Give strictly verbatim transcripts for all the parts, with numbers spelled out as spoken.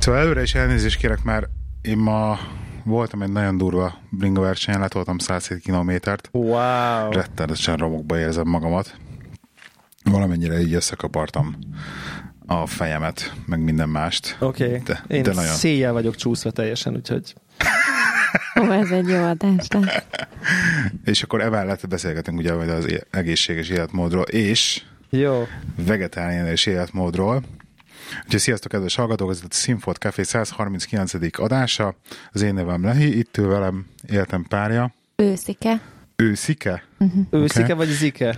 Szóval előre is elnézést kérek, mert én ma voltam egy nagyon durva bringa versenyen, letoltam száz hét kilométert. Wow. Rettenetesen romokba érzem magamat. Valamennyire így összekapartam a fejemet, meg minden mást. Oké. Okay. De, én de nagyon... széjjel vagyok csúszva teljesen, úgyhogy... Ó, ez egy jó adás lesz. És akkor emellett beszélgetünk ugye az egészséges életmódról, és jó. vegetáriánus életmódról. Úgyhogy sziasztok, kedves hallgatók, ez a Színfolt Café száz harminckilencedik adása. Az én nevem Lehi, itt ül velem életem párja. Őszike. Őszike? Uh-huh. Őszike okay. vagy Zike?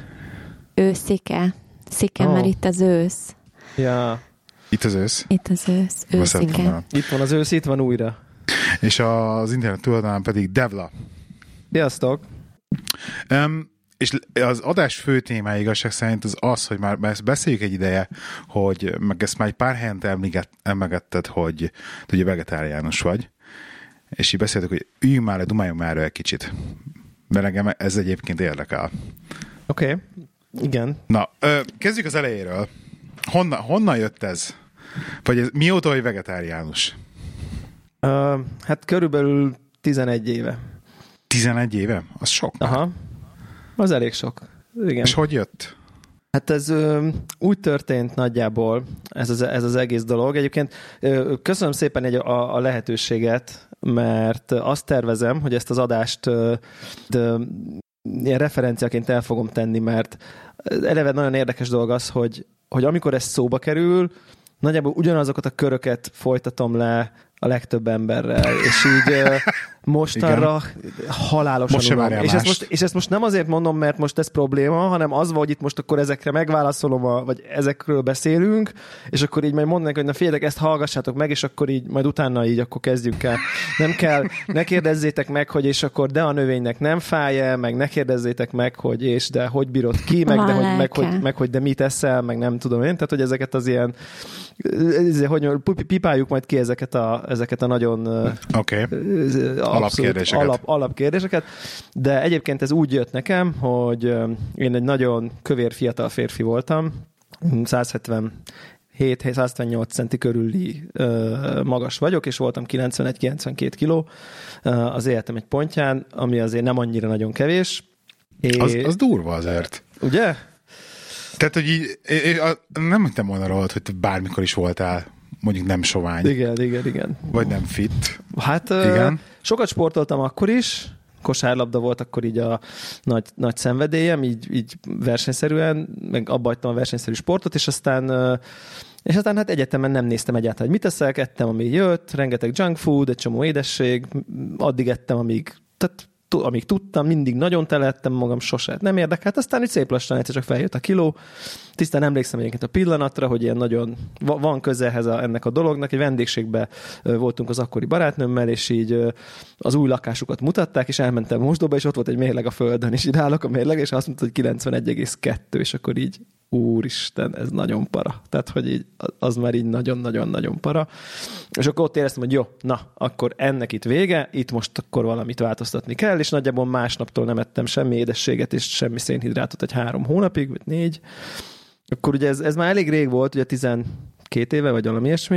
Őszike. Szike, oh. Mert itt az ősz. Ja. Itt az ősz? Itt az ősz. Őszike. Itt van az ősz, itt van újra. És az internet tulajdonán pedig Devla. Sziasztok! Um, és az adás fő témája igazság szerint az az, hogy már ezt beszéljük egy ideje, hogy meg ezt már egy pár helyen emlegetted, hogy ugye vegetáriánus vagy, és így beszéltük, hogy üljünk már le, dumáljunk már egy kicsit. Mert engem ez egyébként érdekel. Oké, okay. Igen. Na, ö, kezdjük az elejéről. Honnan, honnan jött ez? Vagy ez, mióta vagy vegetáriánus? Uh, hát körülbelül tizenegy éve. tizenegy éve? Az sok. Aha. Az elég sok. Igen. És hogy jött? Hát ez ö, úgy történt nagyjából, ez az, ez az egész dolog. Egyébként ö, köszönöm szépen egy, a, a lehetőséget, mert azt tervezem, hogy ezt az adást ö, de, ilyen referenciaként el fogom tenni, mert eleve nagyon érdekes dolog az, hogy, hogy amikor ez szóba kerül, nagyjából ugyanazokat a köröket folytatom le a legtöbb emberrel, és így mostanra halálosan most unom. És ezt, most, és ezt most nem azért mondom, mert most ez probléma, hanem az van, hogy itt most akkor ezekre megválaszolom, a, vagy ezekről beszélünk, és akkor így majd mondanak, hogy na figyeljetek, ezt hallgassátok meg, és akkor így majd utána így akkor kezdjünk el. Nem kell, ne kérdezzétek meg, hogy és akkor de a növénynek nem fáj-e, meg ne kérdezzétek meg, hogy és de hogy bírod ki, meg de hogy, meg, hogy, meg hogy de mit eszel, meg nem tudom én. Tehát, hogy ezeket az ilyen hogy pipáljuk majd ki ezeket a, ezeket a nagyon okay. alapkérdéseket. Alap, alapkérdéseket, de egyébként ez úgy jött nekem, hogy én egy nagyon kövér fiatal férfi voltam, száz hetvenhét száz hetvennyolc centi körüli magas vagyok, és voltam kilencvenegy kilencvenkét kiló az életem egy pontján, ami azért nem annyira nagyon kevés. Az, az durva azért. Ugye? Tehát, hogy így, nem mondtam volna rólad, hogy te bármikor is voltál, mondjuk nem sovány. Igen, igen, igen. Vagy nem fit. Hát igen. Sokat sportoltam akkor is, kosárlabda volt akkor így a nagy, nagy szenvedélyem, így, így versenyszerűen, meg abba hagytam a versenyszerű sportot, és aztán, és aztán hát egyetemen nem néztem egyáltalán, hogy mit eszek, ettem, ami jött, rengeteg junk food, egy csomó édesség, addig ettem, amíg, tehát amíg tudtam, mindig nagyon telettem magam, sose nem érdekelt, aztán úgy szép lassan egyszer csak feljött a kiló. Tisztán emlékszem egyébként a pillanatra, hogy ilyen nagyon van közelhez a, ennek a dolognak, egy vendégségben voltunk az akkori barátnőmmel, és így az új lakásukat mutatták, és elmentem mosdóba, és ott volt egy mérleg a földön, és így állok a mérleg, és azt mondta, hogy kilencvenegy egész kettő, és akkor így úristen, ez nagyon para. Tehát, hogy így, az már így nagyon-nagyon-nagyon para. És akkor ott éreztem, hogy jó, na, akkor ennek itt vége, itt most akkor valamit változtatni kell, és nagyjából másnaptól nem ettem semmi édességet, és semmi szénhidrátot egy három hónapig, vagy négy. Akkor ugye ez, ez már elég rég volt, ugye tizenkét éve, vagy valami ilyesmi.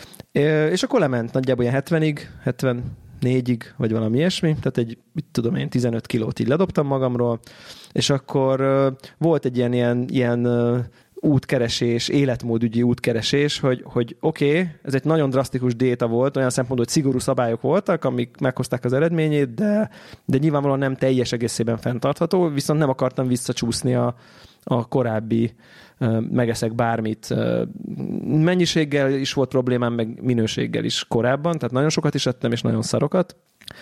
És akkor lement nagyjából ilyen hetvenig, hetvennégyig, vagy valami ilyesmi, tehát egy, mit tudom én, tizenöt kilót így ledobtam magamról, és akkor uh, volt egy ilyen, ilyen, ilyen uh, útkeresés, életmódügyi útkeresés, hogy, hogy oké, okay, ez egy nagyon drasztikus diéta volt, olyan szempontból, hogy szigorú szabályok voltak, amik meghozták az eredményét, de, de nyilvánvalóan nem teljes egészében fenntartható, viszont nem akartam visszacsúszni a, a korábbi uh, megeszek bármit. Uh, mennyiséggel is volt problémám, meg minőséggel is korábban, tehát nagyon sokat is ettem, és nagyon szarokat.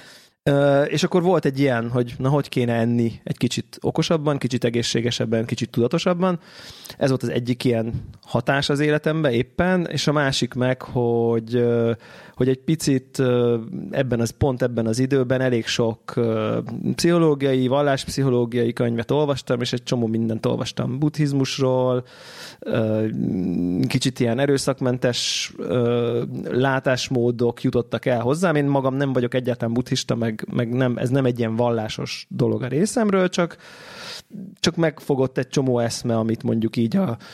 Uh, és akkor volt egy ilyen, hogy na, hogy kéne enni egy kicsit okosabban, kicsit egészségesebben, kicsit tudatosabban. Ez volt az egyik ilyen hatás az életemben éppen, és a másik meg, hogy, uh, hogy egy picit uh, ebben az, pont ebben az időben elég sok uh, pszichológiai, valláspszichológiai könyvet olvastam, és egy csomó mindent olvastam buddhizmusról, uh, kicsit ilyen erőszakmentes uh, látásmódok jutottak el hozzám. Én magam nem vagyok egyáltalán buddhista, meg meg nem, ez nem egy ilyen vallásos dolog a részemről, csak, csak megfogott egy csomó eszme, amit mondjuk így a,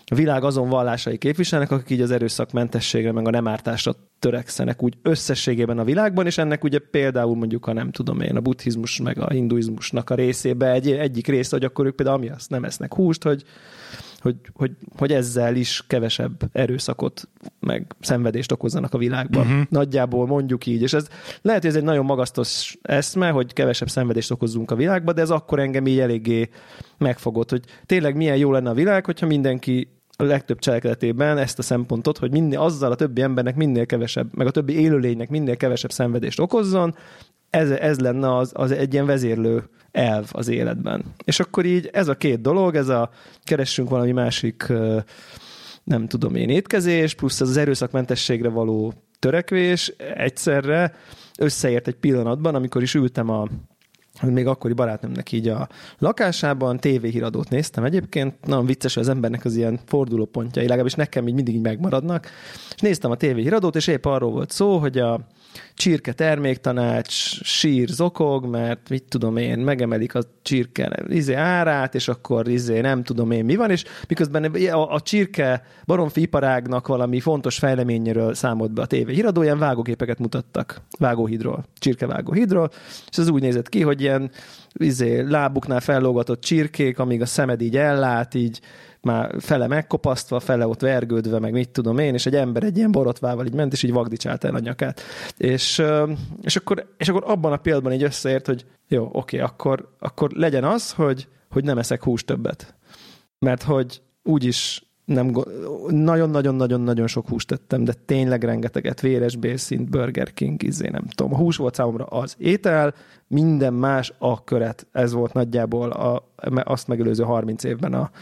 a világ azon vallásai képviselnek, akik így az erőszakmentességre, meg a nem ártásra törekszenek úgy összességében a világban, és ennek ugye például mondjuk a nem tudom én, a buddhizmus meg a hinduizmusnak a részébe egy, egyik része, hogy akkor ők például ami azt nem esznek húst, hogy, hogy, hogy, hogy ezzel is kevesebb erőszakot meg szenvedést okozzanak a világban. Uh-huh. Nagyjából mondjuk így, és ez lehet, hogy ez egy nagyon magasztos eszme, hogy kevesebb szenvedést okozzunk a világban, de ez akkor engem így eléggé megfogott, hogy tényleg milyen jó lenne a világ, hogyha mindenki a legtöbb cselekedetében ezt a szempontot, hogy minél, azzal a többi embernek minél kevesebb, meg a többi élőlénynek minél kevesebb szenvedést okozzon, ez, ez lenne az, az egy ilyen vezérlő elv az életben. És akkor így ez a két dolog, ez a keressünk valami másik, nem tudom én, étkezés, plusz ez az erőszakmentességre való törekvés egyszerre összeért egy pillanatban, amikor is ültem a még akkori barátnőmnek így a lakásában, tévéhíradót néztem egyébként, nagyon vicces, hogy az embernek az ilyen fordulópontjai, legalábbis nekem így mindig így megmaradnak, és néztem a tévéhíradót, és épp arról volt szó, hogy a csirke terméktanács sír zokog, mert mit tudom én, megemelik a csirke izé árát, és akkor izé nem tudom én mi van, és miközben a, a csirke baromfi iparágnak valami fontos fejleményéről számolt be a tévé híradó, ilyen vágógépeket mutattak, vágóhídról, csirkevágóhídról, és ez úgy nézett ki, hogy ilyen izé, lábuknál fellógatott csirkék, amíg a szemed így ellát, így már fele megkopasztva, fele ott vergődve, meg mit tudom én, és egy ember egy ilyen borotvával így ment, és így vagdicsált el a nyakát. És, és, akkor, és akkor abban a pillanatban így összeért, hogy jó, oké, akkor, akkor legyen az, hogy, hogy nem eszek húst többet. Mert hogy úgyis nem, nagyon-nagyon-nagyon-nagyon sok húst tettem, de tényleg rengeteget, véres bélszint, Burger King, izé, nem tudom. A hús volt számomra az étel, minden más a köret. Ez volt nagyjából a, azt megelőző harminc évben a,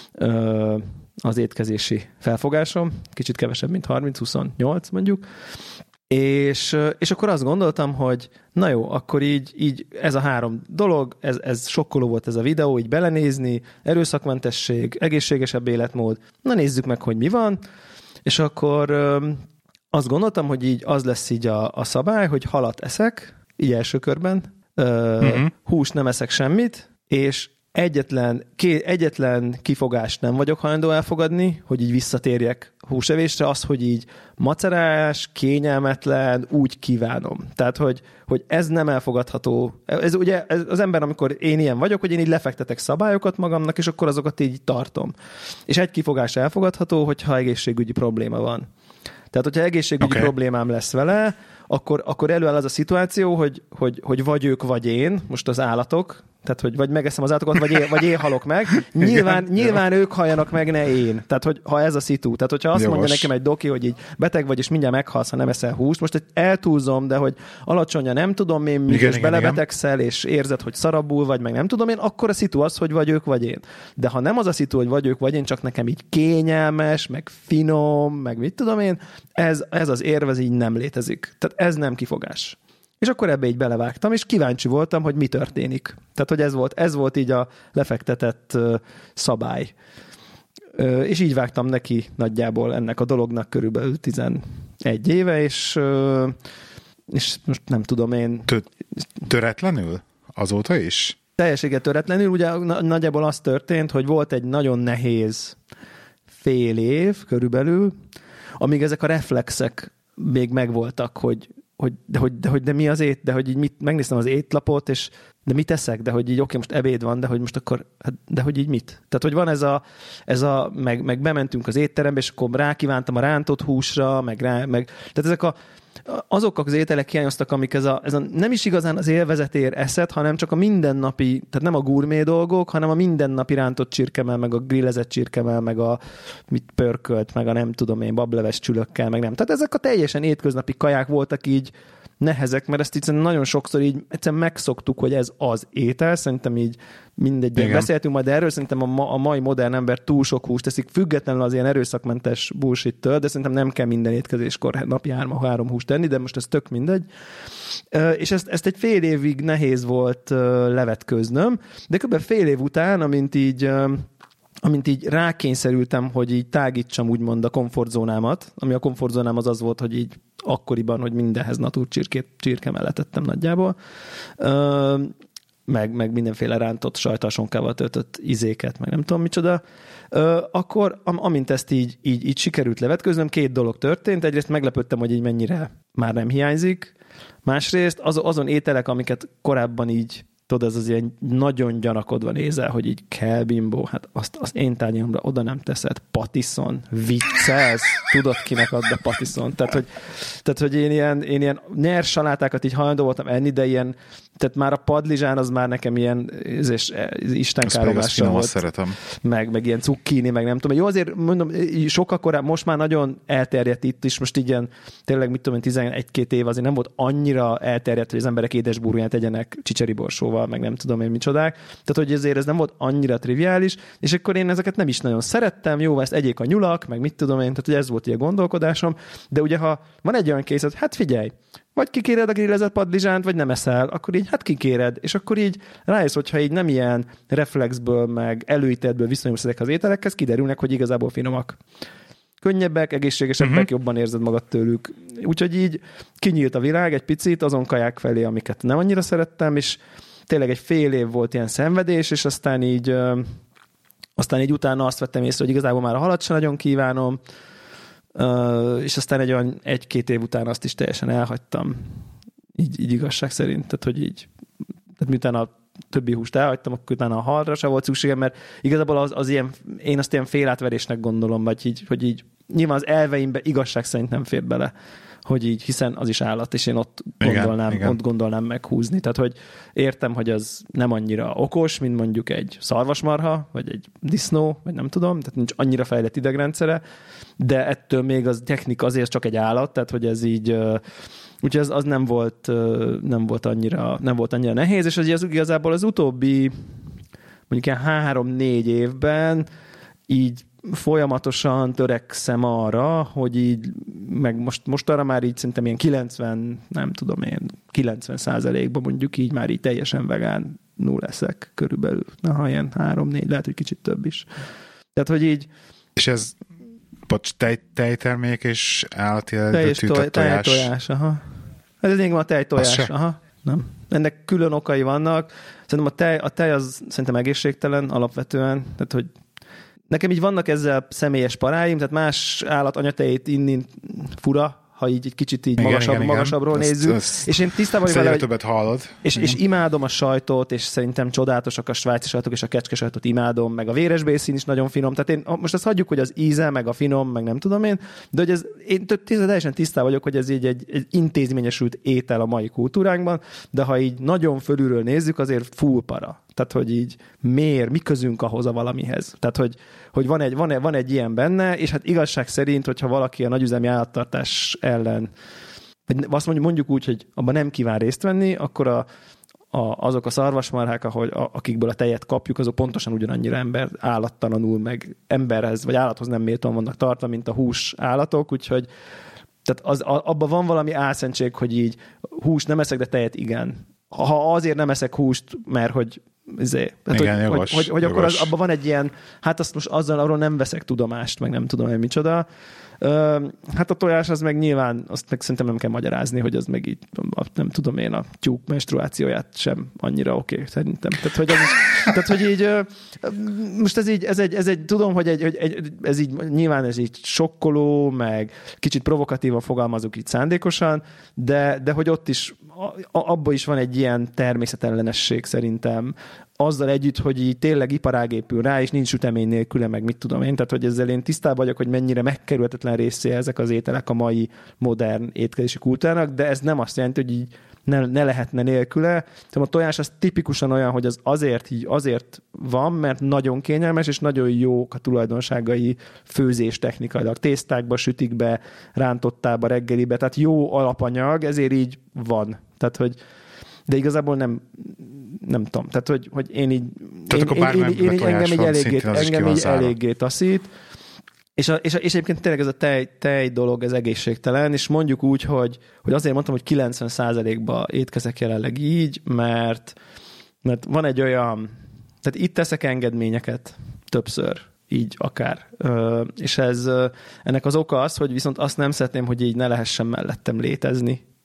az étkezési felfogásom. Kicsit kevesebb, mint harminc, huszonnyolc mondjuk. És, és akkor azt gondoltam, hogy na jó, akkor így, így ez a három dolog, ez, ez sokkoló volt ez a videó, így belenézni, erőszakmentesség, egészségesebb életmód, na nézzük meg, hogy mi van, és akkor ö, azt gondoltam, hogy így az lesz így a, a szabály, hogy halat eszek, így első körben, ö, mm-hmm. húst nem eszek semmit, és Egyetlen, ké, egyetlen kifogást nem vagyok hajlandó elfogadni, hogy így visszatérjek húsevésre, az, hogy így macerás, kényelmetlen, úgy kívánom. Tehát, hogy, hogy ez nem elfogadható. Ez ugye ez az ember, amikor én ilyen vagyok, hogy én így lefektetek szabályokat magamnak, és akkor azokat így tartom. És egy kifogás elfogadható, hogyha egészségügyi probléma van. Tehát, hogyha egészségügyi okay. problémám lesz vele, akkor, akkor előáll az a szituáció, hogy, hogy, hogy vagy ők, vagy én, most az állatok, tehát, hogy vagy megeszem az állatokat, vagy én, vagy én halok meg. Nyilván, igen, nyilván ők haljanak meg, ne én. Tehát, hogy ha ez a szitu. Tehát, hogyha azt Jogos. mondja nekem egy doki, hogy így beteg vagy, és mindjárt meghalsz, ha nem eszel húst, most eltúlzom, de hogy alacsony, nem tudom én, mikor belebetegszel, és érzed, hogy szarabul vagy, meg nem tudom én, akkor a szitu az, hogy vagy ők, vagy én. De ha nem az a szitu, hogy vagy ők, vagy én, csak nekem így kényelmes, meg finom, meg mit tudom én, ez, ez az érv, ez így nem létezik. Tehát ez nem kifogás. És akkor ebbe így belevágtam, és kíváncsi voltam, hogy mi történik. Tehát, hogy ez volt, ez volt így a lefektetett uh, szabály. Uh, és így vágtam neki nagyjából ennek a dolognak körülbelül tizenegy éve, és, uh, és most nem tudom én... Töretlenül? Azóta is? Teljességgel töretlenül. Ugye nagyjából az történt, hogy volt egy nagyon nehéz fél év körülbelül, amíg ezek a reflexek még megvoltak, hogy hogy de, hogy, de, hogy de mi az ét, de hogy így mit, megnéztem az étlapot, és de mit eszek, de hogy így oké, most ebéd van, de hogy most akkor, de hogy így mit? Tehát, hogy van ez a, ez a meg, meg bementünk az étterembe, és akkor rákívántam a rántott húsra, meg rá, meg, tehát ezek a azok az ételek hiányoztak, amik ez a, ez a nem is igazán az élvezetér eszed, hanem csak a mindennapi, tehát nem a gurmé dolgok, hanem a mindennapi rántott csirkemel, meg a grillezett csirkemel, meg a mit pörkölt, meg a nem tudom én, bableves csülökkel, meg nem. Tehát ezek a teljesen étköznapi kaják voltak így nehezek, mert ezt így nagyon sokszor így egyszerűen megszoktuk, hogy ez az étel, szerintem így mindegy, beszéltünk majd erről, szerintem a, ma, a mai modern ember túl sok húst teszik, függetlenül az ilyen erőszakmentes bullshit-től, de szerintem nem kell minden étkezéskor napi három, három húst tenni, de most ez tök mindegy. És ezt, ezt egy fél évig nehéz volt levetköznöm, de kb. fél év után, amint így amint így rákényszerültem, hogy így tágítsam úgymond a komfortzónámat, ami a komfortzónám az az volt, hogy így akkoriban, hogy mindenhez natúr csirkét, csirke mellett ettem nagyjából. meg, meg mindenféle rántott sajtalsonkával töltött izéket, meg nem tudom micsoda, ö, akkor am, amint ezt így, így, így sikerült levetkőznöm, két dolog történt. Egyrészt meglepődtem, hogy így mennyire már nem hiányzik. Másrészt az, azon ételek, amiket korábban így tudod, ez az ilyen nagyon gyanakodva nézel, hogy így kell bimbó, hát azt, azt én tárgyalomra oda nem teszed. Patiszon, viccelsz, tudod kinek ad be patiszon. Tehát, hogy, tehát, hogy én ilyen, én ilyen nyers salátákat így hajlandó voltam enni, de ilyen, tehát már a padlizsán az már nekem ilyen és istenkáromlással volt. Szeretem. Meg, meg ilyen cukkini, meg nem tudom. Jó, azért mondom, sokkal korábban, most már nagyon elterjedt itt is, most így ilyen, tényleg mit tudom én, tizenegy-két év azért nem volt annyira elterjedt, hogy az emberek édesburgonyát tegyenek csicseriborsóval, meg nem tudom én micsodák. Tehát, hogy ezért ez nem volt annyira triviális, és akkor én ezeket nem is nagyon szerettem, jó, ezt egyék a nyulak, meg mit tudom én, tehát hogy ez volt így a gondolkodásom, de ugye ha van egy olyan készlet, hát figyelj, vagy kikéred a grillezett padlizsánt, vagy nem eszel, akkor így hát kikéred, és akkor így rájössz, hogyha így nem ilyen reflexből, meg előítéletből viszonyulsz ezek az ételekhez, kiderülnek, hogy igazából finomak. Könnyebbek, egészségesebbek, uh-huh. jobban érzed magad tőlük. Úgyhogy így kinyílt a világ egy picit azon kaják felé, amiket nem annyira szerettem, és tényleg egy fél év volt ilyen szenvedés, és aztán így, ö, aztán így utána azt vettem észre, hogy igazából már a halat sem nagyon kívánom, ö, és aztán egy olyan egy-két év után azt is teljesen elhagytam. Így, így igazság szerint. Tehát, hogy így, tehát miután a többi húst elhagytam, akkor utána a halra sem volt szükségem, mert igazából az, az ilyen, én azt ilyen félátverésnek gondolom, vagy így, hogy így nyilván az elveimbe igazság szerint nem fér bele, hogy így, hiszen az is állat, és én ott gondolnám, igen, igen. ott gondolnám meghúzni. Tehát, hogy értem, hogy az nem annyira okos, mint mondjuk egy szarvasmarha, vagy egy disznó, vagy nem tudom, tehát nincs annyira fejlett idegrendszere, de ettől még az technika azért csak egy állat, tehát, hogy ez így, úgyhogy az, az nem volt, nem volt annyira, nem volt annyira nehéz, és az igazából az utóbbi mondjuk ilyen három-négy évben így folyamatosan törekszem arra, hogy így, meg most, most arra már így szerintem ilyen kilencven, nem tudom én, kilencven százalékban mondjuk így már így teljesen vegánul leszek körülbelül. Na, ha ilyen három-négy, lehet, hogy kicsit több is. Tehát, hogy így... És ez bocs, tej, tejtermék és állati eredetű toj, tojás. Tejtojás, aha. Ez még van a tejtojás, aha. Nem. Ennek külön okai vannak. Szerintem a tej, a tej az szerintem egészségtelen alapvetően, tehát, hogy nekem így vannak ezzel személyes paráim, tehát más állat anyatejét inni fura, ha így egy kicsit így igen, magasabb, igen, magasabbról igen. nézzük. Ezt, ezt és én tisztában vagyok vele, többet hallod. És, és imádom a sajtot, és szerintem csodálatosak a svájci sajtok, és a kecske sajtot imádom, meg a véresbészín is nagyon finom. Tehát én most azt hagyjuk, hogy az íze, meg a finom, meg nem tudom én, de hogy ez, én teljesen tisztában vagyok, hogy ez így egy, egy intézményesült étel a mai kultúránkban, de ha így nagyon fölülről nézzük, azért full para. Tehát, hogy így miért, mi közünk ahhoz a valamihez. Tehát, hogy, hogy van, egy, van, van egy ilyen benne, és hát igazság szerint, hogyha valaki a nagyüzemi állattartás ellen, vagy azt mondjuk, mondjuk úgy, hogy abban nem kíván részt venni, akkor a, a, azok a szarvasmarhák, ahogy, a, akikből a tejet kapjuk, azok pontosan ugyanannyira ember állattalanul, meg emberhez, vagy állathoz nem méltóan vannak tartva, mint a hús állatok, úgyhogy tehát az, abban van valami álszentség, hogy így húst nem eszek, de tejet igen. Ha azért nem eszek húst, mert hogy Zé. Hát, igen, hogy, jogos, hogy, hogy akkor az, abban van egy ilyen, hát azt most azzal arról nem veszek tudomást, meg nem tudom én micsoda. Ö, hát a tojás az meg nyilván, azt meg szerintem nem kell magyarázni, hogy az meg így, nem tudom én, a tyúk menstruációját sem annyira oké, okay, szerintem. Tehát, hogy, az, tehát, hogy így, most ez így, ez egy, ez egy tudom, hogy egy, egy, ez így, nyilván ez így sokkoló, meg kicsit provokatívan fogalmazunk így szándékosan, de, de hogy ott is, abban is van egy ilyen természetellenesség szerintem, azzal együtt, hogy így tényleg iparág épül rá, és nincs ütemény nélküle, meg mit tudom én. Tehát, hogy ezzel én tisztában vagyok, hogy mennyire megkerülhetetlen részé ezek az ételek a mai modern étkezési kultúrának, de ez nem azt jelenti, hogy így ne, ne lehetne nélküle. Tehát a tojás az tipikusan olyan, hogy az azért, így azért van, mert nagyon kényelmes, és nagyon jók a tulajdonságai főzés technikailag. Tésztákba, sütikbe, rántottába, reggelibe, tehát jó alapanyag, ezért így van. Tehát, hogy de igazából nem nem tudom, tehát hogy, hogy én így én, én, én, én, én engem így eléggé, engem így eléggé taszít, és, a, és, a, és egyébként tényleg ez a tej, tej dolog, ez egészségtelen, és mondjuk úgy, hogy, hogy azért mondtam, hogy kilencven százalékban étkezek jelenleg így, mert, mert van egy olyan, tehát itt teszek engedményeket többször, így akár. És ez, ennek az oka az, hogy viszont azt nem szeretném, hogy így ne lehessen mellettem létezni.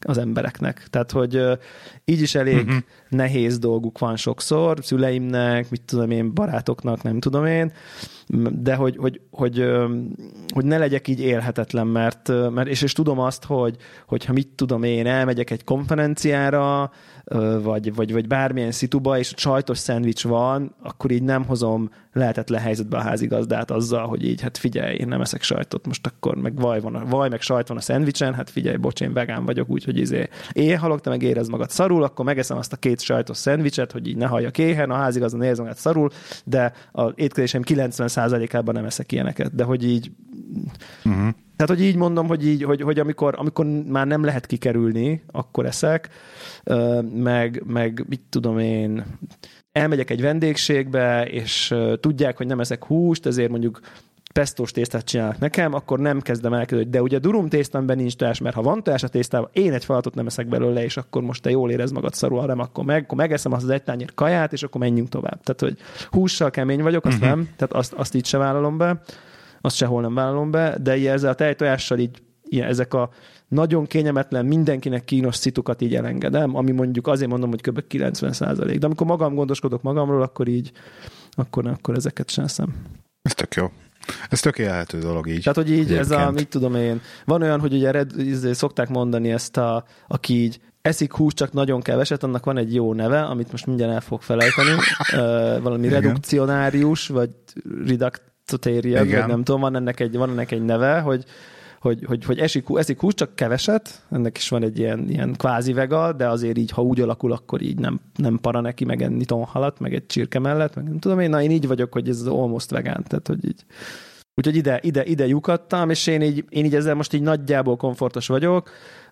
az embereknek. Tehát, hogy uh, így is elég uh-huh. nehéz dolguk van sokszor, szüleimnek, mit tudom én, barátoknak, nem tudom én, de hogy, hogy, hogy, hogy ne legyek így élhetetlen, mert, mert és, és tudom azt, hogy, hogyha mit tudom én, elmegyek egy konferenciára, vagy, vagy, vagy bármilyen szituba, és sajtos szendvics van, akkor így nem hozom lehetetlen helyzetbe a házigazdát azzal, hogy így, hát figyelj, én nem eszek sajtot, most akkor meg vaj, van a, vaj meg sajt van a szendvicsen, hát figyelj, bocs, én vegán vagyok, úgyhogy izé éhhalok, te meg érezd magad szarul, akkor megeszem azt a két sajtos szendvicset, hogy így ne halljak éhen, a házigazda érez magad szarul, de az étkezésem kilencven százalékában nem eszek ilyeneket, de hogy így uh-huh. Tehát, hogy így mondom, hogy, így, hogy, hogy amikor, amikor már nem lehet kikerülni, akkor eszek, meg, meg mit tudom én, elmegyek egy vendégségbe, és tudják, hogy nem eszek húst, ezért mondjuk pestós tésztát csinálnak nekem, akkor nem kezdem el, hogy de ugye durum tésztámban nincs tojás, mert ha van tojás a tésztában, én egy falatot nem eszek belőle, és akkor most te jól érezd magad szarul, ha nem, akkor, meg, akkor megeszem azt az egy tányér kaját, és akkor menjünk tovább. Tehát, hogy hússal kemény vagyok, azt uh-huh. nem, tehát azt, azt így se vállalom be, azt sehol nem vállalom be, de ilyen ezzel a tejtojással így ilyen, ezek a nagyon kényelmetlen, mindenkinek kínos szitukat így elengedem, ami mondjuk azért mondom, hogy kb. kilencven százalék. De amikor magam gondoskodok magamról, akkor így, akkor, akkor ezeket sem eszem. Ez tök jó. Ez tök élhető dolog így. Tehát, hogy így egyébként. Ez a, mit tudom én, van olyan, hogy ugye red, szokták mondani ezt a, aki így eszik húst, csak nagyon keveset, annak van egy jó neve, amit most mindjárt el fog felejteni. uh, valami igen. redukcionárius, vagy reductarian, vagy nem tudom, van ennek egy, van ennek egy neve, hogy hogy, hogy, hogy esik, eszik húst, csak keveset, ennek is van egy ilyen, ilyen kvázi vega, de azért így, ha úgy alakul, akkor így nem, nem para neki megenni tonhalat, meg egy csirke mellett, meg nem tudom én, na én így vagyok, hogy ez az almost vegán, tehát hogy így. Úgyhogy ide, ide, ide lyukadtam, és én így, én így ezzel most így nagyjából komfortos vagyok.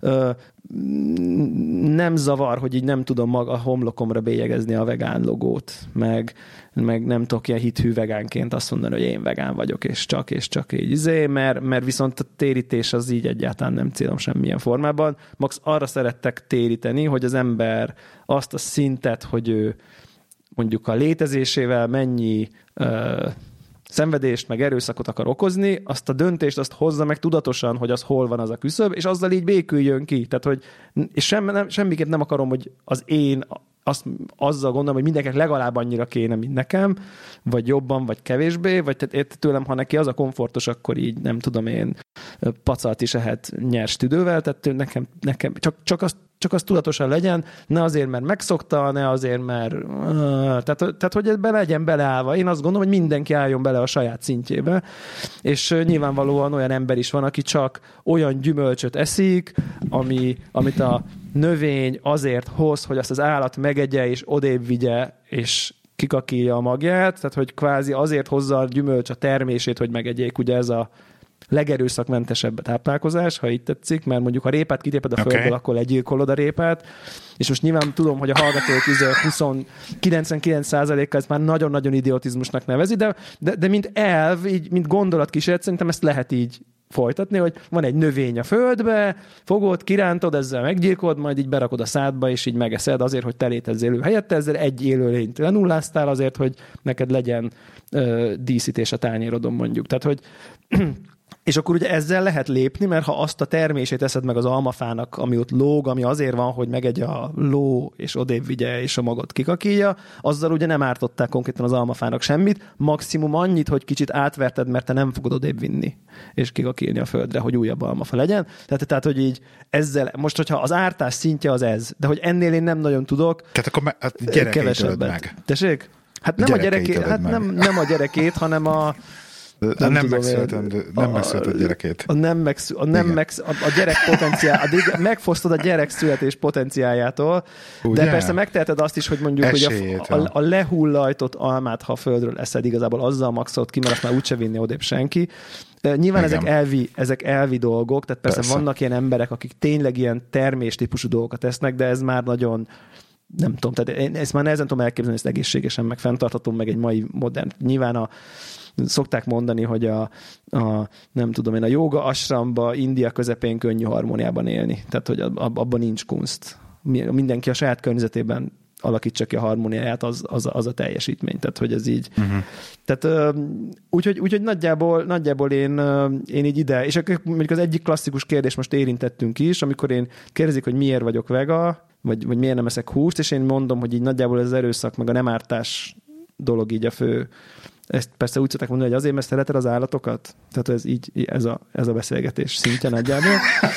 Nem zavar, hogy így nem tudom maga a homlokomra bélyegezni a vegán logót, meg, meg nem tudok ilyen hithű vegánként azt mondani, hogy én vegán vagyok, és csak, és csak így izé, mert, mert viszont a térítés az így egyáltalán nem célom semmilyen formában. Max arra szerettek téríteni, hogy az ember azt a szintet, hogy ő mondjuk a létezésével mennyi uh, szenvedést, meg erőszakot akar okozni, azt a döntést azt hozza meg tudatosan, hogy az hol van az a küszöb, és azzal így béküljön ki. Tehát, hogy és sem, nem, semmiképp nem akarom, hogy az én azt, azzal gondolom, hogy mindenkinek legalább annyira kéne, mint nekem, vagy jobban, vagy kevésbé, vagy tehát tőlem, ha neki az a komfortos, akkor így nem tudom én pacalt is ehet nyers tüdővel, tehát nekem, nekem csak, csak azt csak az tudatosan legyen, ne azért, mert megszokta, ne azért, mert tehát, tehát hogy be legyen beleállva. Én azt gondolom, hogy mindenki álljon bele a saját szintjébe, és nyilvánvalóan olyan ember is van, aki csak olyan gyümölcsöt eszik, ami, amit a növény azért hoz, hogy azt az állat megegye, és odébb vigye, és kikakíja a magját, tehát hogy kvázi azért hozza a gyümölcs a termését, hogy megegyék, ugye ez a legerőszakmentesebb táplálkozás, ha itt tetszik, mert mondjuk ha répát kitéped a okay. földből, akkor legyilkolod a répát, és most nyilván tudom, hogy a hallgatók húsz kilencvenkilenc százalékkal ezt már nagyon-nagyon idiotizmusnak nevezi, de, de, de mint elv, így, mint gondolatkísérlet, szerintem ezt lehet így folytatni, hogy van egy növény a földbe, fogod, kirántod, ezzel meggyilkolod, majd így berakod a szádba, és így megeszed azért, hogy te létezzél helyette, ezzel egy élőlényt lenulláztál azért, hogy neked legyen ö, díszítés a tányérodon mondjuk. Tehát, hogy és akkor ugye ezzel lehet lépni, mert ha azt a termését eszed meg az almafának, ami ott lóg, ami azért van, hogy megegye a ló, és odébb vigye, és a magot kikakíja, azzal ugye nem ártották konkrétan az almafának semmit, maximum annyit, hogy kicsit átverted, mert te nem fogod odébb vinni, és kikakílni a földre, hogy újabb almafa legyen. Tehát, tehát, hogy így ezzel, most, hogyha az ártás szintje az ez, de hogy ennél én nem nagyon tudok, tehát akkor me- hát kevesebbet. Meg. Tessék? Hát nem a, gyerekét, hát nem, nem a gyerekét, hanem a Nem, nem megszületett nem megszületett gyerekét. A nem, megszü, a, nem megsz, a, a gyerek potenciál, a, megfosztod a gyerek születés potenciájától, ugye? De persze megteheted azt is, hogy mondjuk hogy a, a, a lehullajtott almát, ha a földről eszed, igazából azzal maxolt ki, mert azt már úgyse vinni odébb senki. Nyilván ezek elvi, ezek elvi dolgok, tehát persze, persze vannak ilyen emberek, akik tényleg ilyen termés típusú dolgokat esznek, de ez már nagyon nem tudom, tehát én ezt már nehezen tudom elképzelni, ezt egészségesen meg fenntarthatom, meg egy mai modern. Nyilván a szokták mondani, hogy a, a nem tudom én, a jóga asramba India közepén könnyű harmóniában élni. Tehát, hogy abban nincs kunst. Mindenki a saját környezetében alakítsa ki a harmóniáját, az, az, az a teljesítmény. Tehát, hogy ez így. Uh-huh. Tehát úgyhogy, úgyhogy nagyjából, nagyjából én, én így ide, és mondjuk az egyik klasszikus kérdés most érintettünk is, amikor én kérdezik, hogy miért vagyok vega, vagy, vagy miért nem eszek húst, és én mondom, hogy így nagyjából ez az erőszak, meg a nem ártás dolog így a fő. Ezt persze úgy szokták mondani, hogy azért, mert szereted az állatokat? Tehát ez így, ez a, ez a beszélgetés szintje nagyjából.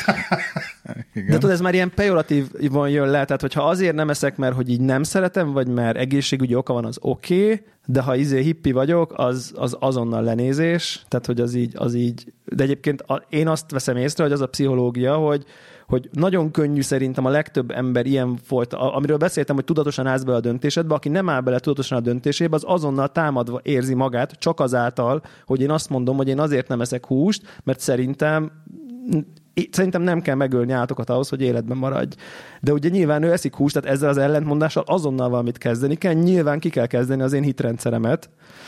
Igen. De tudod, ez már ilyen pejoratívan jön le, tehát hogyha azért nem eszek, mert hogy így nem szeretem, vagy mert egészségügyi oka van, az oké, okay, de ha izé hippi vagyok, az, az azonnal lenézés, tehát hogy az így, az így, de egyébként a, én azt veszem észre, hogy az a pszichológia, hogy hogy nagyon könnyű szerintem a legtöbb ember ilyen volt, amiről beszéltem, hogy tudatosan állsz bele a döntésedbe, aki nem áll bele tudatosan a döntésébe, az azonnal támadva érzi magát, csak azáltal, hogy én azt mondom, hogy én azért nem eszek húst, mert szerintem szerintem nem kell megölni állatokat ahhoz, hogy életben maradj. De ugye nyilván ő eszik húst, tehát ezzel az ellentmondással azonnal valamit kezdeni kell, nyilván ki kell kezdeni az én hitrendszeremet,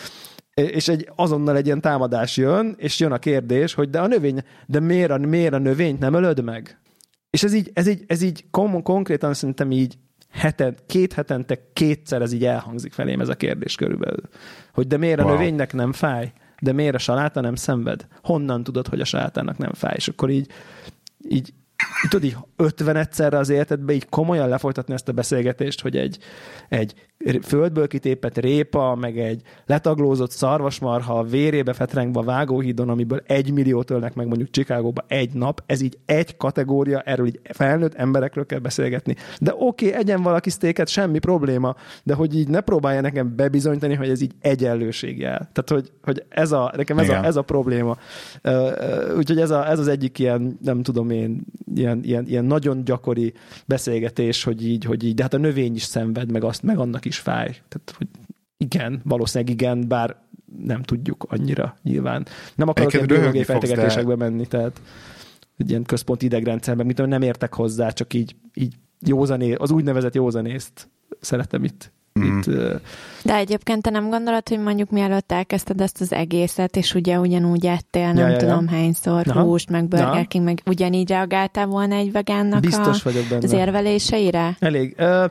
és egy, azonnal egy ilyen támadás jön, és jön a kérdés, hogy de a növény, de miért a, miért a növényt nem ölöd meg? És ez így, ez így, ez így kon- konkrétan szerintem így heten, két hetente kétszer ez így elhangzik felém ez a kérdés körülbelül. Hogy de miért a wow. növénynek nem fáj? De miért a saláta nem szenved? Honnan tudod, hogy a salátának nem fáj? És akkor így, így, így tudod, így ötven egyszerre az életedbe így komolyan lefolytatni ezt a beszélgetést, hogy egy, egy földből kitépett répa, meg egy letaglózott szarvasmarha vérébe fetrengve a vágóhídon, amiből egy milliót ölnek meg mondjuk Chicagóba egy nap, ez így egy kategória, erről így felnőtt emberekről kell beszélgetni. De oké, okay, egyen valaki sztéket, semmi probléma, de hogy így ne próbálja nekem bebizonyítani, hogy ez így egyenlőségjel. Tehát, hogy, hogy ez a, nekem ez a, ez a probléma. Úgyhogy ez, a, ez az egyik ilyen, nem tudom én, ilyen, ilyen, ilyen nagyon gyakori beszélgetés, hogy így, hogy így, de hát a növény is szenved, meg azt, meg annak is fáj. Tehát, hogy igen, valószínűleg igen, bár nem tudjuk annyira nyilván. Nem akarok ilyen biológiai fejtegetésekbe de... menni, tehát egy ilyen központi idegrendszerben, mint nem értek hozzá, csak így, így józané, az úgynevezett józanészt szeretem itt. Mm. itt de egyébként te nem gondolod, hogy mondjuk mielőtt elkezdted ezt az egészet, és ugye ugyanúgy ettél, nem ja, ja, tudom ja. hányszor Aha. húst, meg Burger King, meg ugyanígy reagáltál volna egy vegánnak Biztos a, vagyok benne. az érveléseire? Elég. Uh,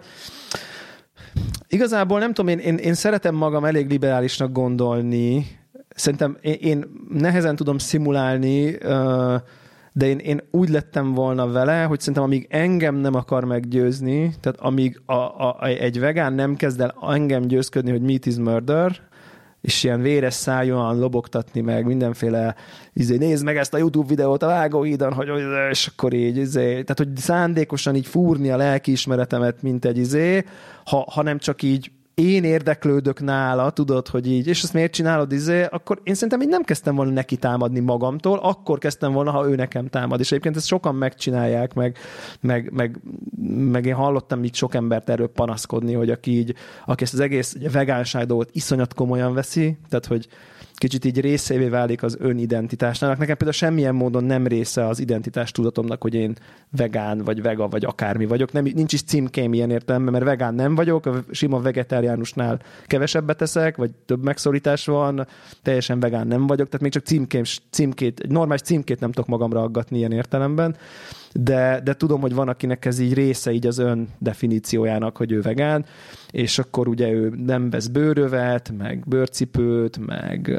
Igazából nem tudom, én, én, én szeretem magam elég liberálisnak gondolni. Szerintem én, én nehezen tudom szimulálni, de én, én úgy lettem volna vele, hogy szerintem amíg engem nem akar meggyőzni, tehát amíg a, a, egy vegán nem kezd el engem győzködni, hogy meat is murder, és ilyen véres szájúan lobogtatni meg mindenféle, izé, nézd meg ezt a YouTube videót a vágóhídon, hogy és akkor így, izé, tehát hogy szándékosan így fúrni a lelkiismeretemet, mint egy izé, ha, hanem csak így én érdeklődök nála, tudod, hogy így, és ezt miért csinálod, izé, akkor én szerintem így nem kezdtem volna neki támadni magamtól, akkor kezdtem volna, ha ő nekem támad. És egyébként ezt sokan megcsinálják, meg, meg, meg, meg én hallottam így sok embert erről panaszkodni, hogy aki így, aki ezt az egész vegánság dolgot iszonyat komolyan veszi, tehát hogy kicsit így részévé válik az önidentitásnak. Nekem például semmilyen módon nem része az identitás tudatomnak, hogy én vegán, vagy vega, vagy akármi vagyok. Nem, nincs is címkém ilyen értelemben, mert vegán nem vagyok, a sima vegetáriánusnál kevesebbet eszek, vagy több megszorítás van, teljesen vegán nem vagyok, tehát még csak címkém, címkét, egy normális címkét nem tudok magamra aggatni ilyen értelemben, de, de tudom, hogy van, akinek ez így része így az ön definíciójának, hogy ő vegán, és akkor ugye ő nem vesz bőrövet, meg bőrcipőt, meg,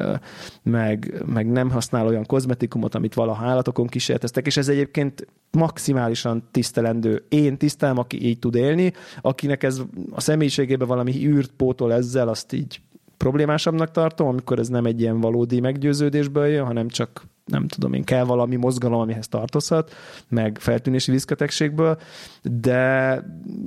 meg, meg nem használ olyan kozmetikumot, amit valaha állatokon kísérleteztek, és ez egyébként maximálisan tisztelendő. Én tisztelem, aki így tud élni, akinek ez a személyiségében valami űrt pótol ezzel, azt így problémásabbnak tartom, amikor ez nem egy ilyen valódi meggyőződésből jön, hanem csak nem tudom én, kell valami mozgalom, amihez tartozhat, meg feltűnési viszketegségből, de,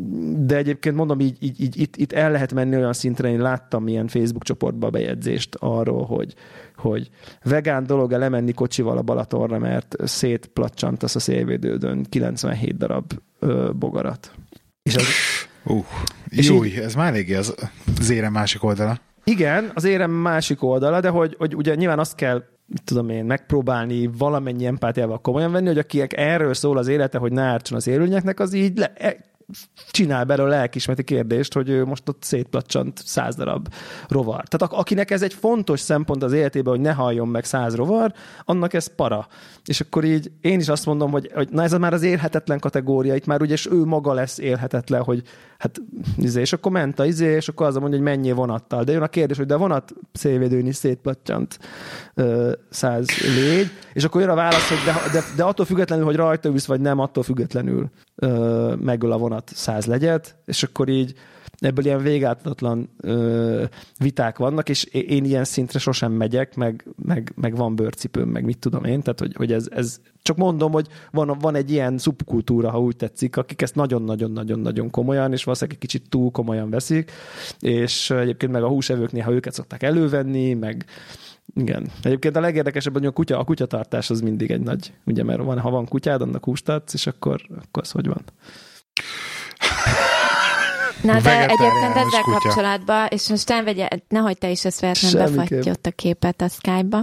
de egyébként mondom, így, így, így itt, itt el lehet menni olyan szintre, én láttam ilyen Facebook csoportba bejegyzést arról, hogy, hogy vegán dolog lemenni kocsival a Balatonra, mert szétplacsantasz a szélvédődön kilencvenhét darab ö, bogarat. És az, uh, és júj, így, ez már eléggé az, az érem másik oldala. Igen, az érem másik oldala, de hogy, hogy ugye nyilván azt kell tudom én, megpróbálni valamennyi empátiával komolyan venni, hogy akinek erről szól az élete, hogy ne ártson az élőlényeknek, az így le, csinál belőle lelkiismereti kérdést, hogy ő most ott szétplacsant száz darab rovar. Tehát akinek ez egy fontos szempont az életében, hogy ne halljon meg száz rovar, annak ez para. És akkor így én is azt mondom, hogy, hogy na ez már az élhetetlen kategória, itt már ugye ő maga lesz élhetetlen, hogy hát izé, és akkor ment a izé, és akkor az mondja, hogy menjél vonattal. De jön a kérdés, hogy de vonat szélvédőn is szétplattyant ö, száz légy, és akkor jön a válasz, hogy de, de, de attól függetlenül, hogy rajta ülsz, vagy nem, attól függetlenül ö, megöl a vonat száz legyet, és akkor így ebből ilyen végáltatlan ö, viták vannak, és én ilyen szintre sosem megyek, meg, meg, meg van bőrcipőm, meg mit tudom én, tehát hogy, hogy ez, ez csak mondom, hogy van, van egy ilyen szubkultúra, ha úgy tetszik, akik ezt nagyon-nagyon-nagyon-nagyon komolyan, és valószínűleg egy kicsit túl komolyan veszik, és egyébként meg a húsevők néha őket szokták elővenni, meg igen. Egyébként a legérdekesebb, hogy a, kutya, a kutyatartás az mindig egy nagy, ugye, mert van, ha van kutyád, annak húst adsz, és akkor, akkor az hogy van? Na, de egyébként ezzel kutya. Kapcsolatban, és most nem vegye, nehogy te is ezt véletlenül befagyott a képet a Skype-ba.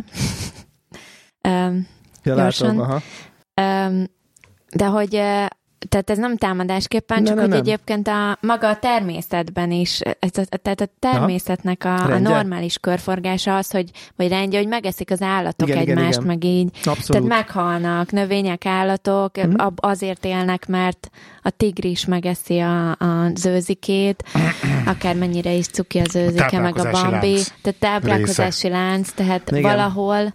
um, ja, látom, aha. Um, de hogy tehát ez nem támadásképpen, csak ne, hogy nem. Egyébként a maga a természetben is, tehát a természetnek a, a normális körforgása az, hogy, vagy rendje, hogy megeszik az állatok igen, egymást, igen, igen. meg így. Abszolút. Tehát meghalnak növények, állatok, mm-hmm. azért élnek, mert a tigris megeszi a, a zőzikét, akármennyire is cuki a zőzike, meg a bambi. Lánc. Tehát táplálkozási lánc, tehát igen. valahol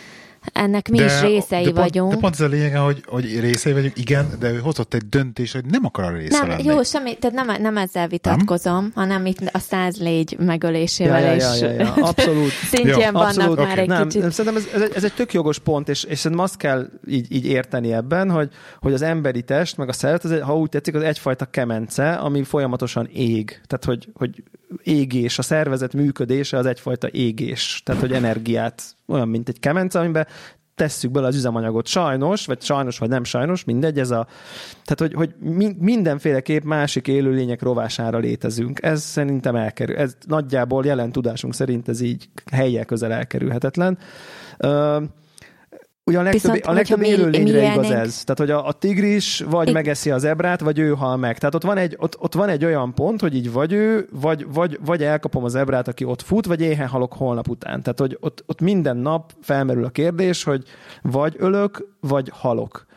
ennek mi de, is részei de pont, vagyunk. De pont ez a lényeg, hogy, hogy részei vagyunk, igen, de ő hozott egy döntés, hogy nem akar a része nem, lenni. Jó, semmi, tehát nem, nem ezzel vitatkozom, nem? hanem itt a száz légy megölésével ja, ja, ja, ja, ja. Abszolút. szintjén vannak abszolút. Már okay. egy nem, kicsit. Nem, szerintem ez, ez, egy, ez egy tök jogos pont, és, és szerintem azt kell így, így érteni ebben, hogy, hogy az emberi test, meg a szeret, az, ha úgy tetszik, az egyfajta kemence, ami folyamatosan ég. Tehát, hogy, hogy égés, a szervezet működése az egyfajta égés. Tehát, hogy energiát, olyan, mint egy kemence, amiben tesszük bele az üzemanyagot. Sajnos, vagy sajnos, vagy nem sajnos, mindegy, ez a... Tehát, hogy, hogy mindenféleképp másik élőlények rovására létezünk. Ez szerintem elkerül. Ez nagyjából jelen tudásunk szerint ez így hellyel közel elkerülhetetlen. Uh, Ugye a legtöbb, a legtöbb élőlényre igaz ez. Tehát, hogy a, a tigris vagy I... megeszi az zebrát, vagy ő hal meg. Tehát ott van egy, ott, ott van egy olyan pont, hogy így vagy ő, vagy, vagy, vagy elkapom a zebrát, aki ott fut, vagy éhen halok holnap után. Tehát, hogy ott, ott minden nap felmerül a kérdés, hogy vagy ölök, vagy halok.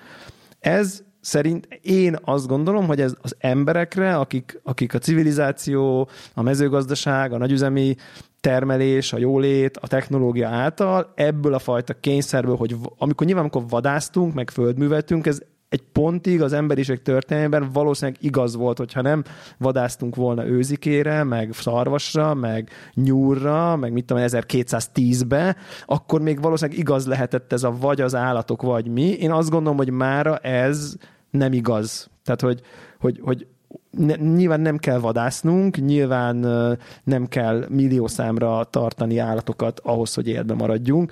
Ez szerint én azt gondolom, hogy ez az emberekre, akik, akik a civilizáció, a mezőgazdaság, a nagyüzemi termelés, a jólét, a technológia által ebből a fajta kényszerből, hogy amikor nyilván amikor vadásztunk, meg földműveltünk, ez egy pontig az emberiség történelmében valószínűleg igaz volt, hogyha nem vadásztunk volna őzikére, meg szarvasra, meg nyúlra, meg mit tudom, ezerkétszáztízbe, akkor még valószínűleg igaz lehetett ez a vagy az állatok, vagy mi. Én azt gondolom, hogy mára ez nem igaz. Tehát, hogy, hogy, hogy ne, nyilván nem kell vadásznunk, nyilván uh, nem kell milliószámra tartani állatokat ahhoz, hogy életben maradjunk.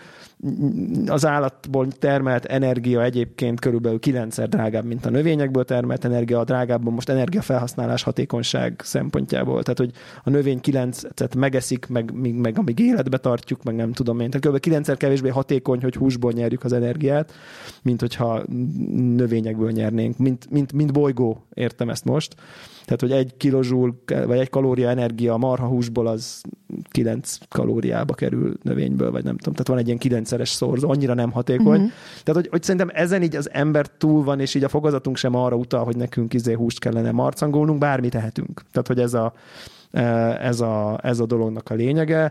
Az állatból termelt energia egyébként körülbelül kilencszer drágább, mint a növényekből termelt energia, a drágábban most energiafelhasználás hatékonyság szempontjából. Tehát, hogy a növény kilencet megeszik, meg, meg amíg életbe tartjuk, meg nem tudom én. Tehát kb. kilencszer kevésbé hatékony, hogy húsból nyerjük az energiát, mint hogyha növényekből nyernénk, mint, mint, mint bolygó, értem ezt most. Tehát, hogy egy kilozsúl, vagy egy kalória energia a marhahúsból az kilenc kalóriába kerül növényből, vagy nem tudom. Tehát van egy ilyen kilencszeres szorzó, annyira nem hatékony. Uh-huh. Tehát, hogy, hogy szerintem ezen így az ember túl van, és így a fogazatunk sem arra utal, hogy nekünk izé húst kellene marcangolnunk, bármit tehetünk. Tehát, hogy ez a, ez a, ez a dolognak a lényege.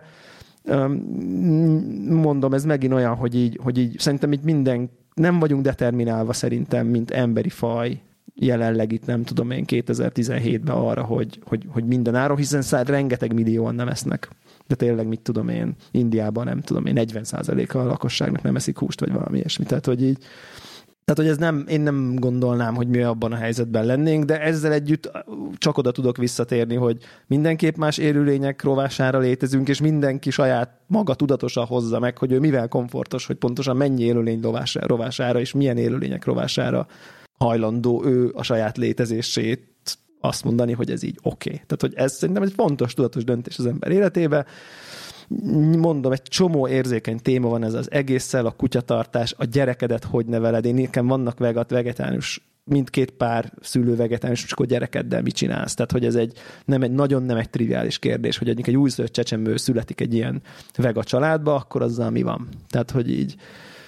Mondom, ez megint olyan, hogy így, hogy így szerintem így minden, nem vagyunk determinálva szerintem, mint emberi faj, jelenleg itt nem tudom én kétezer-tizenhétben arra, hogy, hogy, hogy minden áron, hiszen szár, rengeteg millióan nem esznek. De tényleg mit tudom én, Indiában nem tudom én, negyven százaléka a lakosságnak nem eszik húst, vagy valami ilyesmi. Tehát, hogy így, tehát, hogy ez nem, én nem gondolnám, hogy mi abban a helyzetben lennénk, de ezzel együtt csak oda tudok visszatérni, hogy mindenképp más élőlények rovására létezünk, és mindenki saját maga tudatosan hozza meg, hogy ő mivel komfortos, hogy pontosan mennyi élőlény rovására, és milyen élőlények rovására hajlandó ő a saját létezését azt mondani, hogy ez így oké. Okay. Tehát, hogy ez szerintem egy fontos, tudatos döntés az ember életébe. Mondom, egy csomó érzékeny téma van ez az egésszel, a kutyatartás, a gyerekedet hogy neveled. Én nekem vannak veget, vegetáriánus mindkét pár szülő vegetáriánus, és akkor gyerekeddel mit csinálsz? Tehát, hogy ez egy, nem egy, nagyon nem egy triviális kérdés, hogy egy újszülött csecsemő születik egy ilyen vega családba, akkor azzal mi van? Tehát, hogy így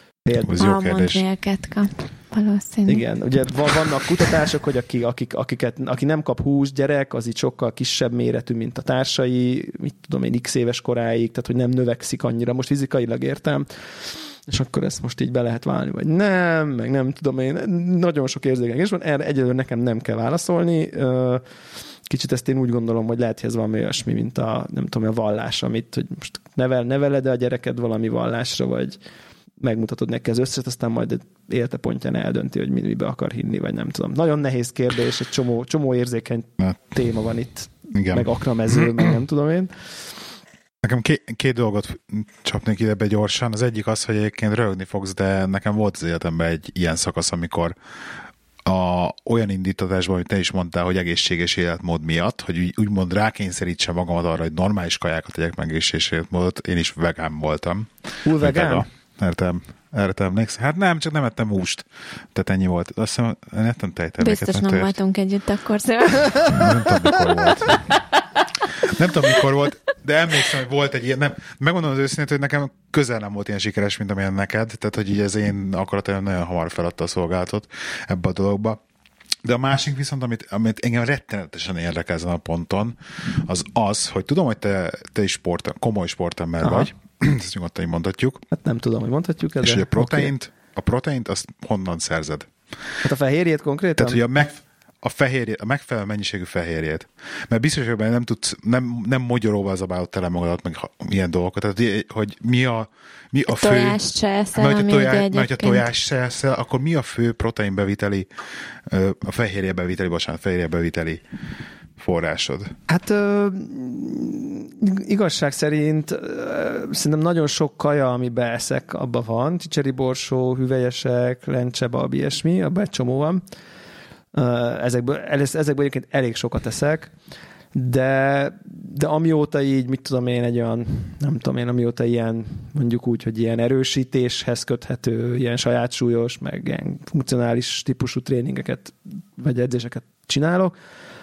almondmélket kap, valószínű. Igen, ugye vannak kutatások, hogy aki, akik, akiket, aki nem kap hús gyerek, az így sokkal kisebb méretű, mint a társai, mit tudom én, x éves koráig, tehát hogy nem növekszik annyira, most fizikailag értem, és akkor ezt most így be lehet válni, vagy nem, meg nem tudom én, nagyon sok érzékenyés van, erre egyelőre nekem nem kell válaszolni. Kicsit ezt én úgy gondolom, hogy lehet, hogy ez valami olyasmi, mint a, nem tudom, a vallás, amit, hogy most nevel, neveled-e a gyereked valami vallásra, vagy megmutatod neki az összet, aztán majd élete pontján eldönti, hogy mibe akar hinni, vagy nem tudom. Nagyon nehéz kérdés, egy csomó, csomó érzékeny téma van itt, igen. Meg aknamező, meg nem tudom én. Nekem két, két dolgot csapnék ide be gyorsan. Az egyik az, hogy egyébként röhögni fogsz, de nekem volt az életemben egy ilyen szakasz, amikor a, olyan indítatásban, hogy te is mondtál, hogy egészséges életmód miatt, hogy úgymond rákényszerítsem magamat arra, hogy normális kajákat tegyek meg egészséges életmódot. Én is vegán voltam. Hú, vegán? Értem. Erre te emlékszel? Hát nem, csak nem ettem húst. Tehát ennyi volt. Azt hiszem, nem ettem tejterméket. Biztos nem voltunk együtt akkor, szóval. Nem tudom, mikor volt. Nem tudom, mikor volt, de emlékszem, hogy volt egy ilyen, nem, megmondom az őszintét, hogy nekem közel nem volt ilyen sikeres, mint amilyen neked, tehát, hogy így ez én akaratom nagyon hamar feladta a szolgálatot ebbe a dologba. De a másik viszont, amit, amit engem rettenetesen érdekel ezen a ponton, az az, hogy tudom, hogy te, te is sport, komoly sportember Aha. vagy, ezt nyugodtan így mondhatjuk. Hát nem tudom, hogy mondhatjuk ez. És hogy a proteint, okay. a proteint azt honnan szerzed? Hát a fehérjét konkrétan? Tehát, hogy a, meg, a, fehérjét, a megfelelő mennyiségű fehérjét. Mert biztos, hogy nem tudsz, nem, nem magyaróval zabálod tele magadat, meg ilyen dolgokat. Tehát, hogy mi a, mi a fő... Tojás cselszel, mert, a tojás, mert a tojás cselszel, akkor mi a fő proteinbeviteli, a fehérjebeviteli, bocsánat, fehérjebeviteli forrásod? Hát ö, igazság szerint ö, szerintem nagyon sok kaja, ami beeszek, abban van. Csicseri borsó, hüvelyesek, lencsebab, ilyesmi, abban egy csomó van. Ezekből, ezekből egyébként elég sokat eszek, de, de amióta így, mit tudom én, egy olyan, nem tudom én, amióta ilyen, mondjuk úgy, hogy ilyen erősítéshez köthető, ilyen saját súlyos, meg ilyen funkcionális típusú tréningeket, vagy edzéseket csinálok,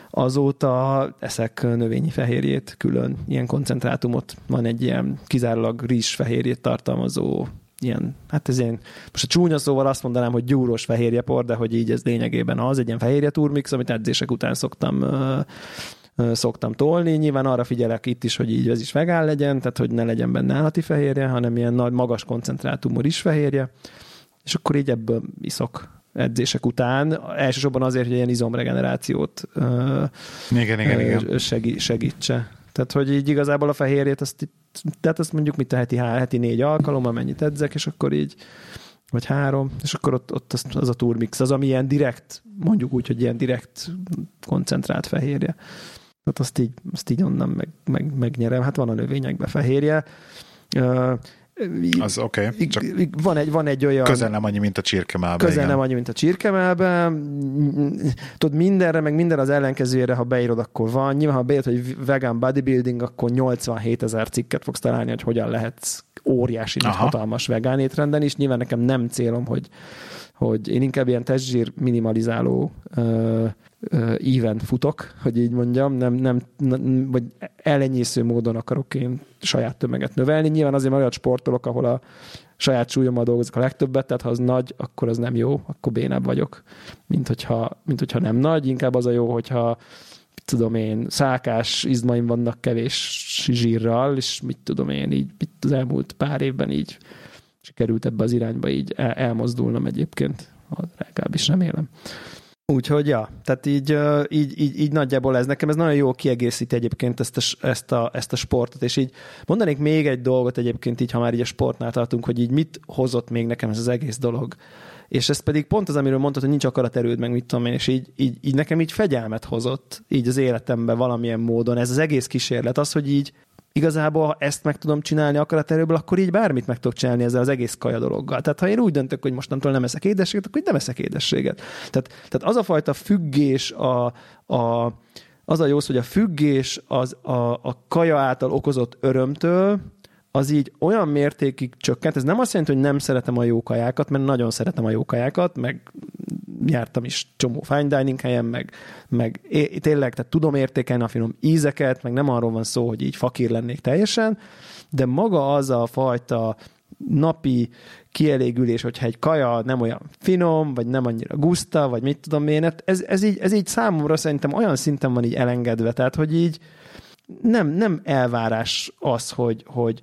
azóta eszek növényi fehérjét külön, ilyen koncentrátumot, van egy ilyen kizárólag rizs fehérjét tartalmazó ilyen, hát ez ilyen, most a csúnya szóval azt mondanám, hogy gyúrós fehérjepor, de hogy így ez lényegében az, egy ilyen fehérje turmix, amit edzések után szoktam ö, ö, szoktam tolni. Nyilván arra figyelek itt is, hogy így ez is vegán legyen, tehát hogy ne legyen benne állati fehérje, hanem ilyen nagy, magas koncentrátumú rizsfehérje, és akkor így ebből iszok edzések után. Elsősorban azért, hogy ilyen izomregenerációt ö, igen, igen, ö, igen. Segí, segítse. Tehát, hogy így igazából a fehérjét, azt, tehát azt mondjuk, mit a heti, heti négy alkalom, amennyit edzek, és akkor így, vagy három, és akkor ott, ott az, az a turmix, az, ami ilyen direkt, mondjuk úgy, hogy ilyen direkt koncentrált fehérje. Tehát azt így, azt így onnan meg, meg, megnyerem. Hát van a növényekben fehérje. Uh, Az oké. Okay. Csak van egy, van egy olyan... Közel nem annyi, mint a csirkemelben. Közel igen. nem annyi, mint a csirkemelben. Tudod, mindenre, meg minden az ellenkezőjére, ha beírod, akkor van. Nyilván, ha beírod, hogy vegan bodybuilding, akkor nyolcvanhét ezer cikket fogsz találni, hogy hogyan lehetsz óriási, nagy hatalmas vegán étrenden is. Nyilván nekem nem célom, hogy, hogy én inkább ilyen testzsír minimalizáló uh, uh, íven futok, hogy így mondjam, nem, nem, nem, vagy ellenyésző módon akarok én saját tömeget növelni. Nyilván azért olyat sportolok, ahol a saját súlyommal dolgozik a legtöbbet, tehát ha az nagy, akkor az nem jó, akkor bénább vagyok, mint hogyha, mint hogyha nem nagy. Inkább az a jó, hogyha tudom én, szálkás izmaim vannak kevés zsírral, és mit tudom én, így az elmúlt pár évben így sikerült ebbe az irányba így el, elmozdulnom egyébként, legalábbis remélem. Úgyhogy, ja, tehát így, így, így, így nagyjából ez nekem, ez nagyon jól kiegészíti egyébként ezt a, ezt, a, ezt a sportot, és így mondanék még egy dolgot egyébként így, ha már így a sportnál tartunk, hogy így mit hozott még nekem ez az egész dolog. És ez pedig pont az, amiről mondtad, hogy nincs akaraterőd, meg mit tudom én, és így, így, így nekem így fegyelmet hozott így az életemben valamilyen módon. Ez az egész kísérlet, az, hogy így igazából, ha ezt meg tudom csinálni akaraterőből, akkor így bármit meg tudok csinálni ezzel az egész kaja dologgal. Tehát ha én úgy döntök, hogy mostantól nem eszek édességet, akkor így nem eszek édességet. Tehát, tehát az a fajta függés, a, a, az a jó szó, hogy a függés az a, a kaja által okozott örömtől, az így olyan mértékig csökkent. Ez nem azt jelenti, hogy nem szeretem a jó kajákat, mert nagyon szeretem a jó kajákat, meg jártam is csomó fine dining helyen, meg, meg é- tényleg, tehát tudom értékelni a finom ízeket, meg nem arról van szó, hogy így fakír lennék teljesen, de maga az a fajta napi kielégülés, hogyha egy kaja nem olyan finom, vagy nem annyira guszta, vagy mit tudom én, ez, ez, így, ez így számomra szerintem olyan szinten van így elengedve, tehát hogy így nem, nem elvárás az, hogy, hogy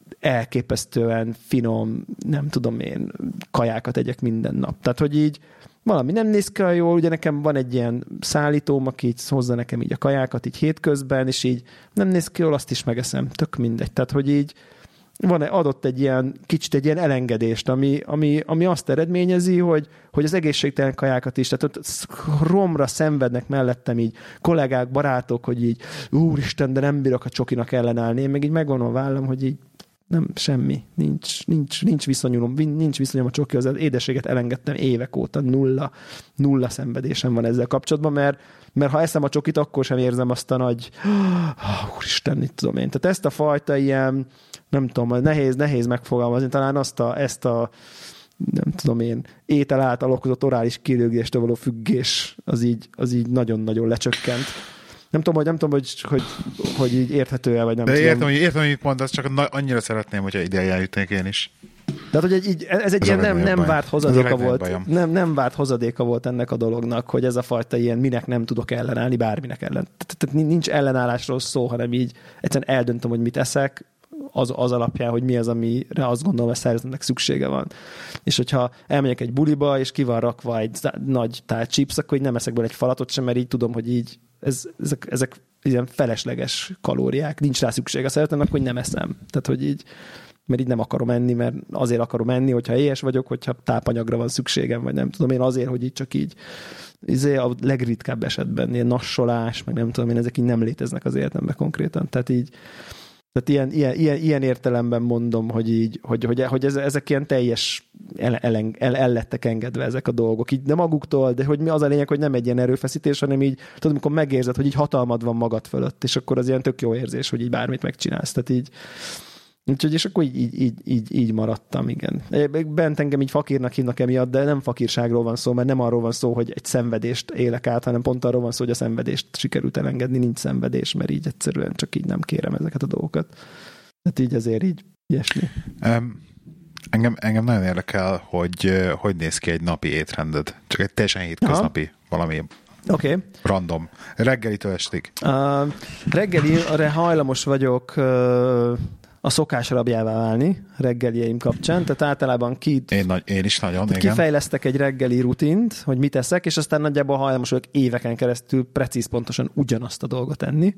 elképesztően finom, nem tudom én, kajákat egyek minden nap. Tehát, hogy így valami nem néz ki jól, ugye nekem van egy ilyen szállítóm, aki így hozza nekem így a kajákat így hétközben, és így nem néz ki jól, azt is megeszem, tök mindegy. Tehát, hogy így van adott egy ilyen, kicsit egy ilyen elengedést, ami, ami, ami azt eredményezi, hogy, hogy az egészségtelen kajákat is, tehát ott romra szenvednek mellettem így kollégák, barátok, hogy így úristen, de nem bírok a csokinak ellenállni. Én meg így megvonom a vállam, hogy így nem, semmi, nincs, nincs, nincs viszonyulom, nincs viszonyom a csokihoz, az édességet elengedtem évek óta, nulla, nulla szenvedésem van ezzel kapcsolatban, mert, mert ha eszem a csokit, akkor sem érzem azt a nagy, oh, úristen, mit tudom én. Tehát ezt a fajta ilyen, nem tudom, nehéz, nehéz megfogalmazni, talán azt a, ezt a, nem tudom én, étel által okozott orális kilőgéstől való függés, az így, az így nagyon-nagyon lecsökkent. Nem tudom, hogy, nem tudom, hogy, hogy, hogy így érthető-e, vagy nem De tudom. értem, hogy értem, hogy mit mondasz, csak annyira szeretném, hogyha ide eljutnék én is. Tehát, hogy egy, így, ez egy ez ilyen nem, nem várt hozadéka volt. Nem, nem várt hozadéka volt ennek a dolognak, hogy ez a fajta ilyen minek nem tudok ellenállni, bárminek ellen. Tehát nincs ellenállásról szó, hanem így egyszerűen eldöntöm, hogy mit eszek, az, az alapján, hogy mi az, amire azt gondolom, hogy szervezetnek szüksége van. És hogyha elmegyek egy buliba, és ki van rakva egy nagy tál chips, akkor így nem eszek belőle egy falatot sem, mert így tudom, hogy így ez, ezek, ezek ilyen felesleges kalóriák, nincs rá szükség a szeretemnek, akkor nem eszem. Tehát, hogy így, mert így nem akarom enni, mert azért akarom enni, hogyha éhes vagyok, hogyha tápanyagra van szükségem, vagy nem tudom én, azért, hogy így csak így izé a legritkább esetben ilyen nassolás, meg nem tudom én, ezek így nem léteznek az életemben konkrétan. Tehát így Tehát ilyen, ilyen, ilyen, ilyen értelemben mondom, hogy így, hogy, hogy, hogy ezek ilyen teljes el, el, el, el lettek engedve ezek a dolgok. Így nem maguktól, de hogy mi az a lényeg, hogy nem egy ilyen erőfeszítés, hanem így, tudod, amikor megérzed, hogy így hatalmad van magad fölött, és akkor az ilyen tök jó érzés, hogy így bármit megcsinálsz. Tehát így, úgyhogy, és akkor így, így, így, így, így maradtam, igen. Bent engem így fakírnak hívnak emiatt, de nem fakírságról van szó, mert nem arról van szó, hogy egy szenvedést élek át, hanem pont arról van szó, hogy a szenvedést sikerült elengedni, nincs szenvedés, mert így egyszerűen csak így nem kérem ezeket a dolgokat. Tehát így azért így ilyesmi. Um, engem, engem nagyon érdekel, hogy hogy néz ki egy napi étrended. Csak egy teljesen hétköznapi Aha. valami Oké. Okay. Random. Reggelitől estig. Uh, reggelire hajlamos vagyok uh, a szokás rabjává válni reggelieim kapcsán, tehát általában ki, én, nagy, én is nagyon, igen. Kifejlesztek egy reggeli rutint, hogy mit eszek, és aztán nagyjából hajlamos vagyok éveken keresztül precíz pontosan ugyanazt a dolgot enni.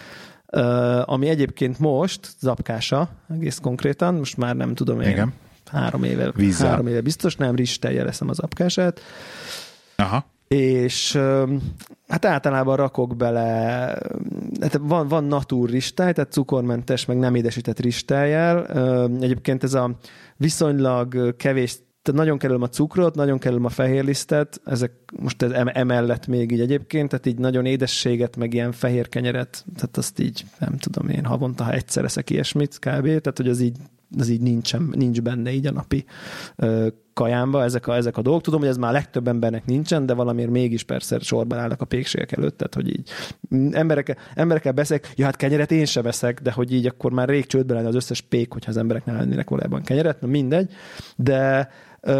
Uh, ami egyébként most zapkása, egész konkrétan, most már nem tudom én, igen. három éve, Vízzel. három éve biztos, nem rizstejjel eszem a zapkását. Aha. És hát általában rakok bele, hát van, van natur ristály, tehát cukormentes, meg nem édesített ristályjal. Egyébként ez a viszonylag kevés, tehát nagyon kerülöm a cukrot, nagyon kerülöm a fehérlisztet, ezek most ez emellett még így egyébként, tehát így nagyon édességet, meg ilyen fehér kenyeret, tehát azt így nem tudom én, havonta, ha egyszer eszek ilyesmit kb. Tehát, hogy az így, az így nincsen, nincs benne így a napi kajámba ezek a, ezek a dolgok. Tudom, hogy ez már legtöbb embernek nincsen, de valamiért mégis persze sorban állnak a pékségek előtt, tehát hogy így emberekkel, emberekkel beszélek, ja hát kenyeret én sem veszek, de hogy így akkor már rég csődbe lenne az összes pék, hogyha az emberek nem lennének valójában kenyeret, na mindegy, de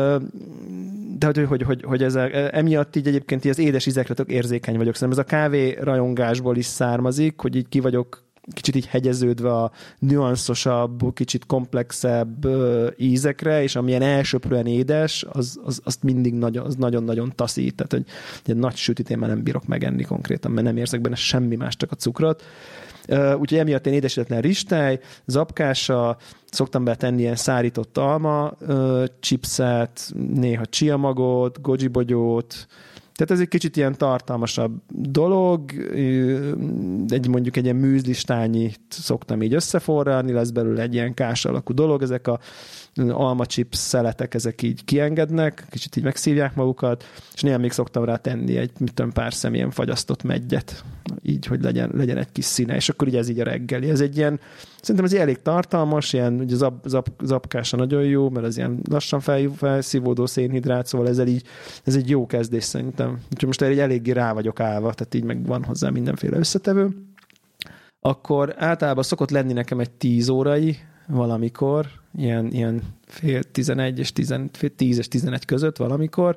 de hogy, hogy, hogy, hogy ez a, emiatt így egyébként így az édes ízekre tök érzékeny vagyok. Szerintem ez a kávé rajongásból is származik, hogy így ki vagyok kicsit így hegyeződve a nüanszosabb, kicsit komplexebb ízekre, és amilyen elsöprően édes, az, az, azt mindig nagyon, az nagyon-nagyon taszít. Tehát, hogy egy nagy sütit én már nem bírok megenni konkrétan, mert nem érzek benne semmi más, csak a cukrot. Úgyhogy emiatt én édesítetlen ristály, zapkása, szoktam betenni ilyen szárított alma chipset, néha csiamagot, gojibogyót. Tehát ez egy kicsit ilyen tartalmasabb dolog, egy mondjuk egy ilyen műzlistányit szoktam így összeforralni, lesz belőle egy ilyen kás alakú dolog, ezek a alma chips szeletek, ezek így kiengednek, kicsit így megszívják magukat, és néha még szoktam rá tenni egy mit tudom, pár szem ilyen fagyasztott meggyet. így, hogy legyen, legyen egy kis színe, és akkor ugye ez így a reggeli. Ez egy ilyen, szerintem ez elég tartalmas, ilyen, ugye zap, zap, zapkása nagyon jó, mert az ilyen lassan fel, felszívódó szénhidrát, szóval ezzel így, ez egy jó kezdés szerintem. Úgyhogy most erre egy eléggé rá vagyok állva, tehát így meg van hozzá mindenféle összetevő. Akkor általában szokott lenni nekem egy tíz órai valamikor, ilyen, ilyen fél tizenegy és tíz és tizenegy között valamikor.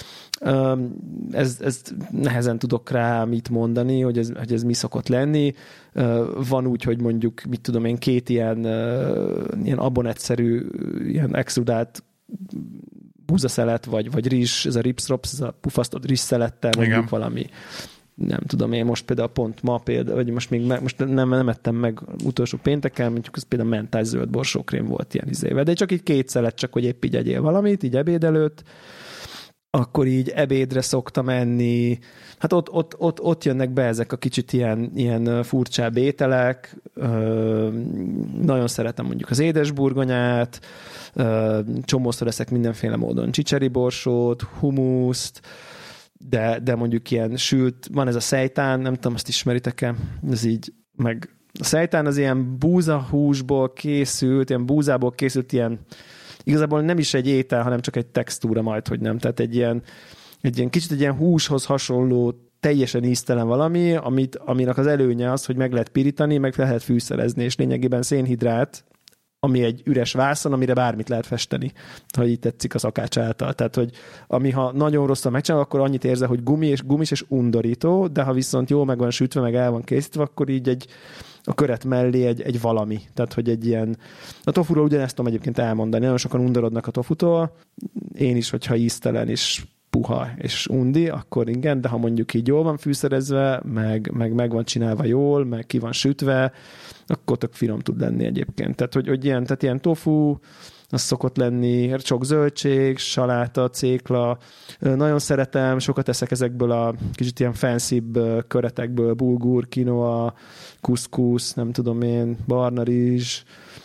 Ez, ez nehezen tudok rá mit mondani, hogy ez, hogy ez mi szokott lenni. Van úgy, hogy mondjuk, mit tudom én, két ilyen, ilyen abonetszerű, ilyen extrudált búzaszelet, vagy, vagy rizs, ez a ripsrops, ez a pufasztott rizsszelettel mondjuk igen. valami, nem tudom én, most például pont ma például, vagy most még most nem, nem ettem meg utolsó pénteken, mondjuk ez például mentás zöld borsókrém volt ilyen izével, de csak így két szelet, csak hogy épp így egyél valamit, így ebéd előtt, akkor így ebédre szoktam enni. Hát ott, ott, ott, ott jönnek be ezek a kicsit ilyen, ilyen furcsább ételek. Ö, nagyon szeretem mondjuk az édesburgonyát, ö, csomószor eszek mindenféle módon csicseriborsót, humuszt, de, de mondjuk ilyen sült, van ez a szejtán, nem tudom, azt ismeritek-e? Ez így, meg a szejtán az ilyen búzahúsból készült, ilyen búzából készült ilyen igazából nem is egy étel, hanem csak egy textúra majd, hogy nem. Tehát egy ilyen, egy ilyen kicsit egy ilyen húshoz hasonló, teljesen íztelen valami, amit, aminek az előnye az, hogy meg lehet pirítani, meg fel lehet fűszerezni, és lényegében szénhidrát, ami egy üres vászon, amire bármit lehet festeni, ha így tetszik az akács által. Tehát, hogy ami ha nagyon rosszul megcsinál, akkor annyit érzel, hogy gumi és gumis és undorító, de ha viszont jó meg van sütve, meg el van készítve, akkor így egy a köret mellé egy, egy valami. Tehát, hogy egy ilyen... A tofuról ugyanezt tudom egyébként elmondani. Nagyon sokan undorodnak a tofutól. Én is, hogyha íztelen és puha és undi, akkor igen, de ha mondjuk így jól van fűszerezve, meg, meg, meg van csinálva jól, meg ki van sütve, akkor tök finom tud lenni egyébként. Tehát, hogy, hogy ilyen, tehát ilyen tofu, az szokott lenni, sok zöldség, saláta, cékla. Nagyon szeretem, sokat eszek ezekből a kicsit ilyen fancybb köretekből, bulgur, quinoa, kuszkusz, nem tudom én, barna rizs,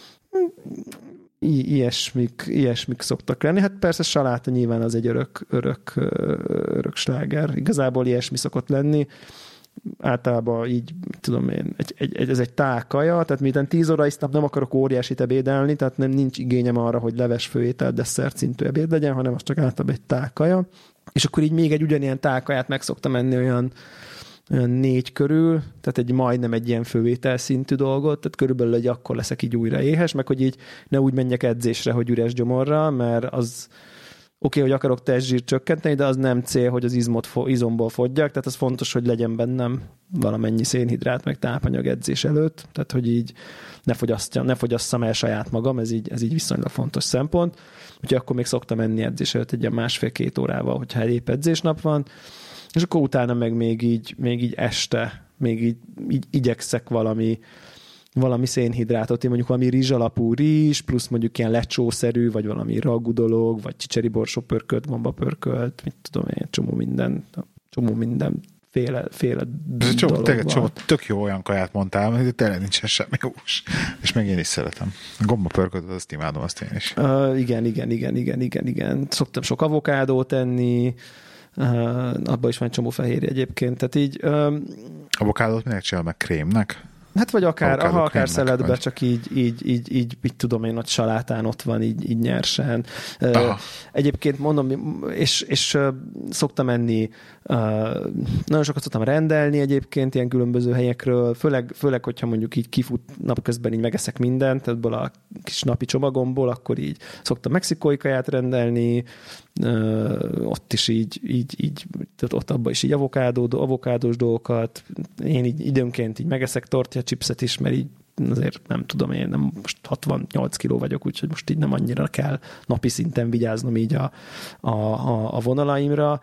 I- ilyesmik, ilyesmik szoktak lenni. Hát persze saláta nyilván az egy örök, örök, örök sláger. Igazából ilyesmi szokott lenni. Általában így, tudom én, egy, egy, ez egy tálkaja, tehát miután tíz óra isztap nem akarok óriásit ebédelni, tehát nem nincs igényem arra, hogy leves, főétel, desszert szintű ebéd legyen, hanem az csak általában egy tálkaja. És akkor így még egy ugyanilyen tálkaját meg szoktam enni olyan, olyan négy körül, tehát egy majdnem egy ilyen főétel szintű dolgot, tehát körülbelül egy akkor leszek így újra éhes, meg hogy így ne úgy menjek edzésre, hogy üres gyomorra, mert az oké, okay, hogy akarok testzsírt csökkenteni, de az nem cél, hogy az izmot, izomból fogyjak, tehát az fontos, hogy legyen bennem valamennyi szénhidrát, meg tápanyag edzés előtt, tehát hogy így ne fogyasszam, ne fogyasszam el saját magam, ez így, ez így viszonylag fontos szempont. Úgyhogy akkor még szoktam enni edzés előtt egy ilyen másfél-két órával, hogyha épp edzésnap van, és akkor utána meg még így, még így este, még így, így igyekszek valami valami szénhidrátot, én mondjuk valami rizs alapú rizs, plusz mondjuk ilyen lecsószerű, vagy valami ragu dolog, vagy csicseri borsó pörkölt, gomba pörkölt, mit tudom én, csomó minden, csomó minden féle, féle csomó, dolog csomó, tök jó olyan kaját mondtál, hogy tényleg nincsen semmi hús. És meg én is szeretem. A gomba pörköltet, azt imádom, azt én is. Uh, igen, igen, igen, igen, igen, igen. Szoktam sok avokádót enni, uh, abban is van csomó fehérje egyébként, tehát így... Um, avokádót minek csinál meg krémnek? Hát vagy akár, aha, akár szeletbe, csak így, így, így, így, így tudom én, ott salátán ott van, így, így nyersen. Aha. Egyébként mondom, és, és szoktam enni, nagyon sokat szoktam rendelni egyébként ilyen különböző helyekről, főleg, főleg hogyha mondjuk így kifut napközben, így megeszek mindent, ebből a kis napi csomagomból, akkor így szoktam mexikói kaját rendelni, ott is így, így, így ott abban is így avokádó, avokádós dolgokat, én így időnként így megeszek tortilla chipset is, mert így azért nem tudom, én nem, most hatvannyolc kiló vagyok, úgyhogy most így nem annyira kell napi szinten vigyáznom így a, a, a, a vonalaimra.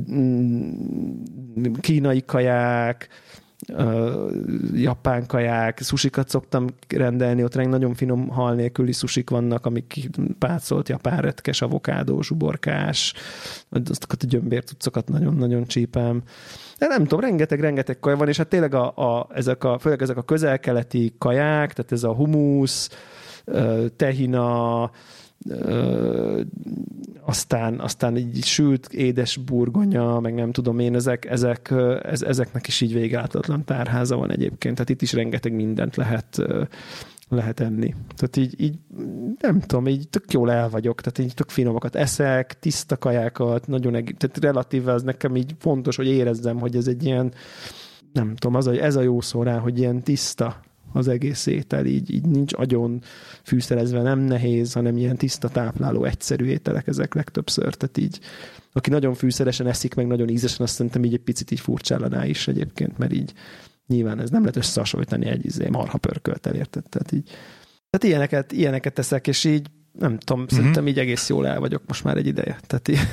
Kínai kaják, Uh, japán kaják, sushikat szoktam rendelni, ott rengeteg nagyon finom hal nélküli sushik vannak, amik pácolt japán retkes, avokádós, uborkás, azokat a gyömbértucokat nagyon-nagyon csípem. De nem tudom, rengeteg-rengeteg kaja van, és hát tényleg a, a, ezek a, főleg ezek a közel-keleti kaják, tehát ez a humusz, tehina, ö, aztán, aztán így sült édes burgonya, meg nem tudom én, ezek, ezek, ez, ezeknek is így végáltatlan tárháza van egyébként. Tehát itt is rengeteg mindent lehet, lehet enni. Tehát így, így nem tudom, így tök jól el vagyok, tehát így tök finomakat eszek, tiszta kajákat, nagyon egész, tehát relatíve az nekem így fontos, hogy érezzem, hogy ez egy ilyen, nem tudom, az a, ez a jó szó rá, hogy ilyen tiszta az egész étel, így, így nincs agyon fűszerezve, nem nehéz, hanem ilyen tiszta, tápláló, egyszerű ételek ezek legtöbbször. Tehát így, aki nagyon fűszeresen eszik, meg nagyon ízesen, azt szerintem így egy picit így furcsálaná is egyébként, mert így nyilván ez nem lehet összehasonlítani egy izé, marha pörköltel, érted? Tehát így, tehát ilyeneket, ilyeneket teszek, és így nem tudom, uh-huh. szerintem így egész jól el vagyok most már egy ideje. Tehát így,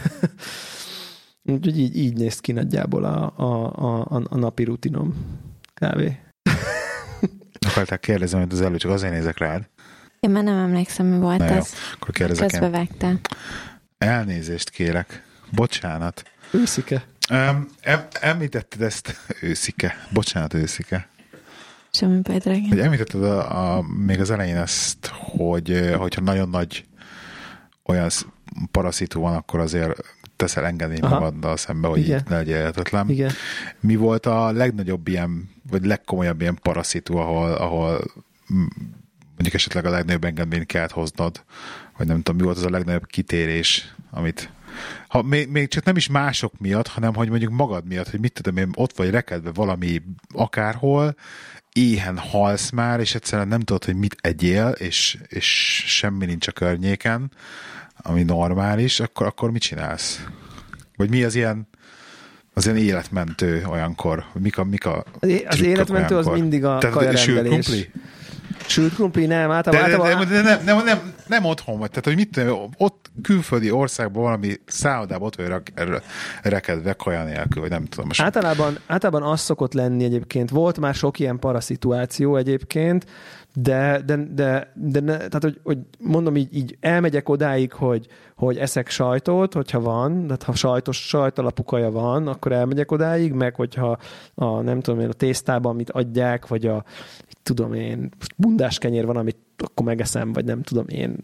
úgyhogy így, így néz ki nagyjából a, a, a, a napi rutinom kávé. Akarták kérdezni, hogy az előtt csak azért nézek rád. Én már nem emlékszem, mi volt Na ez. Jó, akkor kérdezek. Közbevágtál. Elnézést kérek. Bocsánat. Őszike. Um, em, említetted ezt, őszike. Bocsánat, őszike. Semmi baj, drágám. Hogy említetted a, a, még az elején ezt, hogy hogyha nagyon nagy olyan paraszitu van, akkor azért teszel engedni magaddal szembe, hogy Igen. így ne legyen életetlen. Igen. Mi volt a legnagyobb ilyen, vagy legkomolyabb ilyen paraszitu, ahol, ahol mondjuk esetleg a legnagyobb engedményt kellett hoznod, vagy nem tudom, mi volt az a legnagyobb kitérés, amit ha még, még csak nem is mások miatt, hanem hogy mondjuk magad miatt, hogy mit tudom én, ott vagy rekedve valami akárhol, éhen halsz már, és egyszerűen nem tudod, hogy mit egyél, és, és semmi nincs a környéken, ami normális, akkor, akkor mit csinálsz? Vagy mi az ilyen az ilyen életmentő olyankor? Mik a, mik a az életmentő olyankor? Az mindig a kajarendelés. Sült krumpli, nem, általában... De, de, de, de nem, nem, nem, nem otthon vagy, tehát hogy mit tudom, ott külföldi országban valami szállodában ott vagy rekedve kaja nélkül, vagy nem tudom. Általában, általában az szokott lenni egyébként. Volt már sok ilyen paraszituáció egyébként, de, de, de, de ne, tehát, hogy, hogy mondom így, így elmegyek odáig, hogy, hogy eszek sajtot, hogyha van, tehát ha sajtos, sajtalapú kaja van, akkor elmegyek odáig, meg hogyha a, nem tudom én, a tésztában, amit adják, vagy a, tudom én, bundás kenyér van, amit akkor megeszem, vagy nem tudom én,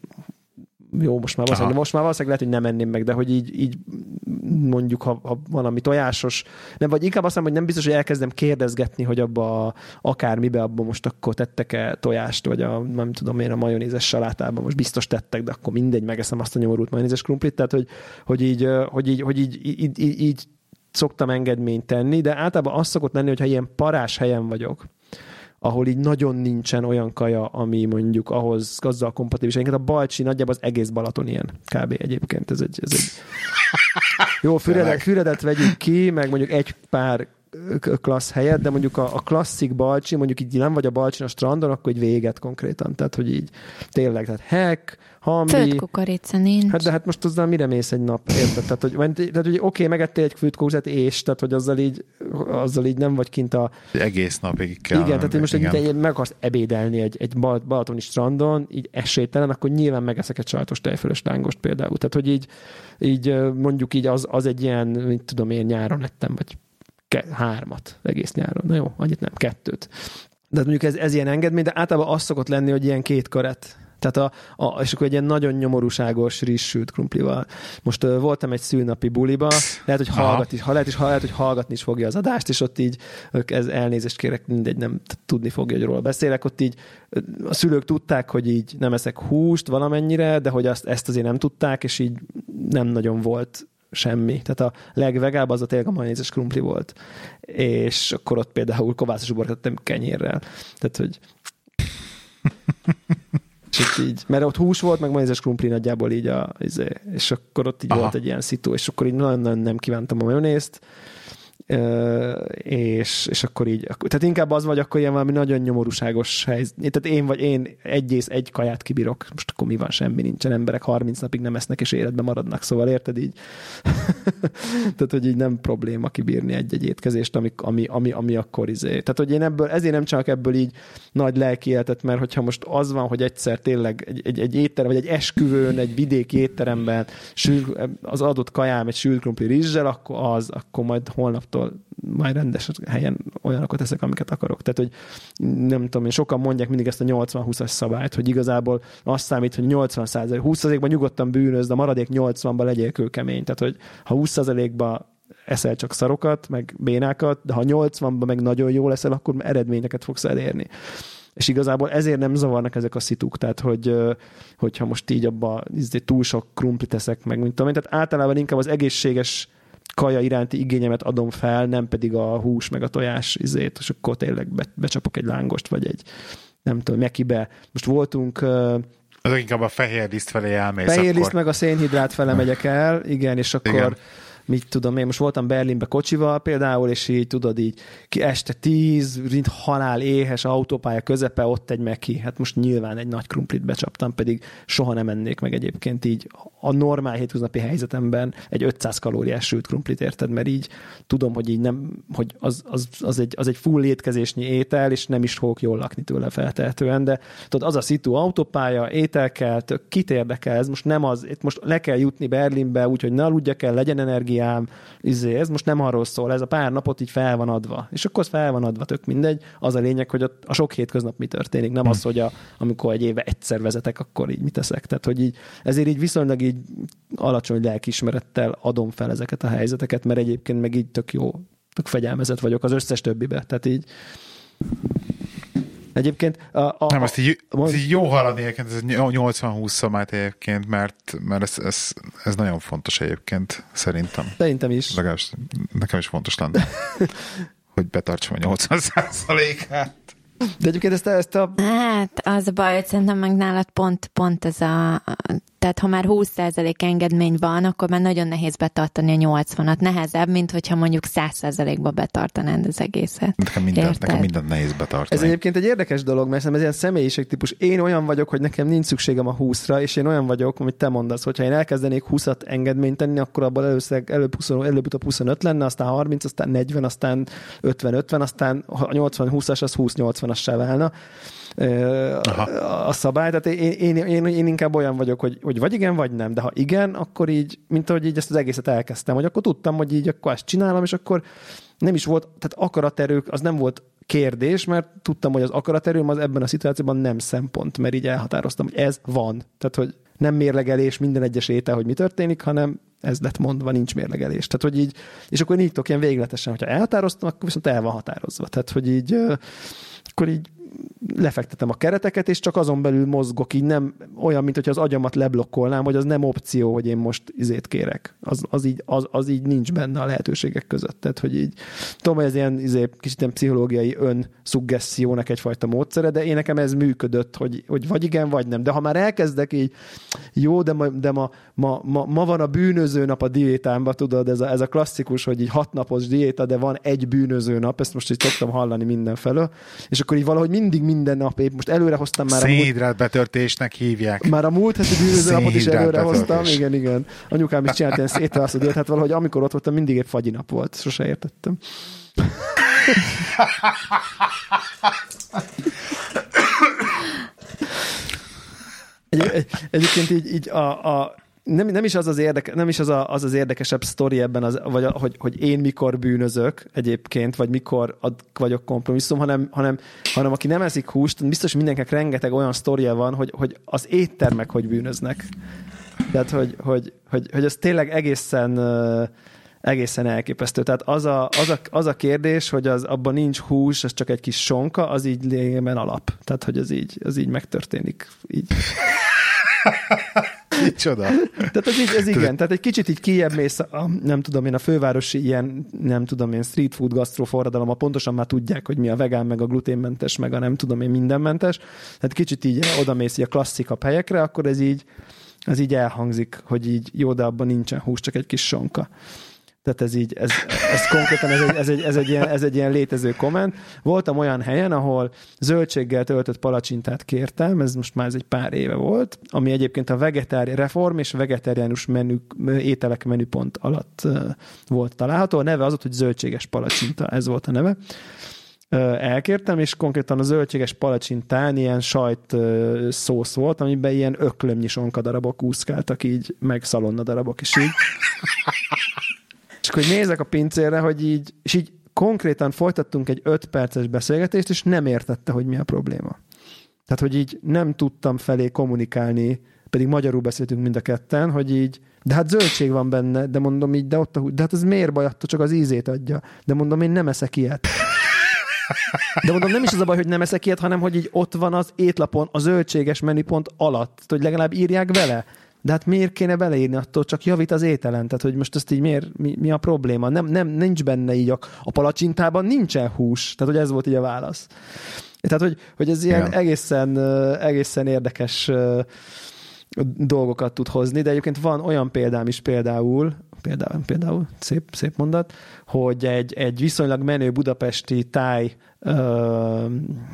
jó, most már valószínűleg, most már valószínűleg lehet, hogy nem enném meg, de hogy így, így mondjuk, ha, ha valami tojásos, nem, vagy inkább azt mondom, hogy nem biztos, hogy elkezdem kérdezgetni, hogy abba akármibe, abba most akkor tettek-e tojást, vagy a, nem tudom én, a majonézes salátában most biztos tettek, de akkor mindegy, megeszem azt a nyomorult majonézes krumplit, tehát hogy, hogy, így, hogy, így, hogy így, így, így, így szoktam engedményt tenni, de általában az szokott lenni, hogyha ilyen parás helyen vagyok, ahol így nagyon nincsen olyan kaja, ami mondjuk ahhoz azzal kompatibilis. Egyébként a Balcsi nagyjából az egész Balaton ilyen kb. Egyébként. Ez egy, ez egy... Jó, Füredet, Füredet vegyük ki, meg mondjuk egy pár klassz helyet, de mondjuk a, a klasszik Balcsi, mondjuk így nem vagy a Balcsin a strandon, akkor egy véget konkrétan. Tehát, hogy így tényleg, tehát hek, hambi. Földkukorica nincs. Hát de hát most azzal mire mész egy nap, érted? Tehát, hogy, tehát, hogy oké, okay, megettél egy földkukoricát, és tehát, hogy azzal így, azzal így nem vagy kint a... Egész napig kell. Igen, tehát most egy, egy, meg akarsz ebédelni egy, egy balatoni strandon, így esélytelen, akkor nyilván megeszek egy sajátos tejfölös lángost például. Tehát, hogy így, így mondjuk így az, az egy ilyen, mint tudom én, nyáron lettem, vagy ke- hármat egész nyáron. Na jó, annyit nem, kettőt. De mondjuk ez, ez ilyen engedmény, de általában az szokott lenni, hogy ilyen két karet. Tehát a, a, és akkor egy ilyen nagyon nyomorúságos rizssült krumplival. Most uh, voltam egy szülnapi buliba, lehet, hogy hallgat is, ha lehet, is, ha lehet, hogy hallgatni is fogja az adást, és ott így, ez elnézést kérek, mindegy, nem tudni fogja, hogy róla beszélek, ott így a szülők tudták, hogy így nem eszek húst valamennyire, de hogy azt, ezt azért nem tudták, és így nem nagyon volt semmi. Tehát a legvegább az a tényleg a majonézes krumpli volt. És akkor ott például kovászos uborkat tettem kenyérrel. Tehát, hogy és így, mert ott hús volt, meg majonézes krumpli nagyjából így, a, és akkor ott így Aha. volt egy ilyen szitu, és akkor így nagyon nem kívántam a majonézt, és, és akkor így, tehát inkább az vagy akkor ilyen valami nagyon nyomorúságos helyzet. Tehát én vagy én egyész egy kaját kibírok, most akkor mi van, semmi nincsen, emberek harminc napig nem esznek és életben maradnak, szóval érted így? Tehát, hogy így nem probléma kibírni egy-egy étkezést, ami, ami, ami, ami akkor izé. Tehát, hogy én ebből, ezért nem csak ebből így nagy lelki életet, mert hogyha most az van, hogy egyszer tényleg egy, egy, egy étterem, vagy egy esküvőn, egy vidéki étteremben sül, az adott kajám egy sült krumpli rizssel, akkor az, akkor majd holnaptól majd rendes helyen olyanokat teszek, amiket akarok. Tehát, hogy nem tudom, én sokan mondják mindig ezt a nyolcvan-húszas szabályt, hogy igazából azt számít, hogy nyolcvan százalék, húsz százalékban nyugodtan bűnöz, de a maradék nyolcvanban legyél kőkemény. Tehát, hogy ha húsz százalékban eszel csak szarokat, meg bénákat, de ha nyolcvanban meg nagyon jó leszel, akkor eredményeket fogsz elérni. És igazából ezért nem zavarnak ezek a szituk, tehát hogy, hogyha most így abba túl sok krumplit teszek meg, mint tudom én, tehát általában inkább az egészséges kaja iránti igényemet adom fel, nem pedig a hús meg a tojás izét, és akkor tényleg be, becsapok egy lángost, vagy egy, nem tudom, mekibe. Most voltunk... Az inkább a fehér liszt felé elmész. Fehér akkor... liszt meg a szénhidrát fele megyek el, igen, és akkor... Igen. Mit tudom, én most voltam Berlinbe kocsival például, és így tudod így, ki este tíz, mint halál éhes autópálya közepe, ott egy meki. Hát most nyilván egy nagy krumplit becsaptam, pedig soha nem ennék meg egyébként így a normál hétköznapi helyzetemben egy ötszáz kalóriás sült krumplit, érted? Mert így tudom, hogy így nem, hogy az, az, az, egy, az egy full étkezésnyi étel, és nem is fogok jól lakni tőle feltehetően, de tudod, az a szitu autópálya, étel kell, tök, kit érdekel, ez most nem az, itt most le kell jutni Berlinbe, úgyhogy ne aludjak el, legyen energiám, izé, ez most nem arról szól, ez a pár napot így fel van adva. És akkor az fel van adva, tök mindegy. Az a lényeg, hogy a, a sok hétköznap mi történik, nem az, hogy a, amikor egy éve egyszer vezetek, akkor így mit teszek. Tehát, hogy így, ezért így viszonylag így alacsony lelkiismerettel adom fel ezeket a helyzeteket, mert egyébként meg így tök jó, tök fegyelmezett vagyok az összes többibe. Tehát így egyébként... A, a, nem, azt így, a, így jó hallani egyébként, ez nyolcvan-húsz szabályt egyébként, mert, mert ez, ez, ez nagyon fontos egyébként, szerintem. Szerintem is. Legalábbis nekem is fontos lenne, hogy betartsam a nyolcvan százalékát. De egyébként ezt a, ezt a... Hát, az a baj, hogy szerintem meg nálad pont, pont ez a... Tehát ha már húsz százalék engedmény van, akkor már nagyon nehéz betartani a nyolcvanat. Nehezebb, mint hogyha mondjuk száz százalékba betartanád az egészet. Nekem mindent, nekem mindent nehéz betartani. Ez egyébként egy érdekes dolog, mert ez ilyen személyiségtípus. Én olyan vagyok, hogy nekem nincs szükségem a húszra, és én olyan vagyok, amit te mondasz, hogyha én elkezdenék húszat engedményt tenni, akkor abból először előbb előbb-utóbb huszonöt lenne, aztán harminc, aztán negyven, aztán ötven-ötven, aztán a nyolcvan-húszas az húsz-nyolcvanas válna. Aha. A szabály, tehát én, én, én, én inkább olyan vagyok, hogy, hogy vagy igen, vagy nem, de ha igen, akkor így, mint ahogy így ezt az egészet elkezdtem, hogy akkor tudtam, hogy így akkor ezt csinálom, és akkor nem is volt, tehát akaraterők, az nem volt kérdés, mert tudtam, hogy az akaraterőm az ebben a szituációban nem szempont, mert így elhatároztam, hogy ez van. Tehát, hogy nem mérlegelés minden egyes étel, hogy mi történik, hanem ez lett mondva, nincs mérlegelés. Tehát, hogy így, és akkor így tudok ilyen végletesen, hogyha elhatároztam, akkor viszont el van határozva. Tehát, hogy így, akkor így lefektetem a kereteket, és csak azon belül mozgok, így nem olyan, mint hogyha az agyamat leblokkolnám, hogy az nem opció, hogy én most izét kérek. Az, az, így, az, az így nincs benne a lehetőségek között. Tehát, hogy így tudom, hogy ez ilyen izé, kicsit ilyen pszichológiai önszuggesziónak egyfajta módszere, de én nekem ez működött, hogy, hogy vagy igen, vagy nem. De ha már elkezdek így, jó, de ma, de ma, ma, ma, ma van a bűnöző nap a diétámban, tudod, ez a, ez a klasszikus, hogy így hat napos diéta, de van egy bűnöző nap, ezt most így szoktam hallani mindenfelől, és akkor így valahogy mindig minden nap épp. Most előre hoztam már szénhidrát betörtésnek hívják. Már a múlt heti bűnöző napot is előre hoztam. Igen, igen. Anyukám is csinált ilyen szétválasztott, hát valahogy amikor ott voltam, mindig egy fagyi nap volt. Sose értettem. Egy, egy, egyébként így, így a, a Nem, nem is az az, érdeke, nem is az, a, az az érdekesebb sztori ebben, az, vagy a, hogy, hogy én mikor bűnözök egyébként, vagy mikor ad, vagyok kompromisszum, hanem, hanem, hanem aki nem eszik húst, biztos mindenkinek rengeteg olyan sztoria van, hogy, hogy az éttermek hogy bűnöznek. Tehát, hogy, hogy, hogy, hogy ez tényleg egészen, egészen elképesztő. Tehát az a, az, a, az a kérdés, hogy az, abban nincs hús, az csak egy kis sonka, az így lényegében alap. Tehát, hogy az így, az így megtörténik. Így. Csoda. Tehát ez, így, ez igen, tehát egy kicsit így kijebb mész, a, nem tudom én, a fővárosi ilyen, nem tudom én, street food gasztroforradalom, pontosan már tudják, hogy mi a vegán, meg a gluténmentes, meg a nem tudom én, mindenmentes. Tehát kicsit így oda mész így a klasszikabb helyekre, akkor ez így, ez így elhangzik, hogy így jó, de abban nincsen hús, csak egy kis sonka. Tehát ez így, ez, ez konkrétan ez egy, ez, egy, ez, egy ilyen, ez egy ilyen létező komment. Voltam olyan helyen, ahol zöldséggel töltött palacsintát kértem, ez most már ez egy pár éve volt, ami egyébként a vegetári reform és vegetáriánus menü, ételek menüpont alatt volt található. A neve az volt, hogy zöldséges palacsinta, ez volt a neve. Elkértem, és konkrétan a zöldséges palacsintán ilyen sajt szósz volt, amiben ilyen öklömnyi sonkadarabok úszkáltak így, meg szalonna darabok is így. És akkor nézek a pincérre, hogy így, és így konkrétan folytattunk egy öt perces beszélgetést, és nem értette, hogy mi a probléma. Tehát, hogy így nem tudtam felé kommunikálni, pedig magyarul beszéltünk mind a ketten, hogy így, de hát zöldség van benne, de mondom így, de ott a, de hát ez miért baj, attól csak az ízét adja. De mondom, én nem eszek ilyet. De mondom, nem is az a baj, hogy nem eszek ilyet, hanem hogy így ott van az étlapon a zöldséges menüpont alatt, hogy legalább írják vele. De hát miért kéne beleírni, attól csak javít az ételen? Tehát, hogy most ezt így miért, mi, mi a probléma? Nem, nem, nincs benne így a, a palacsintában nincsen hús. Tehát, hogy ez volt így a válasz. Tehát, hogy, hogy ez ilyen yeah. egészen, egészen érdekes dolgokat tud hozni, de egyébként van olyan példám is például, például, például szép, szép mondat, hogy egy, egy viszonylag menő budapesti táj ö,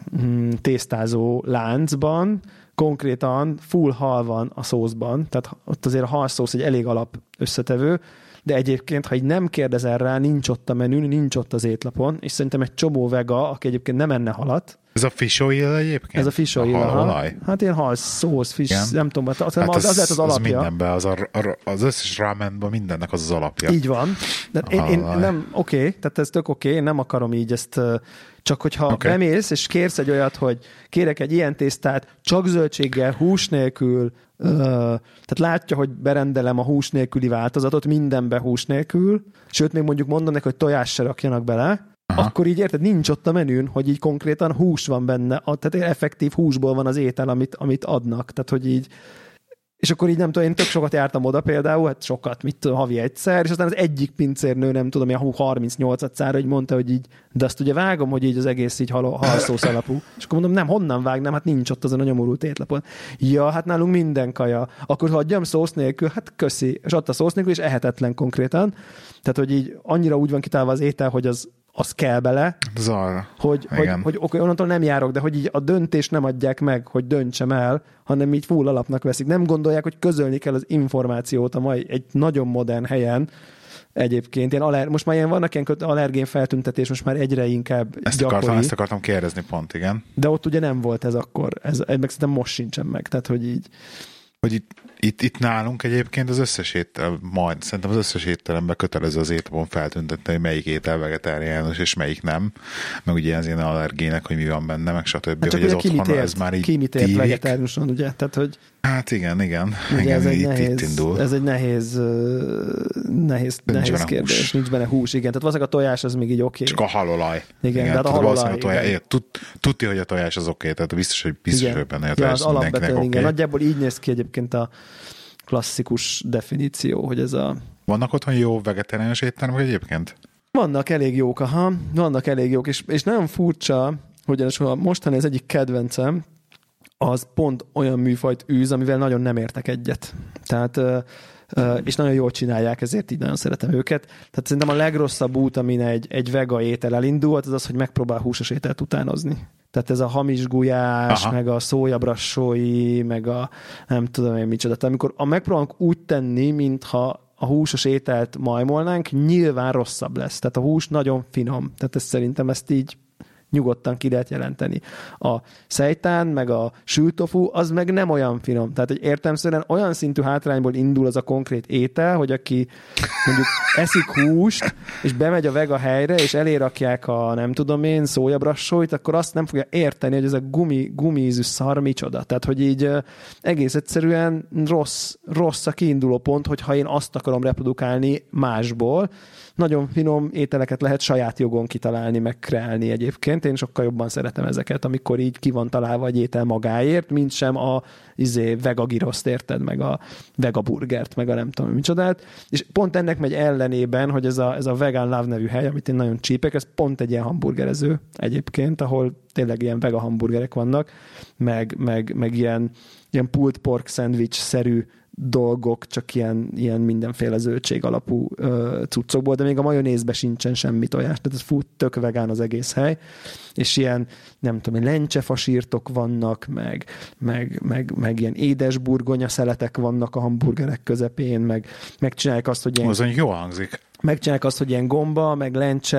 tésztázó láncban konkrétan full hal van a szószban, tehát ott azért a halszósz egy elég alap összetevő, de egyébként, ha így nem kérdezel rá, nincs ott a menün, nincs ott az étlapon, és szerintem egy csomó vega, aki egyébként nem enne halat. Ez a fish oil egyébként? Ez a fish oil, a halolaj? Hát ilyen halszósz, fish, igen. Nem tudom, az, hát az, az lehet az alapja. Az mindenben, az, a, az összes ramenben mindennek az az alapja. Így van. De én, én nem, oké, okay, tehát ez tök oké, okay, én nem akarom így ezt, csak hogyha okay. bemész, és kérsz egy olyat, hogy kérek egy ilyen tésztát, csak zöldséggel, hús nélkül, Uh, tehát látja, hogy berendelem a hús nélküli változatot, mindenbe hús nélkül, sőt, még mondjuk mondanak, hogy tojás se rakjanak bele, aha. Akkor így érted, nincs ott a menün, hogy így konkrétan hús van benne, tehát effektív húsból van az étel, amit, amit adnak, tehát hogy így és akkor így nem tudom, én tök sokat jártam oda például, hát sokat, mit tudom, havi egyszer, és aztán az egyik pincérnő, nem tudom, ilyen harmincnyolcadszára, hogy mondta, hogy így, de azt ugye vágom, hogy így az egész így hal- halszósz alapú. És akkor mondom, nem, honnan vágnám, hát nincs ott azon a nyomorult étlapon. Ja, hát nálunk minden kaja. Akkor hagyjam szósz nélkül, hát köszi. És ott a szósz nélkül, és ehetetlen konkrétan. Tehát, hogy így annyira úgy van kitálva az étel, hogy az az kell bele, Zara. hogy, hogy, hogy oké, onnantól nem járok, de hogy így a döntést nem adják meg, hogy döntsem el, hanem így full alapnak veszik. Nem gondolják, hogy közölni kell az információt a mai egy nagyon modern helyen. Egyébként ilyen aller, most már ilyen vannak ilyen allergén feltüntetés, most már egyre inkább ezt gyakori. Akartam, ezt akartam kérdezni pont, igen. De ott ugye nem volt ez akkor, ez, meg szerintem most sincsen meg, tehát hogy így hogy itt, itt, itt nálunk egyébként az összes étel, majd szerintem az összes ételemben kötelező az étlapon feltüntetni, hogy melyik étel vegetáriánus, és melyik nem. Meg ugye az ilyen allergének, hogy mi van benne, meg stb. Hát hogy ez otthon, ez már így kimitért vegetáriuson, ugye? Tehát, hogy hát igen, igen. igen ez, egy itt, nehéz, itt indul. ez egy nehéz, nehéz, nehéz kérdés. Hús. Nincs benne hús, igen. Tehát valószínűleg a tojás az még így oké. Okay. Csak a halolaj. Igen, igen, de hát a halolaj. A tojás, tudja, hogy a tojás az oké, okay, tehát biztos, hogy biztos, hogy benne a tojás ja, mindenkinek oké. Okay. Nagyjából így néz ki egyébként a klasszikus definíció, hogy ez a... Vannak otthon jó vegetáriánus éttermek egyébként? Vannak elég jók, aha. Vannak elég jók, és, és nagyon furcsa, hogy mostani az egyik kedvencem, az pont olyan műfajt űz, amivel nagyon nem értek egyet. Tehát, és nagyon jól csinálják, ezért így nagyon szeretem őket. Tehát szerintem a legrosszabb út, amin egy, egy vega étel elindult, az az, hogy megpróbál húsos ételt utánozni. Tehát ez a hamis gulyás, aha. meg a szójabrassói, meg a nem tudom én micsoda. Tehát amikor a megpróbálunk úgy tenni, mintha a húsos ételt majmolnánk, nyilván rosszabb lesz. Tehát a hús nagyon finom. Tehát ezt szerintem ezt így nyugodtan ki lehet jelenteni. A szejtán, meg a sült tofu, az meg nem olyan finom. Tehát, hogy értelemszerűen olyan szintű hátrányból indul az a konkrét étel, hogy aki mondjuk eszik húst, és bemegy a vega helyre, és elérakják a nem tudom én szójabrassóit, akkor azt nem fogja érteni, hogy ez a gumi, gumízű szar micsoda. Tehát, hogy így egész egyszerűen rossz, rossz a kiinduló pont, hogyha én azt akarom reprodukálni másból. Nagyon finom ételeket lehet saját jogon kitalálni, meg kreálni egyébként. Én sokkal jobban szeretem ezeket, amikor így ki van találva egy étel magáért, mint sem a izé, vega giroszt, érted, meg a vega burgert, meg a nem tudom micsodát. És pont ennek megy ellenében, hogy ez a, ez a Vegan Love nevű hely, amit én nagyon csípek, ez pont egy ilyen hamburgerező egyébként, ahol tényleg ilyen vega hamburgerek vannak, meg, meg, meg ilyen, ilyen pulled pork szendvics-szerű dolgok, csak ilyen, ilyen mindenféle zöldség alapú ö, cuccokból, de még a majonézbe sincsen semmi tojás, tehát ez fú, tök vegán az egész hely, és ilyen, nem tudom, lencsefasírtok vannak, meg, meg, meg, meg ilyen édes burgonya szeletek vannak a hamburgerek közepén, meg megcsinálják azt, hogy ilyen... Azon jó hangzik. Megcsinálják azt, hogy ilyen gomba, meg lencse,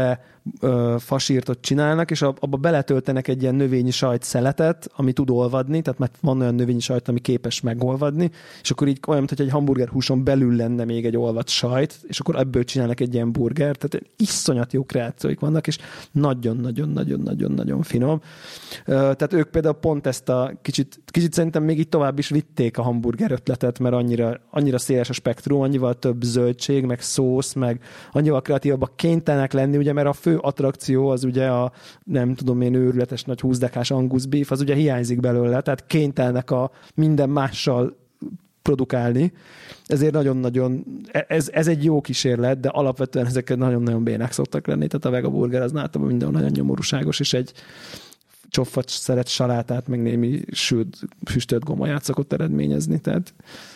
ö, fasírtot csinálnak, és abba beletöltenek egy ilyen növényi sajt szeletet, ami tud olvadni, tehát már van olyan növényi sajt, ami képes megolvadni, és akkor így olyan, mint hogy egy hamburger húson belül lenne még egy olvad sajt, és akkor ebből csinálnak egy ilyen burgert, tehát iszonyat jó kreációik vannak, és nagyon-nagyon-nagyon-nagyon-nagyon finom. Tehát ők például pont ezt a kicsit, kicsit szerintem még így tovább is vitték a hamburger ötletet, mert annyira, annyira széles a spektrum, annyival több zöldség, meg szósz, meg annyival kreatívabbak kénytelenek lenni, ugye, mert a fő attrakció az ugye a nem tudom én őrületes nagy húszdekás angus beef, az ugye hiányzik belőle, tehát kénytelenek a minden mással produkálni. Ezért nagyon-nagyon, ez, ez egy jó kísérlet, de alapvetően ezek nagyon-nagyon bénák szoktak lenni, tehát a vegaburger az általában minden nagyon nyomorúságos, és egy csoffacs szeret salátát, meg némi sült, füstölt gomolyát szokott eredményezni, tehát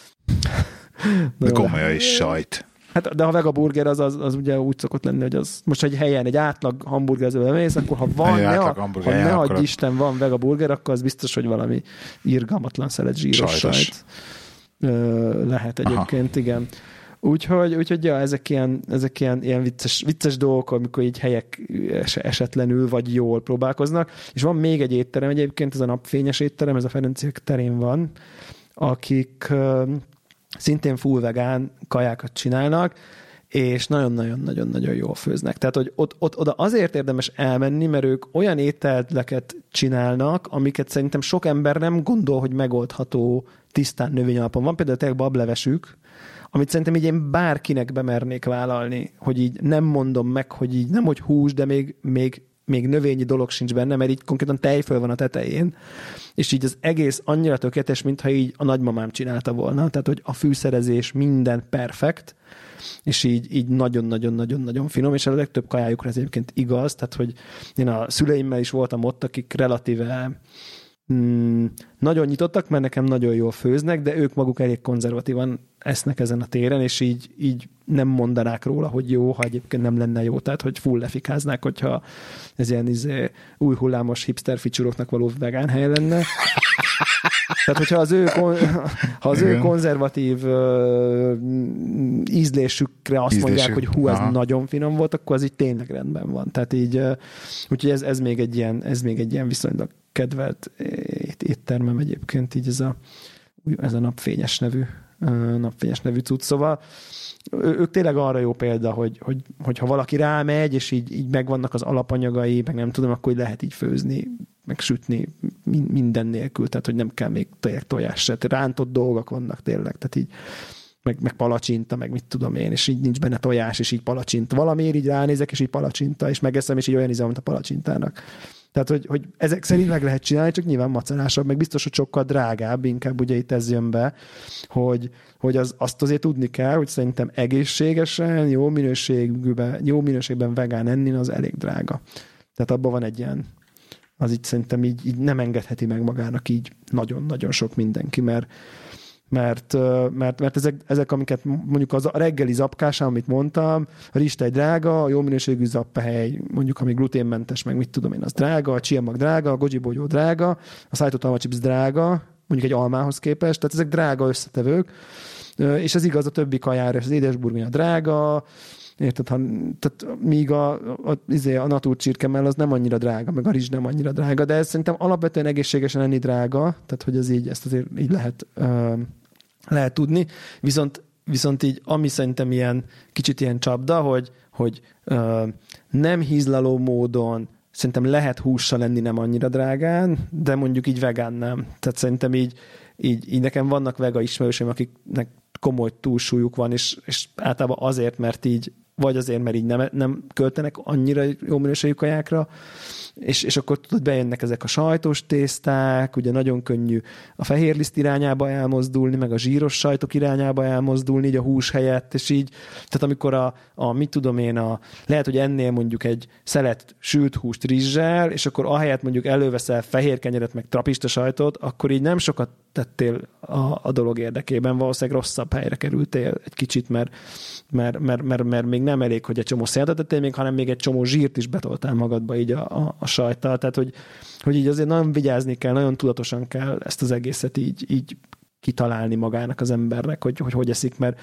de gomolya és sajt. Hát, de a vegaburger az, az, az ugye úgy szokott lenni, hogy az most egy helyen, egy átlag hamburgerzőbe mész, akkor ha van, ne, a, ha ne adj akkor... Isten, van vegaburger, akkor az biztos, hogy valami irgalmatlan szelet zsíros sajt lehet egyébként, aha. Igen. Úgyhogy, úgyhogy ja, ezek ilyen, ezek ilyen, ilyen vicces, vicces dolgok, amikor így helyek esetlenül vagy jól próbálkoznak. És van még egy étterem egyébként, ez a napfényes étterem, ez a Ferenciek terén van, akik uh, szintén full vegán kajákat csinálnak, és nagyon-nagyon-nagyon-nagyon jól főznek. Tehát, hogy ott, ott, oda azért érdemes elmenni, mert ők olyan ételeket csinálnak, amiket szerintem sok ember nem gondol, hogy megoldható tisztán növény alapon. Van például tényleg bablevesük, amit szerintem így én bárkinek bemernék vállalni, hogy így nem mondom meg, hogy így nem hogy hús, de még, még, még növényi dolog sincs benne, mert így konkrétan tejföl van a tetején, és így az egész annyira tökéletes, mintha így a nagymamám csinálta volna, tehát hogy a fűszerezés minden perfekt, és így, így nagyon-nagyon-nagyon-nagyon finom, és a legtöbb kajájukra ez egyébként igaz, tehát hogy én a szüleimmel is voltam ott, akik relatíve mm, nagyon nyitottak, mert nekem nagyon jól főznek, de ők maguk elég konzervatívan esznek ezen a téren, és így, így nem mondanák róla, hogy jó, ha egyébként nem lenne jó, tehát hogy full lefikáznák, hogyha ez ilyen izé, új hullámos hipster ficsúroknak való vegán hely lenne. Tehát, hogyha az ő, ha az ő konzervatív uh, ízlésükre azt Ízlésük. mondják, hogy hú, ez aha. nagyon finom volt, akkor az így tényleg rendben van. Tehát így, uh, úgyhogy ez, ez, még egy ilyen, ez még egy ilyen viszonylag kedvelt éttermem egyébként, így ez a, ez a napfényes nevű, uh, napfényes nevű cucc. Szóval ők tényleg arra jó példa, hogy, hogy, hogy ha valaki rámegy, és így, így megvannak az alapanyagai, meg nem tudom, akkor lehet így főzni, meg sütni minden nélkül, tehát hogy nem kell még tényleg tojás se. Rántott dolgok vannak tényleg, tehát így meg, meg palacsinta, meg mit tudom én, és így nincs benne tojás, és így palacsinta. Valamiért így ránézek, és így palacsinta, és megeszem, és így olyan íze, mint a palacsintának. Tehát, hogy, hogy ezek szerint meg lehet csinálni, csak nyilván macerásabb, meg biztos, hogy sokkal drágább, inkább ugye itt ez jön be, hogy, hogy az, azt azért tudni kell, hogy szerintem egészségesen, jó minőségben, jó minőségben vegán enni, az elég drága. Tehát abban van egy ilyen, az így szerintem így, így nem engedheti meg magának így nagyon-nagyon sok mindenki, mert mert, mert, mert ezek, ezek, amiket mondjuk az a reggeli zapkásán, amit mondtam, a rizstej drága, a jó minőségű zappehely, mondjuk ami gluténmentes, meg mit tudom én, az drága, a chiamag drága, a goji bogyó drága, a szájtott almachips drága, mondjuk egy almához képest, tehát ezek drága összetevők, és ez igaz a többi kajára, és az édesburgonya drága, érted, ha, tehát míg a, a, a, a naturcsirkemell az nem annyira drága, meg a rizs nem annyira drága, de ez szerintem alapvetően egészségesen lenni drága, tehát hogy ez így, ezt azért így lehet uh, lehet tudni, viszont, viszont így, ami szerintem ilyen, kicsit ilyen csapda, hogy, hogy uh, nem hízlaló módon szerintem lehet hússal lenni nem annyira drágán, de mondjuk így vegán nem. Tehát szerintem így, így, így nekem vannak vega ismerőseim, akiknek komoly túlsúlyuk van, és, és általában azért, mert így, vagy azért, mert így nem, nem költenek annyira jó minőségű kajákra, és, és akkor tudod, bejönnek ezek a sajtos tészták, ugye nagyon könnyű a fehérliszt irányába elmozdulni, meg a zsíros sajtok irányába elmozdulni, így a hús helyett, és így, tehát amikor a, a mit tudom én, a, lehet, hogy ennél mondjuk egy szelet sült húst rizssel, és akkor ahelyett mondjuk előveszel fehér kenyeret, meg trapista sajtot, akkor így nem sokat tettél a, a dolog érdekében, valószínűleg rosszabb helyre kerültél egy kicsit, mert, mert, mert, mert, mert még nem elég, hogy egy csomó széletet tettél még, hanem még egy csomó zsírt is betoltál magadba így a, a, a sajttal, tehát hogy, hogy így azért nagyon vigyázni kell, nagyon tudatosan kell ezt az egészet így, így kitalálni magának az embernek, hogy, hogy hogy eszik, mert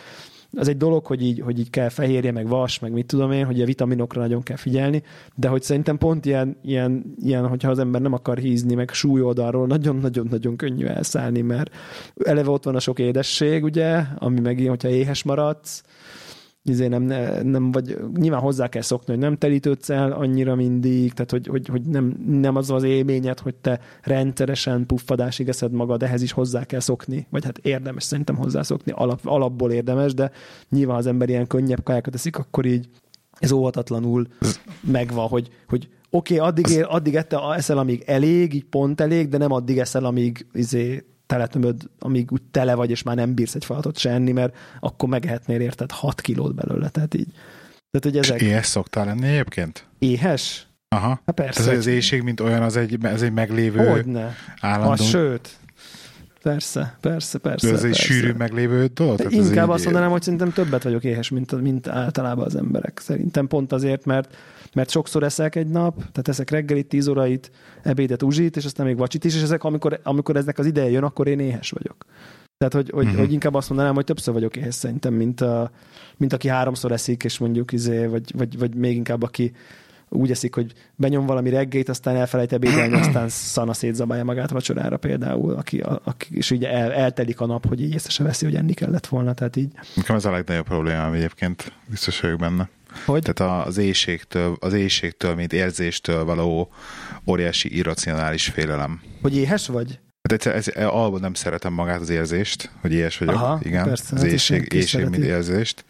az egy dolog, hogy így, hogy így kell fehérje, meg vas, meg mit tudom én, hogy a vitaminokra nagyon kell figyelni, de hogy szerintem pont ilyen, ilyen, ilyen hogyha az ember nem akar hízni, meg súly oldalról nagyon-nagyon-nagyon könnyű elszállni, mert eleve ott van a sok édesség, ugye, ami meg ilyen, hogyha éhes maradsz, Izé nem, nem, vagy nyilván hozzá kell szokni, hogy nem telítődsz el annyira mindig, tehát hogy, hogy, hogy nem, nem az az élményed, hogy te rendszeresen puffadásig eszed magad, ehhez is hozzá kell szokni, vagy hát érdemes szerintem hozzászokni, alap, alapból érdemes, de nyilván az ember ilyen könnyebb kajákat eszik, akkor így ez óvatatlanul megvan, hogy, hogy oké, okay, addig, ér, addig ette, eszel, amíg elég, így pont elég, de nem addig eszel, amíg izé, teletömöd, amíg úgy tele vagy, és már nem bírsz egy falatot se enni, mert akkor megehetnél érted hat kilót belőle, tehát így. Tehát, hogy ezek... És éhes szoktál lenni egyébként? Éhes? Aha. Hát persze. Tehát az éhség, mint olyan, az egy, az egy meglévő Hogyne. állandó... Az, sőt. Persze, persze, persze. De ez persze. egy sűrű meglévő dolog? Tehát inkább így... azt mondanám, hogy szerintem többet vagyok éhes, mint, mint általában az emberek. Szerintem pont azért, mert, mert sokszor eszek egy nap, tehát eszek reggelit, tíz órait, ebédet, uzsit, és aztán még vacsit is, és ezek, amikor, amikor eznek az ideje jön, akkor én éhes vagyok. Tehát, hogy, hogy, uh-huh. hogy inkább azt mondanám, hogy többször vagyok éhes szerintem, mint, a, mint aki háromszor eszik, és mondjuk izé, vagy, vagy, vagy még inkább aki úgy eszik, hogy benyom valami reggelit, aztán elfelejt ebédelni, aztán szana szétzabálja magát vacsorára például, aki, aki, és így el, eltelik a nap, hogy így észre se veszi, hogy enni kellett volna. Tehát így. Nekem ez a legnagyobb problémám egyébként, biztos vagyok benne. Hogy? Tehát az éjségtől, az éjségtől, mint érzéstől való óriási irracionális félelem. Hogy éhes vagy? Hát ez, ez, alapban nem szeretem magát az érzést, hogy éhes vagyok. Aha, igen. Persze, az hát éjség, éjség mint érzést.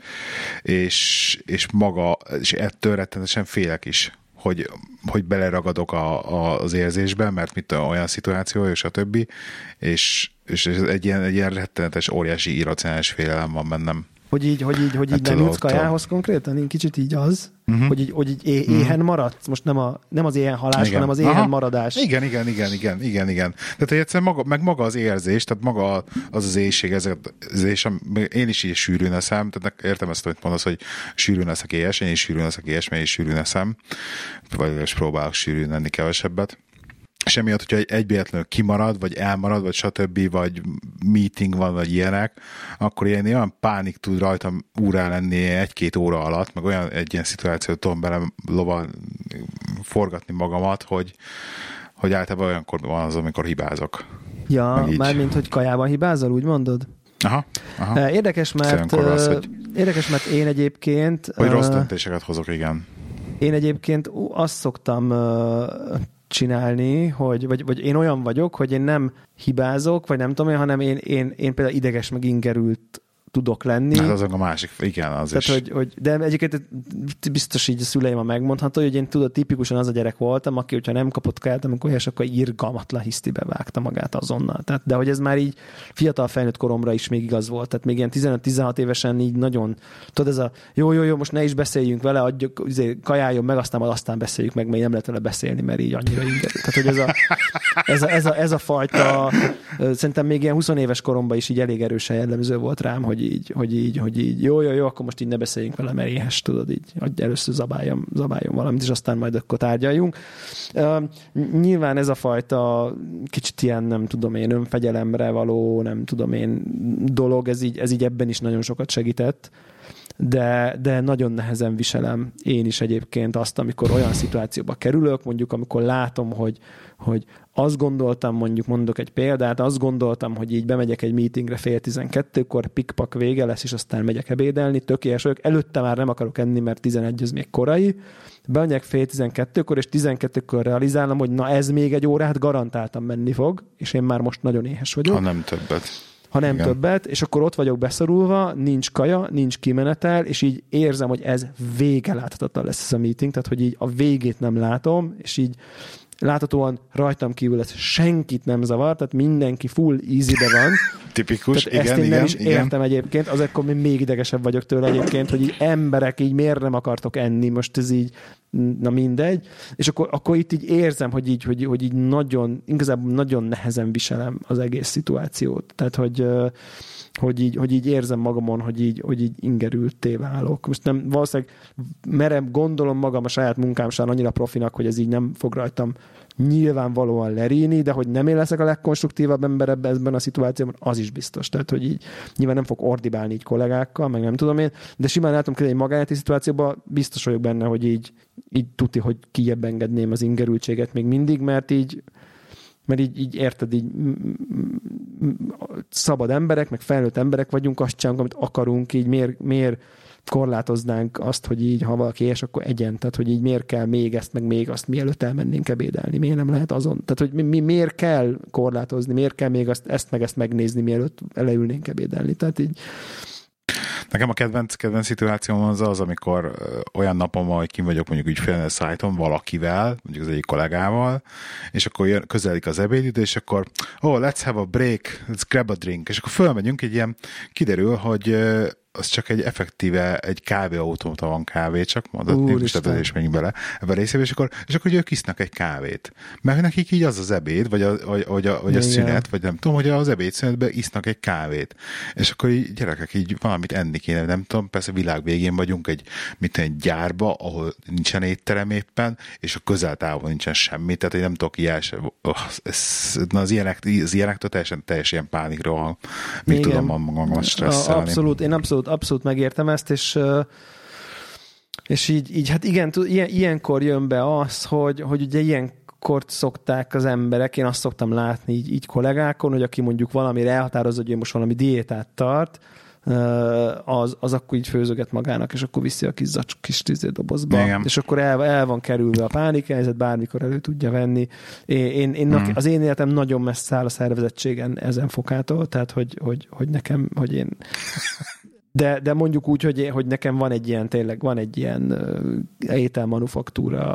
És, és maga, és ettől rettenetesen félek is, hogy, hogy beleragadok a, a, az érzésbe, mert mit olyan szituáció, és a többi, és, és egy ilyen, egy ilyen rettenetes, óriási irracionális félelem van bennem. Hogy így, hogy így, hogy így nem jutsz kajához konkrétan? Én kicsit így az, uh-huh. hogy így, hogy így é- éhen uh-huh. maradsz. Most nem, a, nem az éhen halás, igen. hanem az éhen Aha. maradás. Igen, igen, igen, igen, igen, igen. Tehát, hogy egyszerűen maga, meg maga az érzés, tehát maga az az éjség, ez az és én is így sűrűn eszem, tehát értem ezt, amit mondasz, hogy sűrűn leszek éhes, én is sűrűn leszek éhes, mert én is sűrűn eszem, vagy is próbálok sűrűn lenni kevesebbet. És emiatt, hogyha egy véletlenül kimarad, vagy elmarad, vagy stb., vagy meeting van, vagy ilyenek, akkor ilyen, olyan pánik tud rajtam úrá lenni egy-két óra alatt, meg olyan egy ilyen szituációt tudom bele lova forgatni magamat, hogy, hogy általában olyankor van az, amikor hibázok. Ja, mármint, hogy kajában hibázol, úgy mondod? Aha, aha. Érdekes, mert, az, hogy... érdekes, mert én egyébként... Hogy rossz döntéseket hozok, igen. Én egyébként azt szoktam csinálni, hogy, vagy, vagy én olyan vagyok, hogy én nem hibázok, vagy nem tudom én, hanem én, én, én például ideges, meg ingerült tudok lenni. Hát azok a másik, igen, az Tehát, is. Hogy, hogy, de egyébként biztos így a szüleim a megmondható, hogy én tudod, tipikusan az a gyerek voltam, aki, hogyha nem kapott kaját, amikor és akkor irgalmatlan hisztibe vágta magát azonnal. Tehát, de hogy ez már így fiatal felnőtt koromra is még igaz volt. Tehát még ilyen tizenöt-tizenhat évesen így nagyon, tudod, ez a jó, jó, jó, most ne is beszéljünk vele, adjuk, kajáljon meg, aztán aztán beszéljük meg, mert nem lehet vele beszélni, mert így annyira ingerült. Tehát, hogy ez a, ez a, ez a, ez a fajta, szerintem még ilyen húsz éves koromban is így elég erősen jellemző volt rám, hogy így, hogy így, hogy így, jó, jó, jó, akkor most így ne beszéljünk vele, mert éhes, tudod, így, hogy először zabáljon, zabáljon valamit, és aztán majd akkor tárgyaljunk. Uh, nyilván ez a fajta kicsit ilyen, nem tudom én, önfegyelemre való, nem tudom én, dolog, ez így, ez így ebben is nagyon sokat segített, de, de nagyon nehezen viselem én is egyébként azt, amikor olyan szituációba kerülök, mondjuk amikor látom, hogy, hogy azt gondoltam, mondjuk mondok egy példát, azt gondoltam, hogy így bemegyek egy meetingre fél tizenkettőkor, pikpak vége lesz, és aztán megyek ebédelni, tökéletes vagyok, előtte már nem akarok enni, mert tizenegy az még korai, bemegyek fél tizenkettőkor, és tizenkettőkor realizálom, hogy na ez még egy órát garantáltan menni fog, és én már most nagyon éhes vagyok. Ha nem többet. Ha nem Igen. többet, és akkor ott vagyok beszorulva, nincs kaja, nincs kimenetel, és így érzem, hogy ez vége láthatatlan lesz ez a meeting, tehát hogy így a végét nem látom, és így láthatóan rajtam kívül ez senkit nem zavar, tehát mindenki full easy-be van. Tipikus, tehát igen, ezt én igen, nem is igen. értem egyébként, azért akkor még idegesebb vagyok tőle egyébként, hogy így emberek így miért nem akartok enni, most ez így, na mindegy. És akkor, akkor itt így érzem, hogy így, hogy, hogy így nagyon, igazából nagyon nehezen viselem az egész szituációt. Tehát, hogy hogy így, hogy így érzem magamon, hogy így, hogy így ingerültté válok. Most nem, valószínűleg merem, gondolom magam a saját munkám során annyira profinak, hogy ez így nem fog rajtam nyilvánvalóan leríni, de hogy nem én leszek a legkonstruktívabb ember ebben a szituációban, az is biztos. Tehát, hogy így nyilván nem fog ordibálni így kollégákkal, meg nem tudom én, de simán látom hogy egy magánéleti szituációban biztos vagyok benne, hogy így, így tuti, hogy kijebb engedném az ingerültséget még mindig, mert így mert így, így érted, így szabad emberek, meg felnőtt emberek vagyunk, azt csinálunk, amit akarunk, így miért, miért korlátoznánk azt, hogy így, ha valaki és akkor egyen, tehát hogy így miért kell még ezt, meg még azt, mielőtt elmennénk ebédelni, miért nem lehet azon, tehát hogy mi, mi miért kell korlátozni, miért kell még azt, ezt meg ezt megnézni, mielőtt leülnénk ebédelni, tehát így. Nekem a kedvenc, kedvenc szituációm az az, amikor ö, olyan napon van, hogy kim vagyok mondjuk úgy félne szájton valakivel, mondjuk az egyik kollégával, és akkor jön, közelik az ebédidő, és akkor oh, let's have a break, let's grab a drink, és akkor fölmegyünk, egy ilyen, kiderül, hogy ö, az csak egy effektíve, egy kávéautomata van kávé, csak mondod, most ebben is menjünk bele ebben a részébe, és akkor, és akkor ők isznak egy kávét. Mert nekik így az az ebéd, vagy a, vagy, vagy a, vagy a szünet, vagy nem tudom, hogy az ebédszünetben isznak egy kávét. És akkor így gyerekek így valamit enni kéne, nem tudom, persze világ végén vagyunk egy, mit egy gyárba, ahol nincsen étterem éppen, és a közeltávon nincsen semmi, tehát én nem tudok ilyen sem, oh, ez, na az, ilyenek, az ilyenektől teljesen, teljesen ilyen pánikról, mit tudom magamat stresszelni. Abszolút, én abszolút abszolút megértem ezt, és, és így, így hát igen, ilyen, ilyenkor jön be az, hogy, hogy ugye ilyenkor szokták az emberek, én azt szoktam látni így, így kollégákon, hogy aki mondjuk valamire elhatározza, hogy most valami diétát tart, az, az akkor így főzöget magának, és akkor viszi a kis, kis dobozba, igen. És akkor el, el van kerülve a pánikhelyzet, bármikor elő tudja venni. Én, én, én hmm. Az én életem nagyon messze áll a szervezettségen ezen fokától, tehát hogy, hogy, hogy nekem, hogy én De, de mondjuk úgy, hogy, hogy nekem van egy ilyen, tényleg van egy ilyen uh, ételmanufaktúra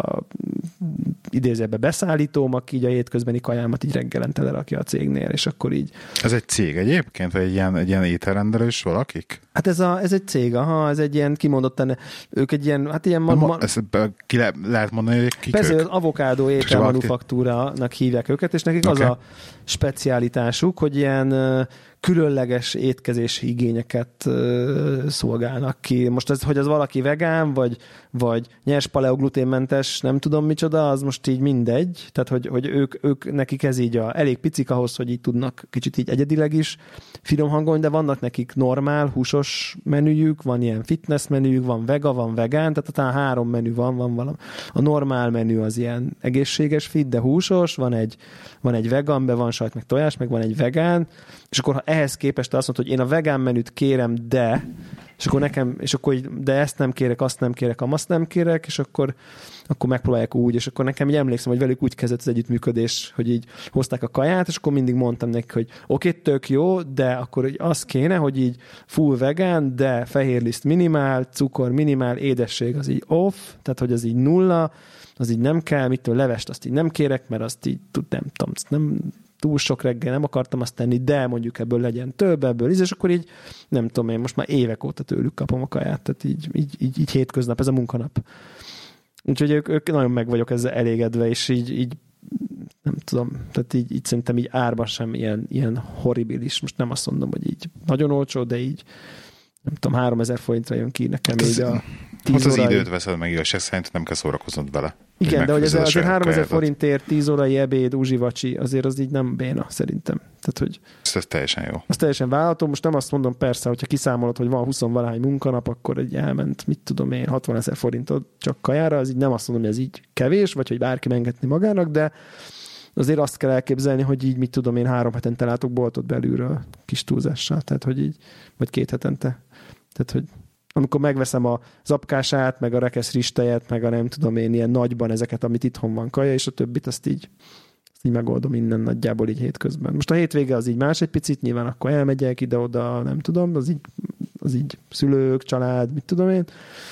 idézőben beszállítóm, aki így a hétközbeni kajámat így reggelente lerakja a cégnél, és akkor így... Ez egy cég egyébként, vagy egy ilyen, egy ilyen ételrendelős valakik? Hát ez, a, ez egy cég, aha, ez egy ilyen kimondottan, ők egy ilyen, hát ilyen... Ma, ma, ezt ki le, lehet mondani, hogy kik persze, ők? az avokádó ételmanufaktúrának hívják őket, és nekik okay. Az a specialitásuk, hogy ilyen különleges étkezési igényeket uh, szolgálnak ki. Most ez, hogy az valaki vegán, vagy, vagy nyers paleogluténmentes, nem tudom micsoda, az most így mindegy. Tehát, hogy, hogy ők, ők, nekik ez így a, elég picik ahhoz, hogy így tudnak kicsit így egyedileg is finom hangolni, de vannak nekik normál, húsos menüjük, van ilyen fitness menüjük, van vega, van vegán, tehát talán három menü van, van valami. A normál menü az ilyen egészséges fit, de húsos, van egy, van egy vegan, be van sajt, meg tojás, meg van egy vegán, és akkor ha ehhez képest te azt mondod, hogy én a vegán menüt kérem, de, és akkor nekem, és akkor így, de ezt nem kérek, azt nem kérek, azt nem kérek, és akkor, akkor megpróbálják úgy, és akkor nekem így emlékszem, hogy velük úgy kezdett az együttműködés, hogy így hozták a kaját, és akkor mindig mondtam nekik, hogy oké, okay, tök jó, de akkor így az kéne, hogy így full vegán, de fehérliszt minimál, cukor minimál, édesség az így off, tehát hogy az így nulla, az így nem kell, mitől levest azt így nem kérek, mert azt így nem tudom, nem túl sok reggel nem akartam azt tenni, de mondjuk ebből legyen több, ebből íz, és akkor így nem tudom én, most már évek óta tőlük kapom a kaját, tehát így, így, így, így hétköznap, ez a munkanap. Úgyhogy ők, ők nagyon meg vagyok ezzel elégedve, és így, így nem tudom, tehát így, így szerintem így árban sem ilyen, ilyen horribilis, most nem azt mondom, hogy így nagyon olcsó, de így nem tudom, háromezer forintra jön ki nekem hát így a tíz az órai... időt veszed meg, igazság szerint nem kell szórakoznod vele. Igen, de hogy ez azért háromezer forintért tíz órai ebéd, uzsivacsi, azért az így nem béna, szerintem. Tehát, hogy ez, ez teljesen jó. Ez teljesen vállalható. Most nem azt mondom, persze, hogyha kiszámolod, hogy van húsz-valahány munkanap, akkor egy elment, mit tudom én, hatvanezer forintot csak kajára, az így nem azt mondom, hogy ez így kevés, vagy hogy bárki megengedni magának, de azért azt kell elképzelni, hogy így, mit tudom én, három hetente látok boltot belülről kis túlzással, tehát, hogy így, vagy két hetente. Tehát, hogy amikor megveszem a zapkását, meg a rekesz ristejet, meg a nem tudom én ilyen nagyban ezeket, amit itthon van kaja, és a többit azt így, azt így megoldom innen nagyjából így hétközben. Most a hétvége az így más egy picit, nyilván akkor elmegyek ide-oda, nem tudom, az így, az így szülők, család, mit tudom én,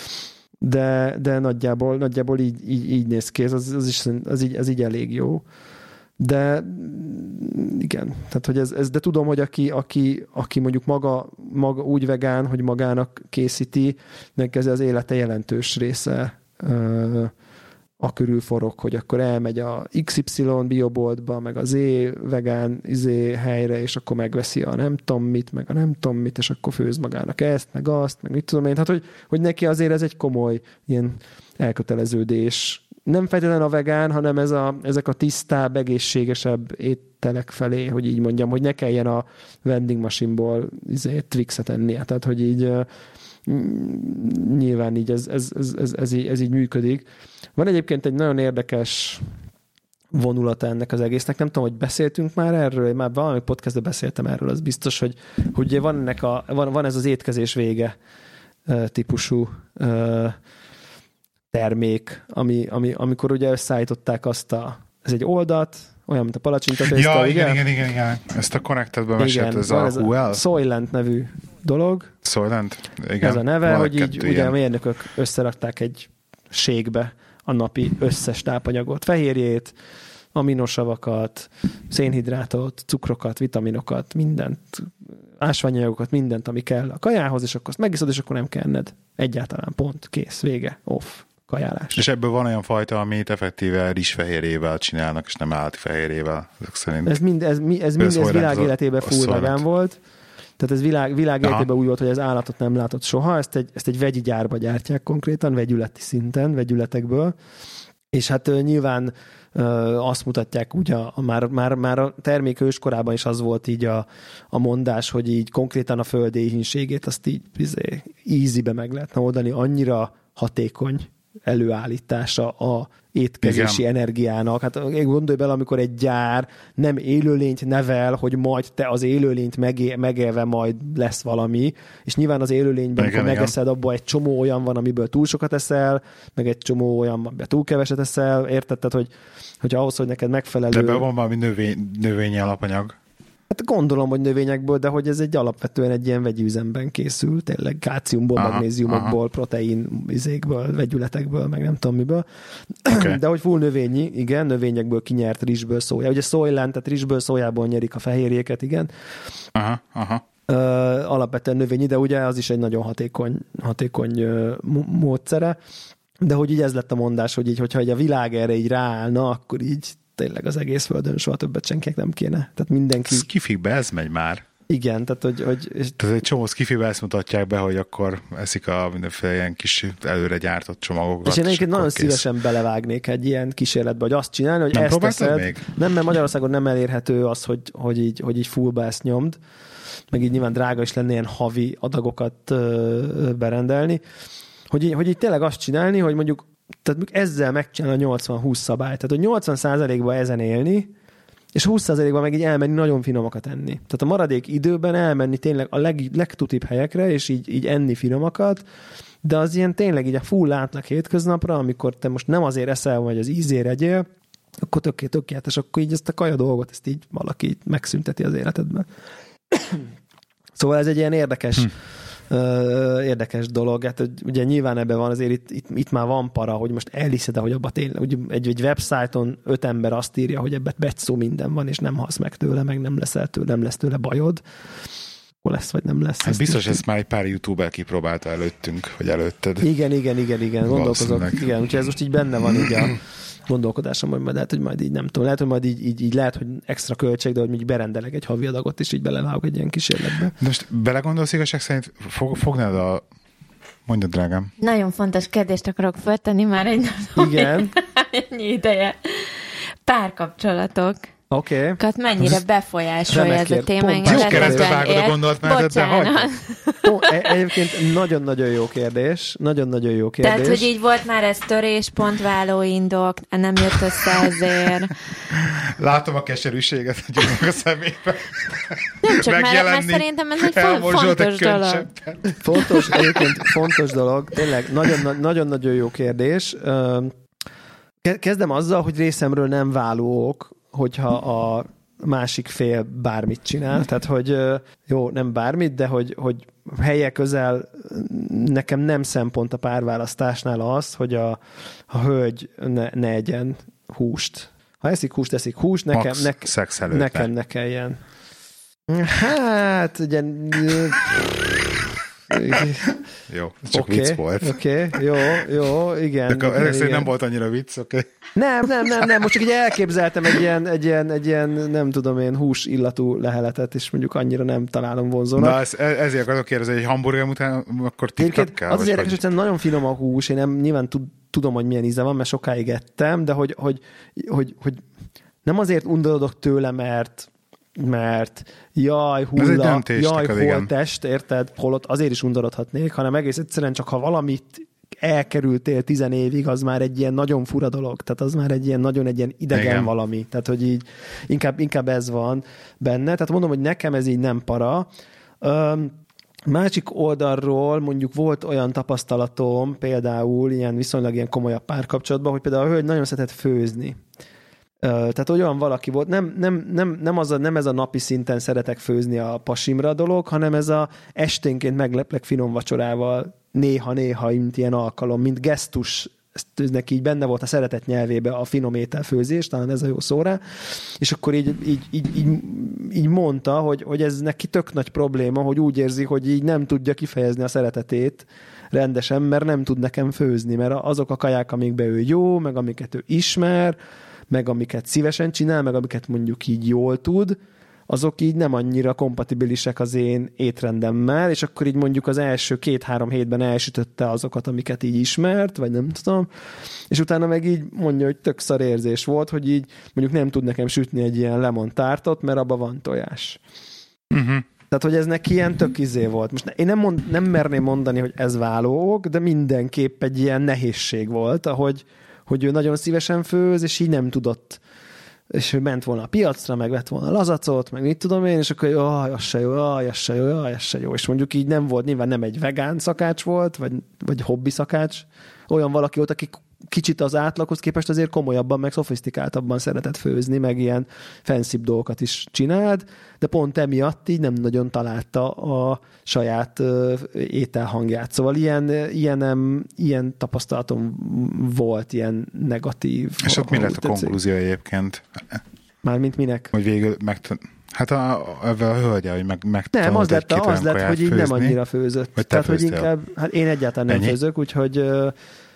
de, de nagyjából, nagyjából így, így, így néz ki, ez, az, az, is, az, így, az így elég jó. De igen, tehát hogy ez, ez, de tudom, hogy aki, aki, aki mondjuk maga, maga úgy vegán, hogy magának készíti, neki ez az élete jelentős része ö, a körül forog, hogy akkor elmegy a iksz ipszilon bioboltba, meg az Z vegán izé helyre, és akkor megveszi a nem tudom mit, meg a nem tudom mit, és akkor főz magának ezt, meg azt, meg mit tudom én. Tehát, hogy, hogy neki azért ez egy komoly ilyen elköteleződés, nem feltétlenül a vegán, hanem ez a, ezek a tisztább, egészségesebb ételek felé, hogy így mondjam, hogy ne kelljen a vending machine-ból izé, Twixet ennie. Tehát, hogy így nyilván így ez, ez, ez, ez, ez, így, ez így működik. Van egyébként egy nagyon érdekes vonulata ennek az egésznek. Nem tudom, hogy beszéltünk már erről, én már valami podcastban beszéltem erről, az biztos, hogy, hogy van, ennek a, van, van ez az étkezés vége típusú termék, ami, ami, amikor ugye összeállították azt a, ez egy oldat, olyan, mint a palacsintatészta, ja, igen? igen, igen, igen, igen. Ezt a Connected-ben mesélt, ez a ez Who a Soylent nevű dolog. Soylent? Igen. Ez a neve, van hogy így ilyen. ugye a mérnökök összerakták egy ségbe a napi összes tápanyagot, fehérjét, aminosavakat, szénhidrátot, cukrokat, vitaminokat, mindent, ásványanyagokat, mindent, ami kell a kajához, és akkor azt megiszod, és akkor nem kell enned. Egyáltalán pont, kész, vége, off, kajálás. És ebből van olyan fajta, amit effektíve rizsfehérjével csinálnak, és nem állati fehérjével, ezek szerint. Ez mind, ez, ez, mind, ez világ életében full vegán volt. Tehát ez világ, világ életében úgy volt, hogy az állatot nem látott soha. Ezt egy, ezt egy vegyi gyárba gyártják konkrétan, vegyületi szinten, vegyületekből. És hát uh, nyilván uh, azt mutatják, úgy a, a, már, már, már a termék őskorában is az volt így a, a mondás, hogy így konkrétan a föld éhínségét azt így izé, easy-be meg lehetne oldani, annyira hatékony előállítása a étkezési igen. energiának. Hát gondolj bele, amikor egy gyár nem élőlényt nevel, hogy majd te az élőlényt megé- megélve majd lesz valami, és nyilván az élőlényben, igen, amikor megeszed, abban egy csomó olyan van, amiből túl sokat eszel, meg egy csomó olyan, amiből túl keveset eszel, érted? Tehát, hogy, hogy ahhoz, hogy neked megfelelő... De ebben van valami növény, növényi alapanyag. Hát gondolom, hogy növényekből, de hogy ez egy alapvetően egy ilyen vegyi üzemben készül, tényleg kálciumból, aha, magnéziumokból, aha. protein izékből, vegyületekből, meg nem tudom miből. Okay. De hogy full növényi, igen, növényekből kinyert rizsből, szója. Ugye Soylent, tehát rizsből, szójából nyerik a fehérjéket, igen. Aha, aha. Uh, alapvetően növényi, de ugye az is egy nagyon hatékony, hatékony uh, módszere. De hogy így ez lett a mondás, hogy így, hogyha a világ erre így ráállna, akkor így tényleg az egész földön soha többet senkinek nem kéne. Tehát mindenki... Skifikbe ez megy már. Igen, tehát hogy... hogy... Tehát egy csomó skifibe ezt mutatják be, hogy akkor eszik a mindenféle ilyen kis előre gyártott csomagokat. És én egyébként nagyon kész. Szívesen belevágnék egy ilyen kísérletbe, hogy azt csinálni, hogy nem ezt teszed. Még? Nem, mert Magyarországon nem elérhető az, hogy, hogy, így, hogy így fullba ezt nyomd, meg így nyilván drága is lenne ilyen havi adagokat ö, berendelni, hogy így, hogy így tényleg azt csinálni, hogy mondjuk tehát ezzel megcsinálni a nyolcvan húsz szabályt. Tehát, hogy nyolcvan százalékban ezen élni, és húsz százalékban meg így elmenni nagyon finomakat enni. Tehát a maradék időben elmenni tényleg a leg, legtutibb helyekre, és így, így enni finomakat, de az ilyen tényleg így a full átlag hétköznapra, amikor te most nem azért eszel, vagy az ízére egyél, akkor töké tökéletes, akkor így ezt a kaja dolgot, ezt így valaki így megszünteti az életedben. Szóval ez egy ilyen érdekes hm. érdekes dolog. Hát, ugye nyilván ebben van azért itt, itt, itt már van para, hogy most elhiszed, hogy abban tényleg, hogy egy, egy websájton öt ember azt írja, hogy ebben becsszó minden van, és nem halsz meg tőle, meg nem lesz, tőle, nem lesz tőle bajod. Akkor lesz, vagy nem lesz. Hát biztos ezt már egy pár youtuber kipróbálta előttünk, vagy előtted. Igen, igen, igen, igen. Gondolkozok. Igen, úgyhogy ez most így benne van így a gondolkodásom, hogy majd lehet, hogy majd így nem tudom, lehet, hogy majd így, így, így lehet, hogy extra költség, de hogy még berendelek egy havi adagot, és így belevágok egy ilyen kísérletbe. De most belegondolsz igazság szerint, fog, fognád a... Mondjad, drágám. Nagyon fontos kérdést akarok föltenni már egy igen. ennyi ideje. Párkapcsolatok. Oké. Okay. Tehát mennyire befolyásolja ez a téma. Jó keresztbe vágod a gondolatmenetet, de hagyd. Egyébként nagyon-nagyon jó kérdés. Nagyon-nagyon jó kérdés. Tehát, hogy így volt már ez töréspont, indok, nem jött össze ezért. Látom a keserűséget a gyomog a szemébe. Nem csak mert, mert szerintem ez egy fontos dolog. Fontos, egyébként fontos dolog. Tényleg nagyon-nagyon jó kérdés. Kezdem azzal, hogy részemről nem váló ok, hogyha a másik fél bármit csinál. Tehát, hogy jó, nem bármit, de hogy, hogy helye közel nekem nem szempont a párválasztásnál az, hogy a, a hölgy ne, ne egyen húst. Ha eszik húst, eszik húst, nekem, ne, nekem ne kelljen. Hát, ugye... Jó, csak okay, vicc volt. Oké, okay, jó, jó, igen. De ezek szerint nem volt annyira vicc, oké? Okay. Nem, nem, nem, nem, most csak így elképzeltem egy ilyen, egy ilyen, egy ilyen nem tudom én, hús illatú leheletet, és mondjuk annyira nem találom vonzónak. Na, ez, ezért akarok kérdezni, hogy hamburger után akkor tiktak kell? Az az érdekes, hogy nagyon finom a hús, én nem, nyilván tud, tudom, hogy milyen íze van, mert sokáig ettem, de hogy, hogy, hogy, hogy nem azért undorodok tőle, mert mert jaj, hulla, jaj, holtest, érted? Holott azért is undorodhatnék, hanem egész egyszerűen csak ha valamit elkerültél tizen évig, az már egy ilyen nagyon fura dolog, tehát az már egy ilyen nagyon egy ilyen idegen igen. valami, tehát hogy így inkább, inkább ez van benne, tehát mondom, hogy nekem ez így nem para. Um, Másik oldalról mondjuk volt olyan tapasztalatom, például ilyen viszonylag ilyen komolyabb párkapcsolatban, hogy például a hölgy nagyon szeretett főzni. Tehát olyan valaki volt, nem, nem, nem, nem, az a, nem ez a napi szinten szeretek főzni a pasimra dolog, hanem ez a esténként megleplek finom vacsorával néha-néha, mint ilyen alkalom, mint gesztus, ez neki így benne volt a szeretet nyelvébe a finom ételfőzés, talán ez a jó szó rá, és akkor így, így, így, így, így mondta, hogy, hogy ez neki tök nagy probléma, hogy úgy érzi, hogy így nem tudja kifejezni a szeretetét rendesen, mert nem tud nekem főzni, mert azok a kaják, amikben ő jó, meg amiket ő ismer, meg amiket szívesen csinál, meg amiket mondjuk így jól tud, azok így nem annyira kompatibilisek az én étrendemmel, és akkor így mondjuk az első két-három hétben elsütötte azokat, amiket így ismert, vagy nem tudom, és utána meg így mondja, hogy tök szar érzés volt, hogy így mondjuk nem tud nekem sütni egy ilyen lemon tártot, mert abban van tojás. Uh-huh. Tehát, hogy ez neki ilyen tök izé volt. Most én nem, mond, nem merném mondani, hogy ez válók, de mindenképp egy ilyen nehézség volt, ahogy hogy ő nagyon szívesen főz, és így nem tudott. És ő ment volna a piacra, meg vett volna lazacot, meg mit tudom én, és akkor jaj, az se jó, jaj, az se jó, jaj, az se jó. És mondjuk így nem volt, nyilván nem egy vegán szakács volt, vagy, vagy hobbi szakács. Olyan valaki volt, aki kicsit az átlaghoz képest azért komolyabban, meg szofisztikáltabban szeretett főzni, meg ilyen fancybb dolgokat is csinált, de pont emiatt így nem nagyon találta a saját uh, ételhangját. Szóval ilyen, ilyen, ilyen tapasztalatom volt, ilyen negatív. És ott mi lett a konklúzió egyébként? Mármint minek? Hogy végül meg... Hát a, a, a hölgye, hogy meg, meg nem, az lett, az lett hogy így főzni, nem annyira főzött. Vagy tehát, hogy inkább, hát én egyáltalán nem Ennyi? főzök, úgyhogy... Uh,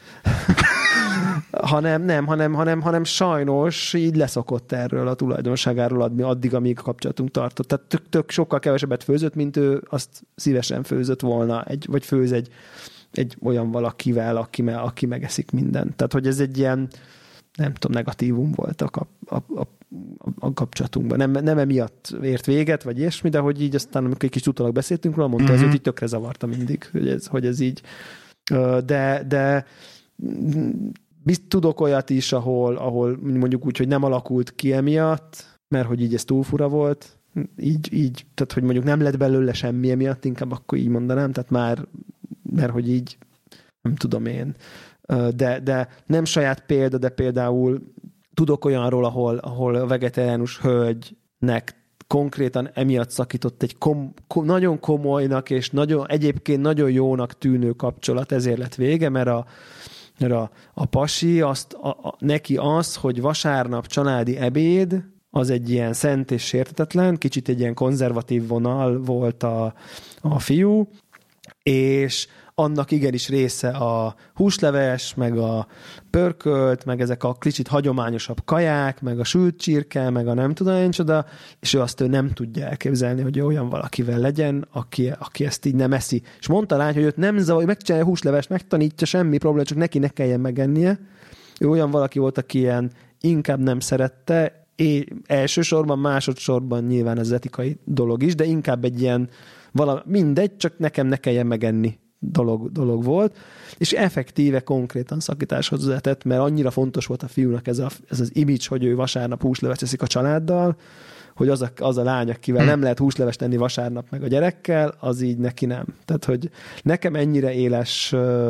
hanem nem, hanem, hanem, hanem sajnos így leszokott erről a tulajdonságáról adni addig, amíg a kapcsolatunk tartott. Tehát tök, tök sokkal kevesebbet főzött, mint ő azt szívesen főzött volna, egy, vagy főz egy, egy olyan valakivel, aki, me, aki megeszik mindent. Tehát, hogy ez egy ilyen, nem tudom, negatívum volt a, kap, a, a, a kapcsolatunkban. Nem, nem emiatt ért véget, vagy ilyesmi, de hogy így aztán, amikor egy kis utólag beszéltünk róla, mondta, mm-hmm. ez, hogy így tökre zavarta mindig, hogy ez, hogy ez így. De, de bizt, tudok olyat is, ahol, ahol mondjuk úgy, hogy nem alakult ki emiatt, mert hogy így ez túl fura volt, így, így, tehát hogy mondjuk nem lett belőle semmi emiatt, inkább akkor így mondanám, tehát már, mert hogy így nem tudom én. De, de nem saját példa, de például tudok olyanról, ahol, ahol a vegetáriánus hölgynek konkrétan emiatt szakított egy kom, kom, nagyon komolynak és nagyon, egyébként nagyon jónak tűnő kapcsolat, ezért lett vége, mert a, mert a, a pasi azt, a, a, neki az, hogy vasárnap családi ebéd, az egy ilyen szent és sértetetlen, kicsit egy ilyen konzervatív vonal volt a, a fiú, és annak igenis része a húsleves, meg a pörkölt, meg ezek a kicsit hagyományosabb kaják, meg a sült csirke, meg a nem tudom én csoda, és ő azt ő nem tudja elképzelni, hogy olyan valakivel legyen, aki, aki ezt így nem eszi. És mondta a lány, hogy őt nem zavar, hogy megcsinálja a húslevest, megtanítja, semmi probléma, csak neki ne kelljen megennie. Ő olyan valaki volt, aki ilyen inkább nem szerette, é, elsősorban, másodszorban nyilván ez etikai dolog is, de inkább egy ilyen valami, mindegy, csak nekem ne kelljen megenni. Dolog, dolog volt, és effektíve konkrétan szakításhoz vezetett, mert annyira fontos volt a fiúnak ez, a, ez az image, hogy ő vasárnap húslevest eszik a családdal, hogy az a, az a lány, akivel hmm. nem lehet húslevest tenni vasárnap meg a gyerekkel, az így neki nem. Tehát, hogy nekem ennyire éles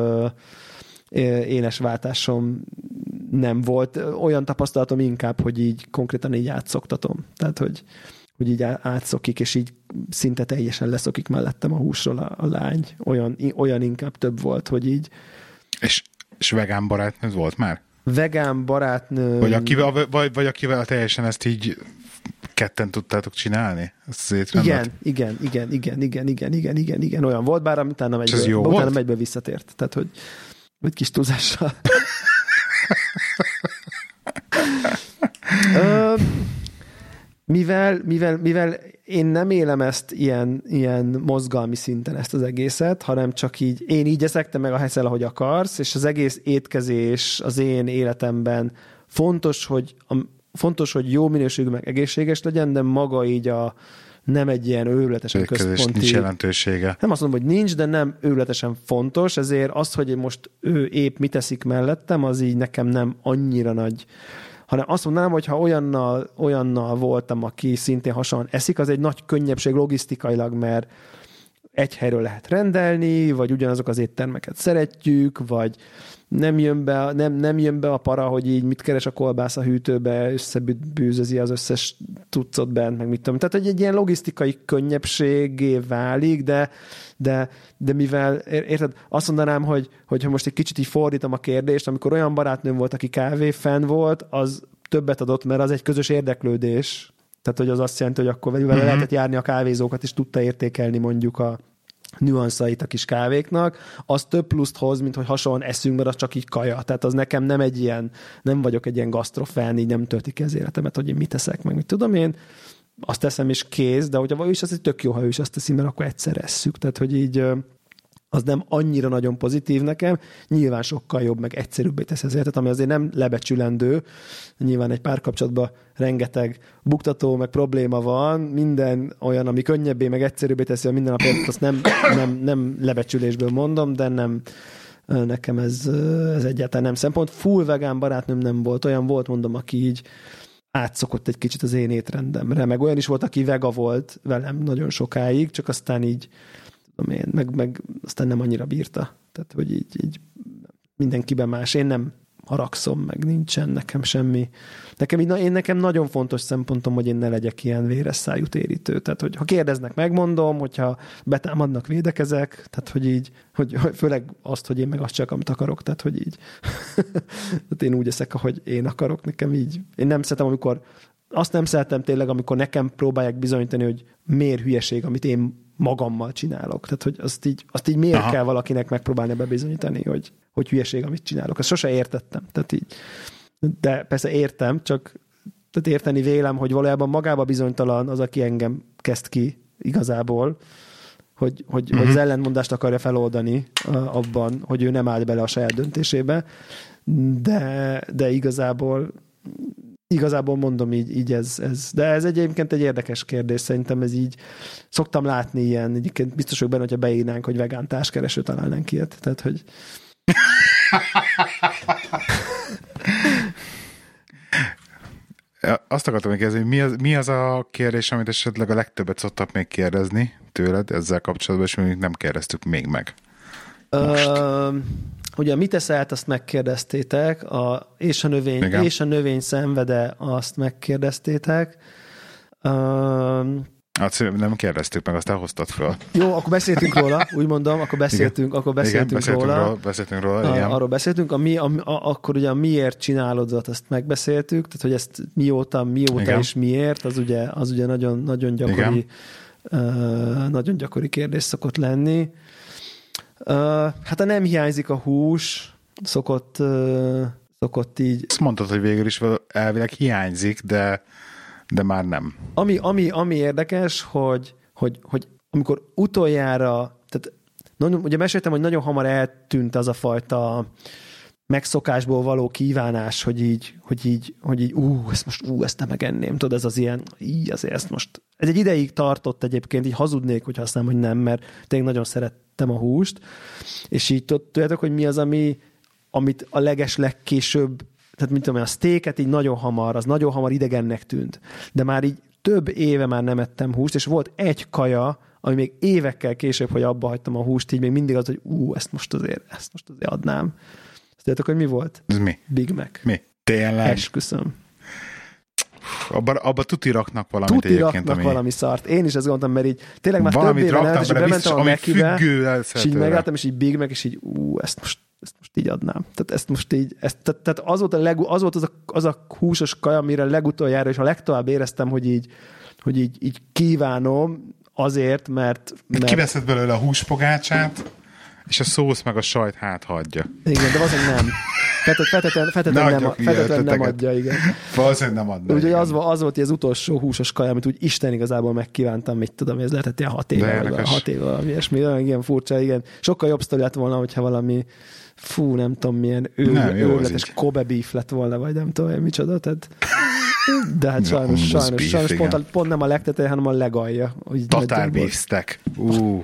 éles váltásom nem volt. Olyan tapasztalatom inkább, hogy így konkrétan így átszoktatom. Tehát, hogy hogy így átszokik, és így szinte teljesen leszokik mellettem a húsról a, a lány. Olyan, olyan inkább több volt, hogy így... És, és vegán barátnő volt már? Vegán barátnő... Vagy akivel, vagy, vagy akivel teljesen ezt így ketten tudtátok csinálni? Ezt az igen, igen, igen, igen, igen, igen, igen, igen, igen, olyan volt, bár utána egyből, utána egyből visszatért. Tehát, hogy, hogy kis túlzással. Ö, Mivel, mivel, mivel én nem élem ezt ilyen, ilyen mozgalmi szinten ezt az egészet, hanem csak így, én így eszek, te meg a heszel, ahogy akarsz, és az egész étkezés az én életemben fontos, hogy, a, fontos, hogy jó minőségű, meg egészséges legyen, de maga így a nem egy ilyen őrületesen központi... nincs jelentősége. Nem azt mondom, hogy nincs, de nem őrületesen fontos, ezért az, hogy most ő épp mit eszik mellettem, az így nekem nem annyira nagy, hanem azt mondanám, hogy ha olyannal, olyannal voltam, aki szintén hasonlóan eszik, az egy nagy könnyebbség logisztikailag, mert egy helyről lehet rendelni, vagy ugyanazok az éttermeket szeretjük, vagy nem jön be, nem, nem jön be a para, hogy így mit keres a kolbász a hűtőbe, összebűzözi az összes tucot bent, meg mit tudom. Tehát egy, egy ilyen logisztikai könnyebbségé válik, de, de, de mivel, érted, azt mondanám, hogy, hogy ha most egy kicsit így fordítom a kérdést, amikor olyan barátnőm volt, aki kávéfan volt, az többet adott, mert az egy közös érdeklődés. Tehát, hogy az azt jelenti, hogy akkor vele uh-huh. lehetett járni a kávézókat, és tudta értékelni mondjuk a nüanszait a kis kávéknak, az több pluszt hoz, mint hogy hasonlóan eszünk, mert az csak így kaja. Tehát az nekem nem egy ilyen, nem vagyok egy ilyen gasztrofán, így nem tölti ki az életemet, hogy én mit teszek, meg mit tudom én. Azt teszem, és kész, de hogyha ő is, az egy tök jó, ha ő is azt teszi, mert akkor egyszer esszük. Tehát, hogy így az nem annyira nagyon pozitív nekem, nyilván sokkal jobb, meg egyszerűbbé teszi az életet, ami azért nem lebecsülendő. Nyilván egy párkapcsolatban rengeteg buktató, meg probléma van, minden olyan, ami könnyebbé, meg egyszerűbbé teszi a mindennapot, azt nem, nem, nem lebecsülésből mondom, de nem, nekem ez, ez egyáltalán nem szempont. Full vegán barátnőm nem volt, olyan volt, mondom, aki így átszokott egy kicsit az én étrendemre, meg olyan is volt, aki vega volt velem nagyon sokáig, csak aztán így én, meg, meg aztán nem annyira bírta. Tehát, hogy így, így mindenkiben más. Én nem haragszom, meg nincsen nekem semmi. Nekem, így, én nekem nagyon fontos szempontom, hogy én ne legyek ilyen véres szájú térítő. Tehát, hogy ha kérdeznek, megmondom, hogyha betámadnak, védekezek, tehát, hogy így, hogy, hogy főleg azt, hogy én meg azt csak, amit akarok, tehát, hogy így. Tehát én úgy eszek, ahogy én akarok, nekem így. Én nem szeretem, amikor azt nem szeretem tényleg, amikor nekem próbálják bizonyítani, hogy miért hülyeség, amit én magammal csinálok. Tehát, hogy azt így, azt így miért Aha. kell valakinek megpróbálni bebizonyítani, hogy, hogy hülyeség, amit csinálok. Ezt sose értettem. Tehát így, de persze értem, csak tehát érteni vélem, hogy valójában magába bizonytalan az, aki engem kezd ki igazából, hogy, hogy, uh-huh. hogy az ellentmondást akarja feloldani abban, hogy ő nem állt bele a saját döntésébe, de, de igazából Igazából mondom így, így ez, ez. De ez egyébként egy érdekes kérdés. Szerintem ez így, szoktam látni ilyen, egyébként biztos vagyok benne, hogyha beírnánk, hogy vegán társkereső, találnánk ilyet. Tehát, hogy... Azt akartam még kérdezni, hogy mi az, mi az a kérdés, amit esetleg a legtöbbet szoktak még kérdezni tőled ezzel kapcsolatban, és még nem kérdeztük még meg. Most. Uh, ugye mit eszel, azt megkérdeztétek, a, és, a növény, és a növény szenvede, azt megkérdeztétek. Uh, hát nem kérdeztük meg, azt elhoztad fel. Jó, akkor beszéltünk róla, úgy mondom, akkor beszéltünk, igen. akkor beszéltünk, igen, beszéltünk róla. róla. Beszéltünk róla, igen. Arról beszéltünk, a mi, a, a, akkor ugye a miért csinálod, azt megbeszéltük, tehát hogy ezt mióta, mióta igen. és miért, az ugye, az ugye nagyon, nagyon gyakori, uh, nagyon gyakori kérdés szokott lenni. Uh, hát a nem hiányzik a hús, szokott, uh, szokott így... Azt mondtad, hogy végül is elvileg hiányzik, de, de már nem. Ami, ami, ami érdekes, hogy, hogy, hogy amikor utoljára, tehát nagyon, ugye meséltem, hogy nagyon hamar eltűnt az a fajta megszokásból való kívánás, hogy így, hogy így, hogy így ú, ezt most, ú, ezt nem megenném, tudod, ez az ilyen, így azért ezt most... Ez egy ideig tartott egyébként, így hazudnék, hogy használom, hogy nem, mert tényleg nagyon szerettem a húst, és így tudjátok, hogy mi az, ami, amit a leges legkésőbb, tehát mint tudom, a steaket így nagyon hamar, az nagyon hamar idegennek tűnt, de már így több éve már nem ettem húst, és volt egy kaja, ami még évekkel később, hogy abba hagytam a húst, így még mindig az, hogy ú, ezt most azért, ezt most azért adnám. Tudjátok, hogy mi volt? Ez mi? Big Mac. Mi? Tényleg? Esküszöm. Abba, abba tuti raknak valamit tuti egyébként. Tuti raknak ami... valami szart. Én is ezt gondoltam, mert így tényleg már valamit több éve nem, és bementem a Mac-ibe, és így megálltam, és így Big Mac, és így ú, ezt most, ezt most így adnám. Tehát ezt most így, ezt, tehát, tehát az volt, a leg, az, volt az, a, az a húsos kaja, amire legutoljára, és a legtovább éreztem, hogy így, hogy így, így kívánom azért, mert... mert... Kiveszed belőle a húspogácsát, És a szósz meg a sajt hát hagyja. Igen, de valószínűleg nem. Fetetlen, fetetlen nem, fetetlen nem adja, igen. Valószínűleg nem adja. Úgyhogy az, az volt az utolsó húsos kaja, amit úgy Isten igazából megkívántam, mit tudom, ez lehetett ilyen hat éve, vagy hat éve, valami ilyesmi, ilyen furcsa, igen. Sokkal jobb sztori lett volna, hogyha valami fú, nem tudom, milyen őrületes Kobe beef lett volna, vagy nem tudom, micsoda, tehát... De hát sajnos, no, sajnos, beef, sajnos pont, a, pont nem a legteteje, hanem a legalja. Tatár beefsteak. Uh.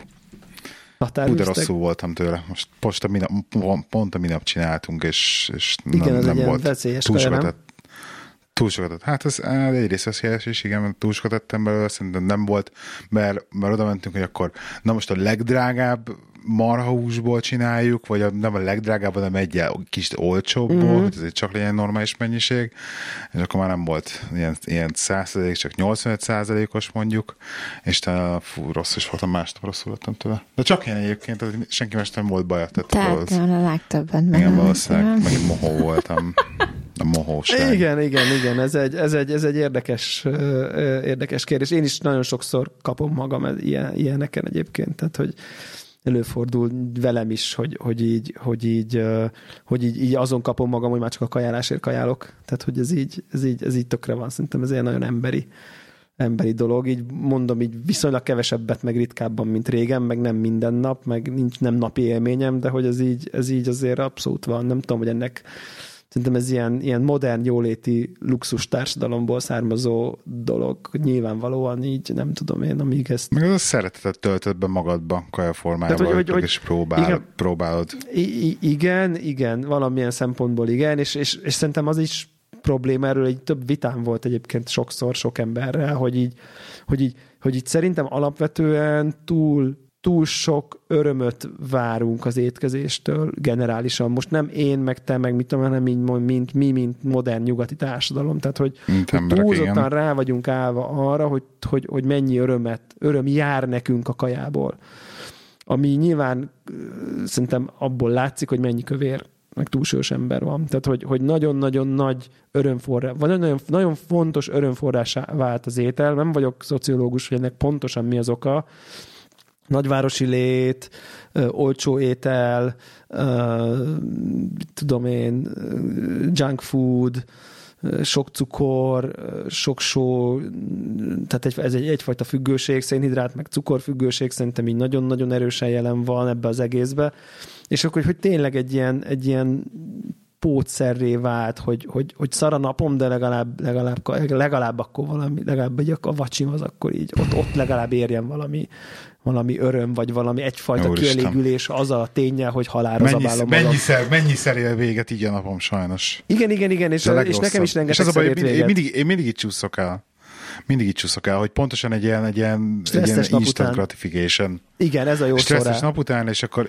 Hú, de rosszul voltam tőle. Most pont a minap, pont a minap csináltunk, és, és igen, nem, nem volt túl sokat. Túl sokat. Hát ez egyrészt veszélyes is, igen, túl sokat tettem belőle, szerintem nem volt, mert, mert oda mentünk, hogy akkor na most a legdrágább marhahúsból csináljuk, vagy a, nem a legdrágább, hanem egy kicsit olcsóbbból, mm-hmm. hogy ez csak legyen normális mennyiség, és akkor már nem volt ilyen, ilyen száz százalék, csak nyolcvanöt százalékos mondjuk, és te, fú, rossz is voltam, másnap rosszul lettem tőle. De csak én egyébként, tehát senki más nem volt baja. Tehát, tehát nem a legtöbben. Igen, valószínűleg megint mohó voltam. A mohóság. Igen, igen, igen, ez egy, ez egy, ez egy érdekes, érdekes kérdés. Én is nagyon sokszor kapom magam ilyen, ilyeneken egyébként, tehát hogy előfordul velem is, hogy, hogy, így, hogy, így, hogy így, így azon kapom magam, hogy már csak a kajálásért kajálok. Tehát, hogy ez így, ez így, ez így tökre van. Szerintem ez egy nagyon emberi, emberi dolog. Így mondom, így viszonylag kevesebbet, meg ritkábban, mint régen, meg nem minden nap, meg nincs nem napi élményem, de hogy ez így, ez így azért abszolút van. Nem tudom, hogy ennek szerintem ez ilyen, ilyen modern, jóléti luxus társadalomból származó dolog. Nyilvánvalóan így, nem tudom én, amíg ezt... Meg az a szeretetet töltött be magadba, kajaformájában, hogy, hogy, hogy, és próbál, igen, próbálod. I- igen, igen, valamilyen szempontból igen, és, és, és szerintem az is probléma, erről egy több vitám volt egyébként sokszor, sok emberrel, hogy így, hogy így, hogy így szerintem alapvetően túl túl sok örömöt várunk az étkezéstől generálisan. Most nem én, meg te, meg mit tudom, hanem így, mint mi, mint modern nyugati társadalom. Tehát, hogy, hogy túlzottan rá vagyunk állva arra, hogy, hogy, hogy mennyi örömet, öröm jár nekünk a kajából. Ami nyilván szerintem abból látszik, hogy mennyi kövér, meg túlsős ember van. Tehát, hogy, hogy nagyon-nagyon nagy örömforrás, vagy nagyon, nagyon fontos örömforrásá vált az étel. Nem vagyok szociológus, hogy ennek pontosan mi az oka. Nagyvárosi lét, ö, olcsó étel, ö, tudom én, junk food, sok cukor, sok só, tehát egy, ez egy, egyfajta függőség, szénhidrát, meg cukorfüggőség szerintem így nagyon-nagyon erősen jelen van ebbe az egészbe. És akkor, hogy tényleg egy ilyen, egy ilyen pótszerré vált, hogy, hogy, hogy szar a napom, de legalább, legalább, legalább akkor valami, legalább egy a vacsim az akkor így, ott, ott legalább érjen valami, valami öröm, vagy valami egyfajta kielégülés azzal a ténnyel, hogy halálra Mennyi, zabálom magam. Mennyiszer, mennyiszer él véget így a napom sajnos. Igen, igen, igen, és, és nekem is rengeteg és az a baj, én mindig, én mindig így csúszok el. Mindig így csúszok el, hogy pontosan egy ilyen, egy ilyen, egy ilyen instant után. Gratification. Igen, ez a jó szó rá. Stresszes nap után, és akkor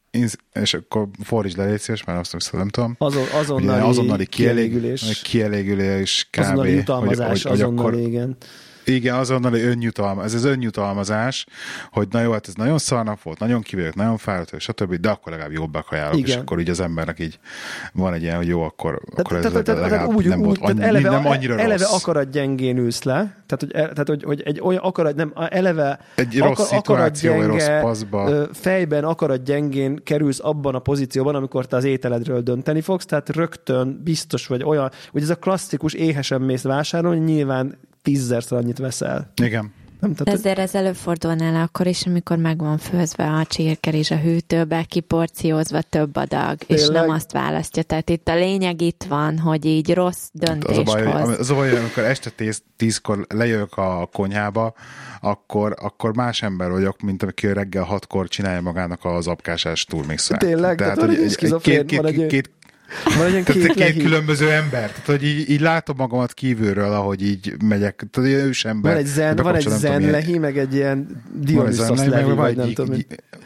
és akkor fordítsd le, légy szíves, mert azt hiszem, nem tudom. Azon, azonnali, azonnali kielégülés. Kielégülés, kb. Azonnali jutalmazás, hogy, hogy, azonnali, akkor, igen. Igen, azonnali önjutalmazás. Ez az önjutalmazás, hogy na jó, hát ez nagyon szarnap volt, nagyon kivégök, nagyon fáradt, stb., de akkor legalább jobbá kajálok, és akkor így az embernek így van egy ilyen, hogy jó, akkor, akkor ez legalább nem volt nem annyira rossz. Eleve akarat gyengén ülsz le, tehát hogy, tehát, hogy, hogy egy olyan akarat, nem, eleve egy rossz akar, szituáció, egy rossz paszba. Fejben akarat gyengén kerülsz abban a pozícióban, amikor te az ételedről dönteni fogsz, tehát rögtön biztos vagy olyan, hogy ez a klasszikus éhesen mész vásárolni, nyilván tízzerszer annyit veszel. Igen. Nem, de ezért ez előfordulnál akkor is, amikor meg van főzve a csirkerizs a hűtőbe, kiporciózva több adag, tényleg? És nem azt választja. Tehát itt a lényeg itt van, hogy így rossz döntést az a baj, hoz. Az a baj, amikor este tíz, tízkor lejövök a konyhába, akkor, akkor más ember vagyok, mint amikor reggel hatkor csinálja magának az apkásás turmixát. Tényleg, tehát, tehát hogy két, két, két, két Van egy két, két különböző ember. Tehát, hogy így, így látom magamat kívülről, ahogy így megyek. Tehát, egy ős ember. Van egy zen, van egy zen lehi, meg egy ilyen Dionysos lehi, vagy nem tudom.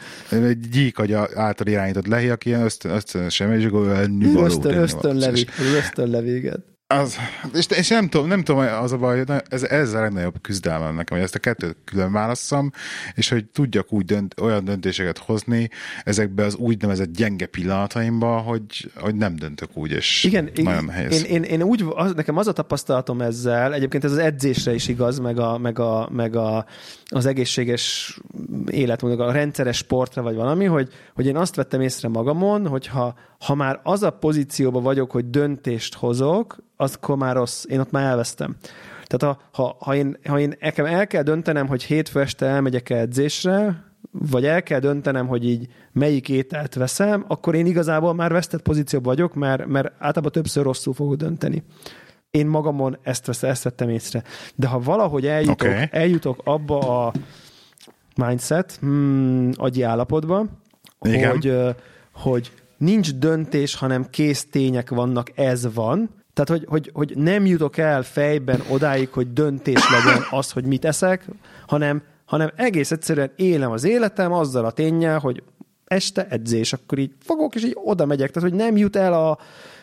Egy gyíkagya által irányított lehi, aki ilyen ösztön, ösztönösen, és akkor nyugodó. Ösztön, ösztön levi. Ösztön levi, igen. Az, és, és nem tudom, nem tudom, az a baj, ez, ez a legnagyobb küzdelmem nekem, hogy ezt a kettőt külön válasszam, és hogy tudjak úgy dönt, olyan döntéseket hozni ezekbe az úgynevezett gyenge pillanataimba, hogy, hogy nem döntök úgy, és igen, nagyon nehéz. Én, én, én úgy, az, nekem az a tapasztalatom ezzel, egyébként ez az edzésre is igaz, meg, a, meg, a, meg a, az egészséges életmódnak, a rendszeres sportra, vagy valami, hogy, hogy én azt vettem észre magamon, hogy ha, ha már az a pozícióban vagyok, hogy döntést hozok, akkor már rossz. Én ott már elvesztem. Tehát ha, ha, ha, én, ha én nekem el kell döntenem, hogy hétfő este elmegyek edzésre, vagy el kell döntenem, hogy így melyik ételt veszem, akkor én igazából már vesztett pozícióban vagyok, mert, mert általában többször rosszul fogok dönteni. Én magamon ezt, vesz, ezt vettem észre. De ha valahogy eljutok, okay. eljutok abba a mindset, hmm, agyi állapotba, hogy, hogy nincs döntés, hanem kész tények vannak, ez van. Tehát, hogy, hogy, hogy nem jutok el fejben odáig, hogy döntés legyen az, hogy mit eszek, hanem, hanem egész egyszerűen élem az életem azzal a ténnyel, hogy este edzés, akkor így fogok, és így oda megyek. Tehát, hogy nem jut el a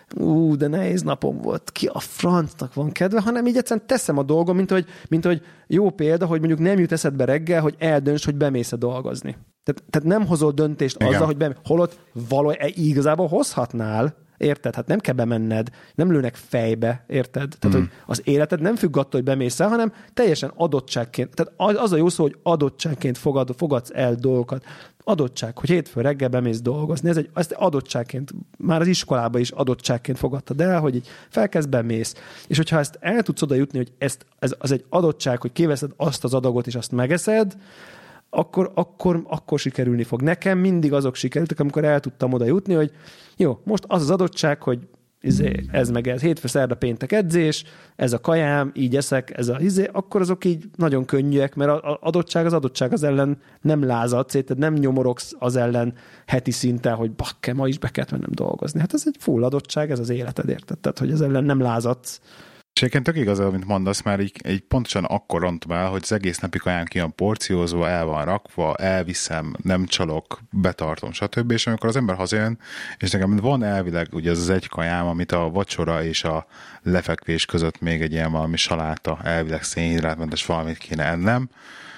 ú, de nehéz napom volt, ki a francnak van kedve, hanem így egyszerűen teszem a dolgom, mint hogy, mint hogy jó példa, hogy mondjuk nem jut eszedbe reggel, hogy eldönts, hogy bemész dolgozni. Tehát, tehát nem hozol döntést igen. azzal, hogy bemész. Holott való, igazából hozhatnál, érted? Hát nem kell bemenned, nem lőnek fejbe, érted? Tehát, mm. hogy az életed nem függ attól, hogy bemész el, hanem teljesen adottságként. Tehát az a jó szó, hogy adottságként fogad, fogadsz el dolgokat. Adottság, hogy hétfő reggel bemész dolgozni. Ez egy ezt adottságként, már az iskolában is adottságként fogadtad el, hogy így felkezd, bemész. És hogyha ezt el tudsz oda jutni, hogy ezt, ez, az egy adottság, hogy kiveszed azt az adagot, és azt megeszed, akkor, akkor, akkor sikerülni fog. Nekem mindig azok sikerültek, amikor el tudtam oda jutni, hogy jó, most az az adottság, hogy izé, ez meg ez, hétfő, szerda, péntek edzés, ez a kajám, így eszek, ez a izé, akkor azok így nagyon könnyűek, mert az adottság az adottság, az ellen nem lázadsz, tehát nem nyomorogsz az ellen heti szinten, hogy bakke, ma is be kellett mennem dolgozni. Hát ez egy full adottság, ez az életed, érted? Tehát, hogy az ellen nem lázadsz. És egyébként tök igaz, amit mondasz, már így, így pontosan akkor rontom el, hogy az egész napi kajám ki van porciózva, el van rakva, elviszem, nem csalok, betartom, stb. És amikor az ember hazajön, és nekem van elvileg ugye az az egy kajám, amit a vacsora és a lefekvés között még egy ilyen valami saláta, elvileg szénhidrátmentes valamit kéne ennem,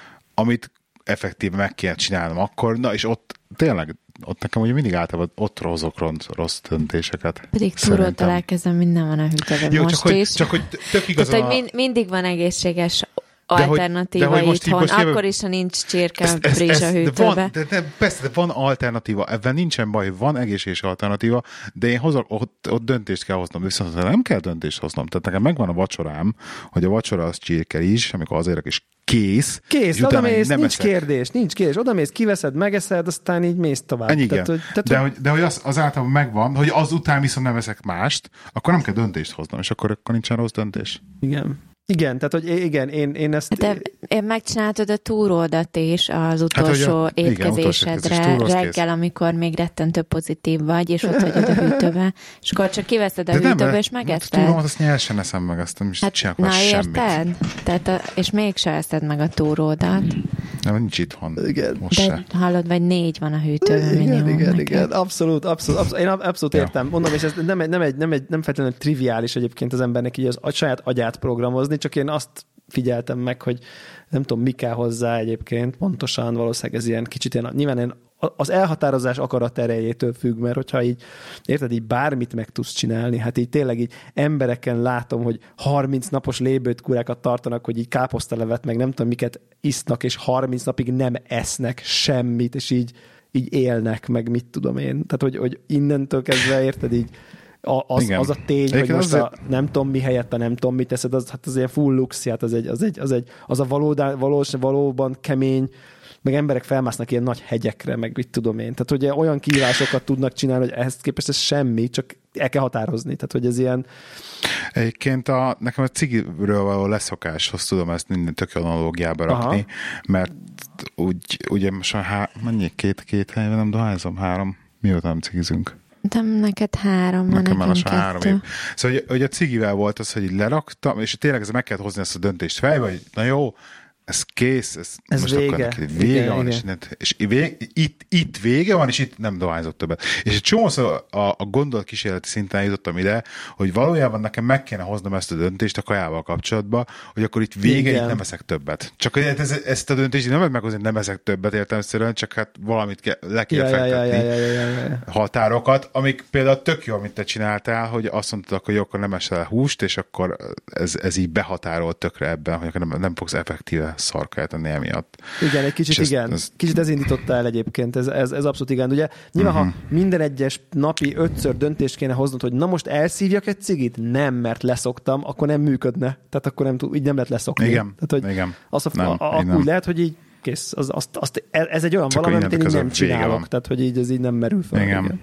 amit effektíve meg kéne csinálnom akkor, na és ott tényleg ott nekem ugye mindig általában ott hozok rossz, rossz döntéseket. Pedig túról találkezem, minden van a hűtőben most csak, hogy, is. Csak hogy tök igaz. Tehát, hogy mind, mindig van egészséges alternatíva de hogy, de hogy itthon, most akkor is, ha nincs csirke, brizs a hűtőbe. De, de, persze, de van alternatíva, ebben nincsen baj, van egészséges alternatíva, de én hozok, ott, ott döntést kell hoznom, viszont nem kell döntést hoznom. Tehát nekem megvan a vacsorám, hogy a vacsora az csirke is, amikor azért is kész. Kész, odamész, nincs eszek. kérdés, nincs kérdés. Odamész, kiveszed, megeszed, aztán így mész tovább. Ennyi, tehát, hogy, tehát, de, hogy, de hogy az, az általában megvan, hogy azután viszont nem veszek mást, akkor nem kell döntést hoznom, és akkor, akkor nincsen rossz döntés. Igen. Igen, tehát hogy igen, én, én ezt... De én megcsináltad a túródat is az utolsó hát, étkezésedre reggel, kész. Amikor még rettentő pozitív vagy, és ott vagyod a hűtőbe, és akkor csak kiveszed a de hűtőbe, nem, és megeszted. A túrómat azt nyersen eszem meg, azt nem is hát, csinálok már semmit. Na érted? Tehát a, és mégse eszed meg a túródat. Nem, nincs itthon. Igen. Most de se. Hallod, vagy négy van a hűtőben. Igen, igen, igen, neked. igen. Abszolút, abszolút, abszolút. Én abszolút ja. értem. Mondom, és ez nem egy, nem egy, nem egy, nem feltétlenül triviális egyébként az embernek így az a saját agyát programozni, csak én azt figyeltem meg, hogy nem tudom, mi kell hozzá egyébként, pontosan valószínűleg ez ilyen kicsit ilyen, nyilván én az elhatározás akarat erejétől függ, mert hogyha így, érted, így bármit meg tudsz csinálni, hát így tényleg így embereken látom, hogy harminc napos lébőtkúrákat tartanak, hogy így káposztalevet, meg nem tudom, miket isznak, és harminc napig nem esznek semmit, és így, így élnek, meg mit tudom én. Tehát, hogy, hogy innentől kezdve, érted, így Az, az a tény, Egyébként hogy most a nem tudom mi helyett a nem tudom mit teszed, az, hát az ilyen full luxi, hát az, egy, az, egy, az, egy, az a valódán, valós, valóban kemény, meg emberek felmásznak ilyen nagy hegyekre, meg mit tudom én. Tehát, hogy olyan kihívásokat tudnak csinálni, hogy ehhez képest ez semmi, csak el kell határozni. Tehát, hogy ez ilyen... Egyébként a, nekem a cigiről való leszokáshoz tudom ezt minden tök analógiába rakni, aha. mert úgy, ugye most a há... mennyi? Két, két helyben nem dohányzom? Három? Mióta nem cigizünk? De neked három, nekem nekem kettő. Három év. Szóval, hogy, hogy a cigivel volt az, hogy leraktam, és tényleg ez meg kellett hozni ezt a döntést fejbe, hogy na jó, ez kész, ez, ez most vége. Akkor neki vége igen, van, igen. és, innen, és vég, itt, itt vége van, és itt nem dohányzott többet. És egy csomószor a, a gondolatkísérleti szinten jutottam ide, hogy valójában nekem meg kéne hoznom ezt a döntést a kajával kapcsolatban, hogy akkor itt vége, igen. itt nem eszek többet. Csak ez, ezt a döntést nem meghozni, hogy nem eszek többet értelemszerűen, csak hát valamit ke, le kell ja, fektetni ja, ja, ja, ja, ja, ja. határokat, amik például tök jó, amit te csináltál, hogy azt mondtad, hogy jó, akkor nem esel húst, és akkor ez, ez így behatárolt tökre ebben, hogy akkor nem, nem fogsz effektíve szarkát tenni emiatt. Igen, egy kicsit és igen. Ez, ez... Kicsit ez indította el egyébként, ez, ez, ez abszolút igen. Ugye nyilván, uh-huh. ha minden egyes napi ötször döntést kéne hoznod, hogy na most elszívjak egy cigit? Nem, mert leszoktam, akkor nem működne. Tehát akkor nem, így nem lehet leszokni. Igen, Tehát, hogy igen. Az a, nem, a, a, nem. úgy lehet, hogy így kész. Az, azt, azt, ez egy olyan csak valami, amit én így nem csinálok. van. Tehát, hogy így ez így nem merül fel. Igen. igen.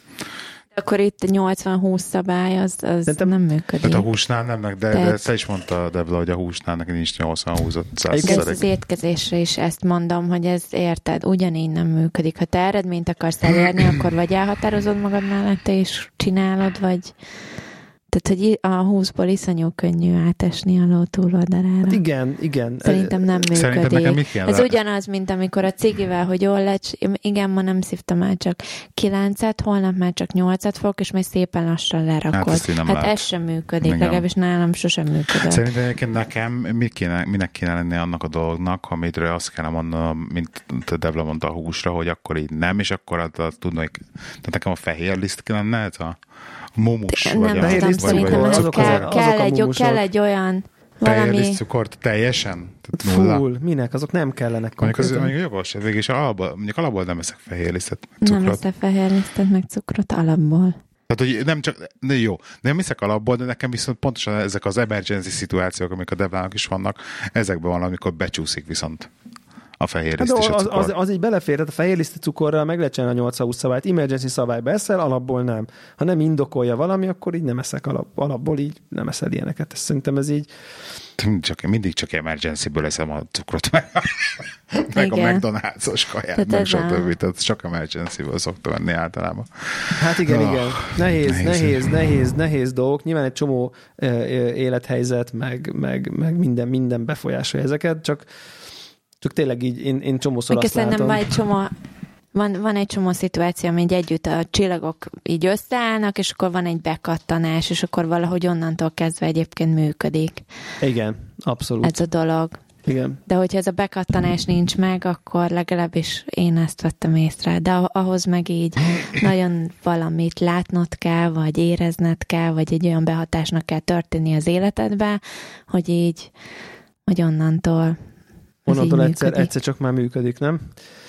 Akkor itt a nyolcvan-húsz szabály, az, az Szerintem, nem működik. Tehát a húsnál nem, de, de, de te is mondta, Debla, hogy a húsnál neki nincs nyolcvan-húsz százalék. De ezt az étkezésre is ezt mondom, hogy ez érted, ugyanígy nem működik. Ha te eredményt akarsz elérni, akkor vagy elhatározod magad mellette és csinálod, vagy... Tehát, hogy a húszból iszonyú könnyű átesni a ló túloldalára. Hát igen, igen. Szerintem nem működik. Ez le? Ugyanaz, mint amikor a cigivel, hogy jól lett, igen, ma nem szívtam el csak kilencet, holnap már csak nyolcat fogok, és majd szépen lassan lerakod. Hát, hát ez sem működik, igen. Legalábbis nálam sosem működik. Szerintem egyébként nekem mi kéne, minek kéne lenni annak a dolognak, amitről azt kéne mondanom, mint Debla mondta a húsra, hogy akkor így nem, és akkor tudnék, tehát nekem a fehér liszt lenne ez a mumus. Nem vagy tudom, a, szerintem ez kell, kell, egy, kell egy olyan valami... Fehér cukort teljesen? Nulla. Full, minek? Azok nem kellenek konkrétan. Mondjuk, az, mondjuk jogos, végig is alapból, mondjuk alapból nem eszek fehér lisztet, meg cukrot. Nem eszek fehér lisztet, meg cukrot alapból. Tehát, hogy nem csak, de jó, nem hiszek alapból, de nekem viszont pontosan ezek az emergency szituációk, amik a Deblának is vannak, ezekben van, amikor becsúszik viszont a fehér liszt hát, és a az, cukor. Az, az így belefér, tehát a fehér liszti cukorral meg lehet csinálni a nyolcvan-húsz szabályt. Emergency szabályba eszel, alapból nem. Ha nem indokolja valami, akkor így nem eszek alap, alapból, így nem eszel ilyeneket. Ezt szerintem ez így... Mindig csak, mindig csak emergency-ből eszem a cukrot, meg, meg a McDonald's-os kaját, tehát meg stb. Tehát csak emergency-ből szoktam venni általában. Hát igen, oh, igen. Nehéz, nehéz, nehéz, nehéz, nehéz dolgok. Nyilván egy csomó élethelyzet, meg, meg, meg minden, minden befolyásolja ezeket, csak Csak tényleg így, én, én csomószor azt látom. Szerintem van egy csomó, van, van egy csomó szituáció, ami így együtt a csillagok így összeállnak, és akkor van egy bekattanás, és akkor valahogy onnantól kezdve egyébként működik. Igen, abszolút. Ez a dolog. Igen. De hogyha ez a bekattanás nincs meg, akkor legalábbis én ezt vettem észre. De ahhoz meg így nagyon valamit látnod kell, vagy érezned kell, vagy egy olyan behatásnak kell történni az életedbe, hogy így, hogy onnantól Onnantól egyszer, egyszer csak már működik, nem?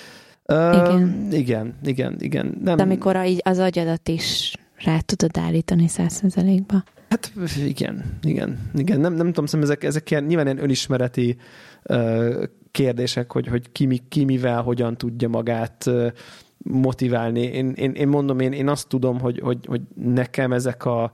Igen. Uh, igen, igen, igen. Nem. De amikor az agyadat is rá tudod állítani száz százalékba. Hát igen, igen, igen. Nem, nem tudom, szerintem ezek, ezek ilyen, nyilván ilyen önismereti uh, kérdések, hogy, hogy ki, mi, ki mivel, hogyan tudja magát uh, motiválni. Én, én, én mondom, én, én azt tudom, hogy, hogy, hogy nekem ezek a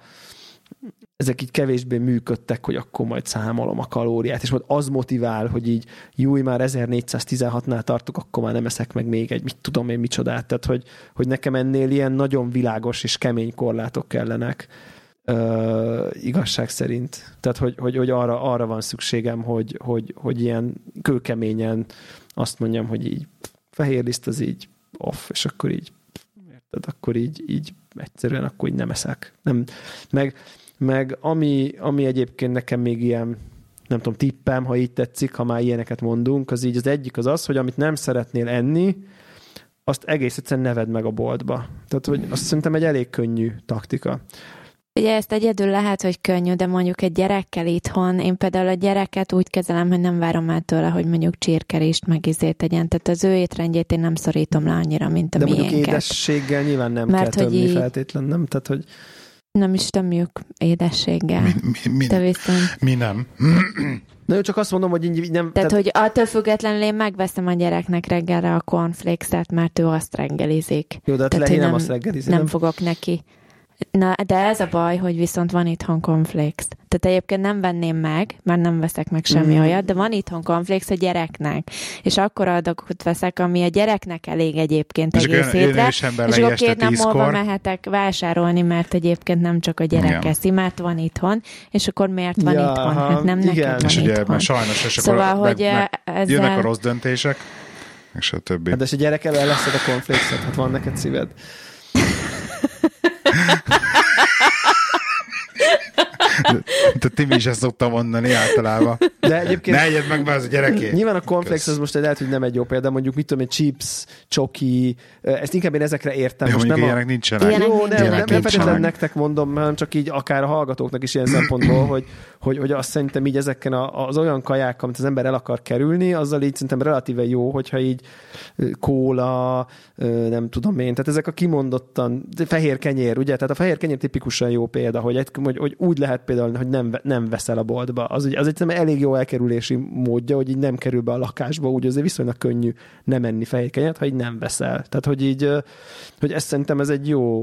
ezek így kevésbé működtek, hogy akkor majd számolom a kalóriát, és majd az motivál, hogy így júj, már ezernégyszáztizenhatnál tartok, akkor már nem eszek meg még egy, mit tudom én micsodát. Tehát, hogy, hogy nekem ennél ilyen nagyon világos és kemény korlátok kellenek uh, igazság szerint. Tehát, hogy, hogy, hogy arra, arra van szükségem, hogy, hogy, hogy ilyen kőkeményen azt mondjam, hogy így fehér liszt az így off, és akkor így érted, akkor így, így egyszerűen akkor így nem eszek. Nem, meg Meg ami, ami egyébként nekem még ilyen, nem tudom, tippem, ha így tetszik, ha már ilyeneket mondunk, az így az egyik az az, hogy amit nem szeretnél enni, azt egész egyszerűen ne vedd meg a boltba. Tehát, hogy azt szerintem egy elég könnyű taktika. Ugye ezt egyedül lehet, hogy könnyű, de mondjuk egy gyerekkel itthon, én például a gyereket úgy kezelem, hogy nem várom el tőle, hogy mondjuk csirkerist meg izét tegyen. Tehát az ő étrendjét én nem szorítom le annyira, mint a de miénket. De mondjuk édességgel nyilván nem Mert kell tömni így... feltétlen, nem? Tehát, hogy nem is tömjük édességgel. Mi, mi, mi, de viszont... mi nem. Na jó, csak azt mondom, hogy így nem... Tehát, tehát, hogy attól függetlenül én megveszem a gyereknek reggelre a cornflakes-et, mert ő azt reggelizik. Jó, de hát tehát, nem, nem azt reggelizik. Nem, nem fogok neki Na, de ez a baj, hogy viszont van itthon cornflakes. Tehát egyébként nem venném meg, mert nem veszek meg semmi mm. olyat, de van itthon cornflakes a gyereknek. És akkor adagot veszek, ami a gyereknek elég egyébként és egész hétre. És akkor két nap múlva mehetek vásárolni, mert egyébként nem csak a gyerek igen. eszi, mert van itthon. És akkor miért van ja, itthon? Hát nem igen. neked van és ugye, itthon. Sajnos, és szóval, akkor hogy meg, meg ezzel... jönnek a rossz döntések, és a többi. Hát de és a gyerek elől leszed a cornflakes-et, hát van neked szíved. Te Timi is ezt szoktam mondani általában. De egyébként... Ne egyed meg, mert az a gyereké. Nyilván a cornflakes az most lehet, hogy nem egy jó példa, mondjuk mit tudom, egy chips, csoki, ezt inkább én ezekre értem. Jó, most nem ilyenek a... nincsenek. Ilyenek jó, nem, ilyenek nem feltétlenül nektek mondom, hanem csak így akár a hallgatóknak is ilyen szempontból, hogy, hogy, hogy azt szerintem így ezeken az olyan kaják, amit az ember el akar kerülni, azzal így szerintem relatíve jó, hogyha így kóla, nem tudom én, tehát ezek a kimondottan fehér kenyér, ugye? Tehát a fehér kenyér tipikusan jó példa, hogy, egy, hogy, hogy úgy lehet például, hogy nem, nem veszel a boltba. Az, az egy elég jó elkerülési módja, hogy így nem kerül be a lakásba, úgy azért viszonylag könnyű nem enni fehér kenyeret, ha így nem veszel. Tehát, hogy így, hogy ezt szerintem ez egy jó,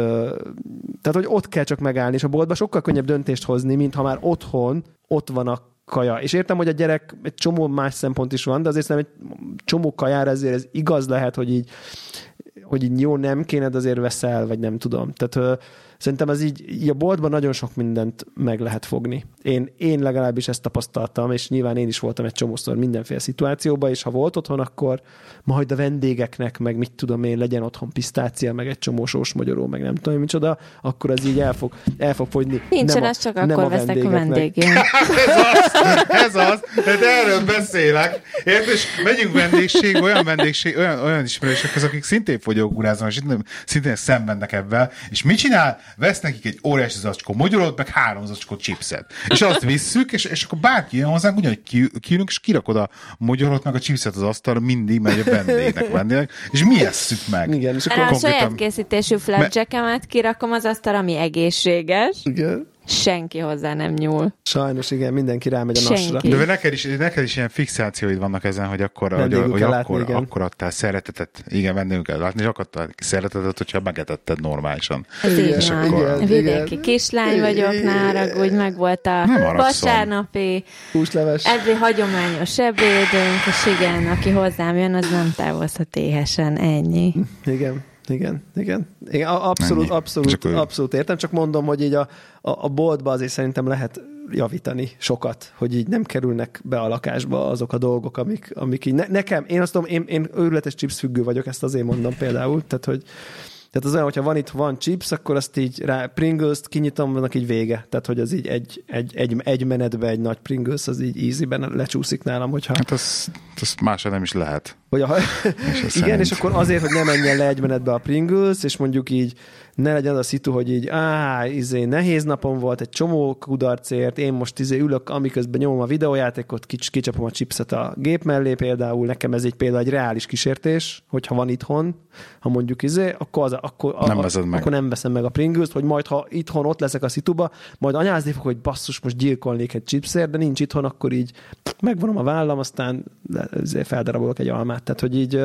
tehát, hogy ott kell csak megállni, és a boltba sokkal könnyebb döntést hozni, mint ha már otthon ott van a kaja. És értem, hogy a gyerek egy csomó más szempont is van, de azért szerintem egy csomó kajára ezért ez igaz lehet, hogy így, hogy így jó nem kéne, de azért veszel, vagy nem tudom. Tehát szerintem ez így, így a boltban nagyon sok mindent meg lehet fogni. Én, én legalábbis ezt tapasztaltam, és nyilván én is voltam egy csomószor mindenféle szituációban, és ha volt otthon, akkor majd a vendégeknek, meg mit tudom én, legyen otthon pisztácia, meg egy csomó sós magyaró, meg nem tudom, micsoda, akkor az így el fog, el fog fogyni. Nincsen, az csak akkor a veszek a vendégén. ez az, ez az, hát erről beszélek. Érted, és megyünk vendégség, olyan vendégség, olyan, olyan ismerősökhez, akik szintén fogyókúráznak, és szintén szenvednek ebben, és mit csinál? Vesz nekik egy óriási zacskó magyarót, meg három zacskó chipset. És azt visszük, és, és akkor bárki jön hozzánk, ugyanúgy kijönünk, és kirakod a magyarót, meg a chipset az asztalra, mindig megy a vendégnek, vendégnek, és mi esszük meg. Igen, és akkor a konkrétan... saját készítésű flapjackemet kirakom az asztalra, ami egészséges. Igen. Senki hozzá nem nyúl. Sajnos, igen, mindenki rámegy a nasra. De neked is, neked is ilyen fixációid vannak ezen, hogy akkor, hogy, hogy akkor, látni, akkor adtál szeretetet, igen, vendégünk kell látni, és akkor adtál szeretetet, hogyha megetetted normálisan. És akkor... Vidéki kislány vagyok, nára, úgy meg volt a vasárnapi ebbi hagyományos ebédünk, és igen, aki hozzám jön, az nem távozhat éhesen, ennyi. Igen. Igen, igen. igen abszolút, abszolút, abszolút értem, csak mondom, hogy így a, a, a boltba azért szerintem lehet javítani sokat, hogy így nem kerülnek be a lakásba azok a dolgok, amik, amik így ne, nekem, én azt tudom, én, én őrületes chips függő vagyok, ezt azért mondom például, tehát, hogy tehát az olyan, hogyha van itt van chips, akkor azt így rá Pringles-t kinyitom, vannak így vége. Tehát, hogy az így egy, egy, egy, egy menetbe egy nagy Pringles, az így easyben lecsúszik nálam, hogyha... Hát az, az másra nem is lehet. Hogy a, és igen, és akkor azért, hogy ne menjen le egy menetbe a Pringles, és mondjuk így ne legyen az a szitu, hogy így á, izé, nehéz napom volt, egy csomó kudarcért, én most izé ülök, amiközben nyomom a videójátékot, kics, kicsapom a chipset a gép mellé például, nekem ez egy például egy reális kísértés, hogyha van itthon, ha mondjuk izé, akkor, az, akkor, nem, a, meg. akkor nem veszem meg a Pringles-t, hogy majd ha itthon ott leszek a szituba, majd anyázni fog, hogy basszus, most gyilkolnék egy chipsért, de nincs itthon, akkor így megvonom a vállam, aztán feldarabolok egy almát. Tehát, hogy így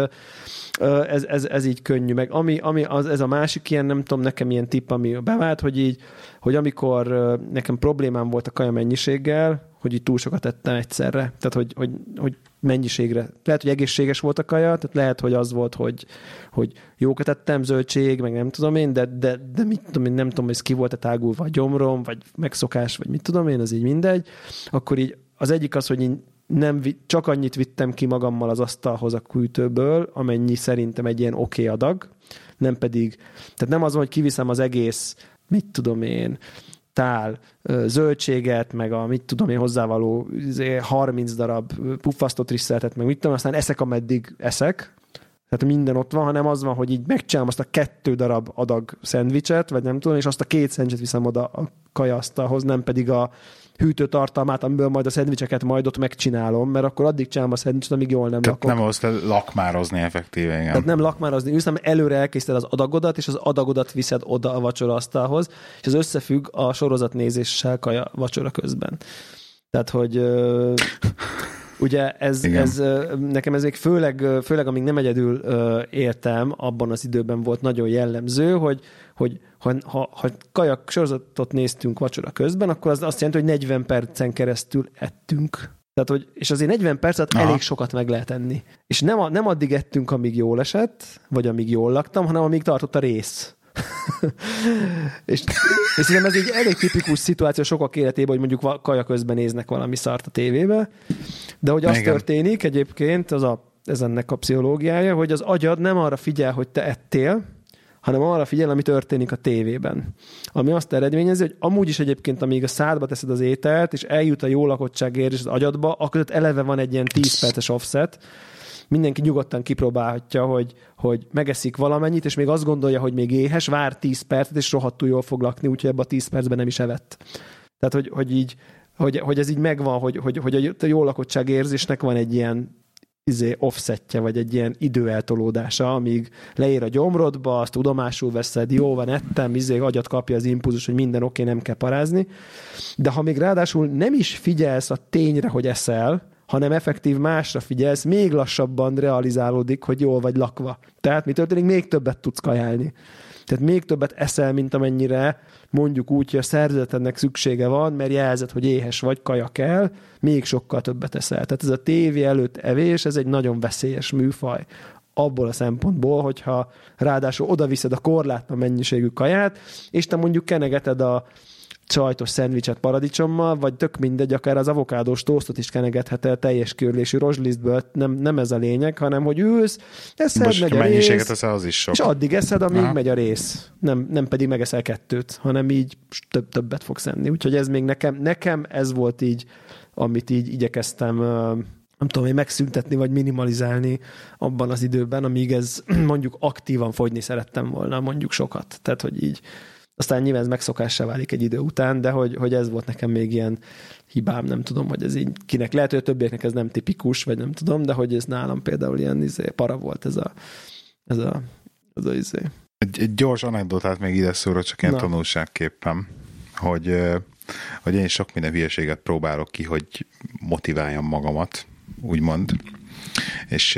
ez, ez, ez így könnyű. Meg ami, ami az, ez a másik ilyen, nem tudom, nekem ilyen tipp, ami bevált, hogy így, hogy amikor nekem problémám volt a kaja mennyiséggel, hogy így túl sokat ettem egyszerre. Tehát, hogy, hogy, hogy mennyiségre. Lehet, hogy egészséges volt a kaja, tehát lehet, hogy az volt, hogy, hogy jókat ettem, zöldség, meg nem tudom én, de, de, de mit tudom én, nem tudom, hogy ez ki volt-e tágulva a gyomrom, vagy megszokás, vagy mit tudom én, az így mindegy. Akkor így az egyik az, hogy így nem, csak annyit vittem ki magammal az asztalhoz a küldőből, amennyi szerintem egy ilyen oké okay adag, nem pedig, tehát nem az, hogy kiviszem az egész, mit tudom én, tál, zöldséget, meg a mit tudom én hozzávaló harminc darab puffasztott risszeltet, meg mit tudom, aztán eszek, ameddig eszek, tehát minden ott van, hanem az van, hogy így megcsinálom azt a kettő darab adag szendvicset, vagy nem tudom, és azt a két szendvicset viszem oda a kajasztalhoz, nem pedig a hűtőtartalmát, amiből majd a szendvicseket majd ott megcsinálom, mert akkor addig csinálom a szendvicset, amíg jól nem tehát lakok. nem ahhoz lakmározni effektíve, igen. Tehát nem lakmározni, hanem előre elkészíted az adagodat, és az adagodat viszed oda a vacsoraasztalhoz, és az összefügg a sorozatnézéssel kaja vacsora közben. Tehát, hogy ugye ez, ez nekem ez még főleg, főleg amíg nem egyedül éltem, abban az időben volt nagyon jellemző, hogy, hogy hogy ha, ha, ha kajak sorozatot néztünk vacsora közben, akkor az azt jelenti, hogy negyven percen keresztül ettünk. Tehát, hogy, és azért negyven percet elég sokat meg lehet enni. És nem, a, nem addig ettünk, amíg jól esett, vagy amíg jól laktam, hanem amíg tartott a rész. és, és szerintem ez egy elég tipikus szituáció sokak életében, hogy mondjuk kaja közben néznek valami szart a tévébe, de hogy az Igen. történik egyébként, az a, ez ennek a pszichológiája, hogy az agyad nem arra figyel, hogy te ettél, hanem arra figyel, ami történik a tévében. Ami azt eredményezi, hogy amúgy is egyébként, amíg a szádba teszed az ételt, és eljut a jó lakottság érzés az agyadba, akkor eleve van egy ilyen tíz perces offset. Mindenki nyugodtan kipróbálhatja, hogy, hogy megeszik valamennyit, és még azt gondolja, hogy még éhes, vár tíz percet, és rohadtul jól fog lakni, úgyhogy ebben a tíz percben nem is evett. Tehát, hogy, hogy így, hogy, hogy ez így megvan, hogy, hogy, hogy a jó lakottság érzésnek van egy ilyen izé offsetje, vagy egy ilyen időeltolódása, amíg leér a gyomrodba, azt tudomásul veszed, jó van, ettem, izé, agyat kapja az impulzus, hogy minden oké, nem kell parázni. De ha még ráadásul nem is figyelsz a tényre, hogy eszel, hanem effektív másra figyelsz, még lassabban realizálódik, hogy jól vagy lakva. Tehát mi történik? Még többet tudsz kajálni. Tehát még többet eszel, mint amennyire mondjuk úgy, hogy a szervezetednek szüksége van, mert jelzed, hogy éhes vagy, kaja kell, még sokkal többet eszel. Tehát ez a tévé előtt evés, ez egy nagyon veszélyes műfaj. Abból a szempontból, hogyha ráadásul oda viszed a korlátlan mennyiségű kaját, és te mondjuk kenegeted a sajtos szendvicset paradicsommal, vagy tök mindegy, akár az avokádós tosztot is kenegetheted teljes körlésű rozslisztből, nem, nem ez a lényeg, hanem hogy ülsz, eszed, most megy a rész, eszel, az is sok. És addig eszed, amíg Aha. megy a rész. Nem, nem pedig megeszel kettőt, hanem így több, többet fogsz enni. Úgyhogy ez még nekem, nekem ez volt így, amit így igyekeztem nem tudom, hogy megszüntetni, vagy minimalizálni abban az időben, amíg ez mondjuk aktívan fogyni szerettem volna, mondjuk sokat. Tehát, hogy így aztán nyilván ez megszokássá válik egy idő után, de hogy, hogy ez volt nekem még ilyen hibám, nem tudom, hogy ez így kinek. Lehet, hogy a többieknek ez nem tipikus, vagy nem tudom, de hogy ez nálam például ilyen izé, para volt ez a ez a, ez a izé. Egy, egy gyors anekdotát még ide szúrok, csak ilyen Na. tanulságképpen, hogy, hogy én sok minden hülyeséget próbálok ki, hogy motiváljam magamat, úgymond. És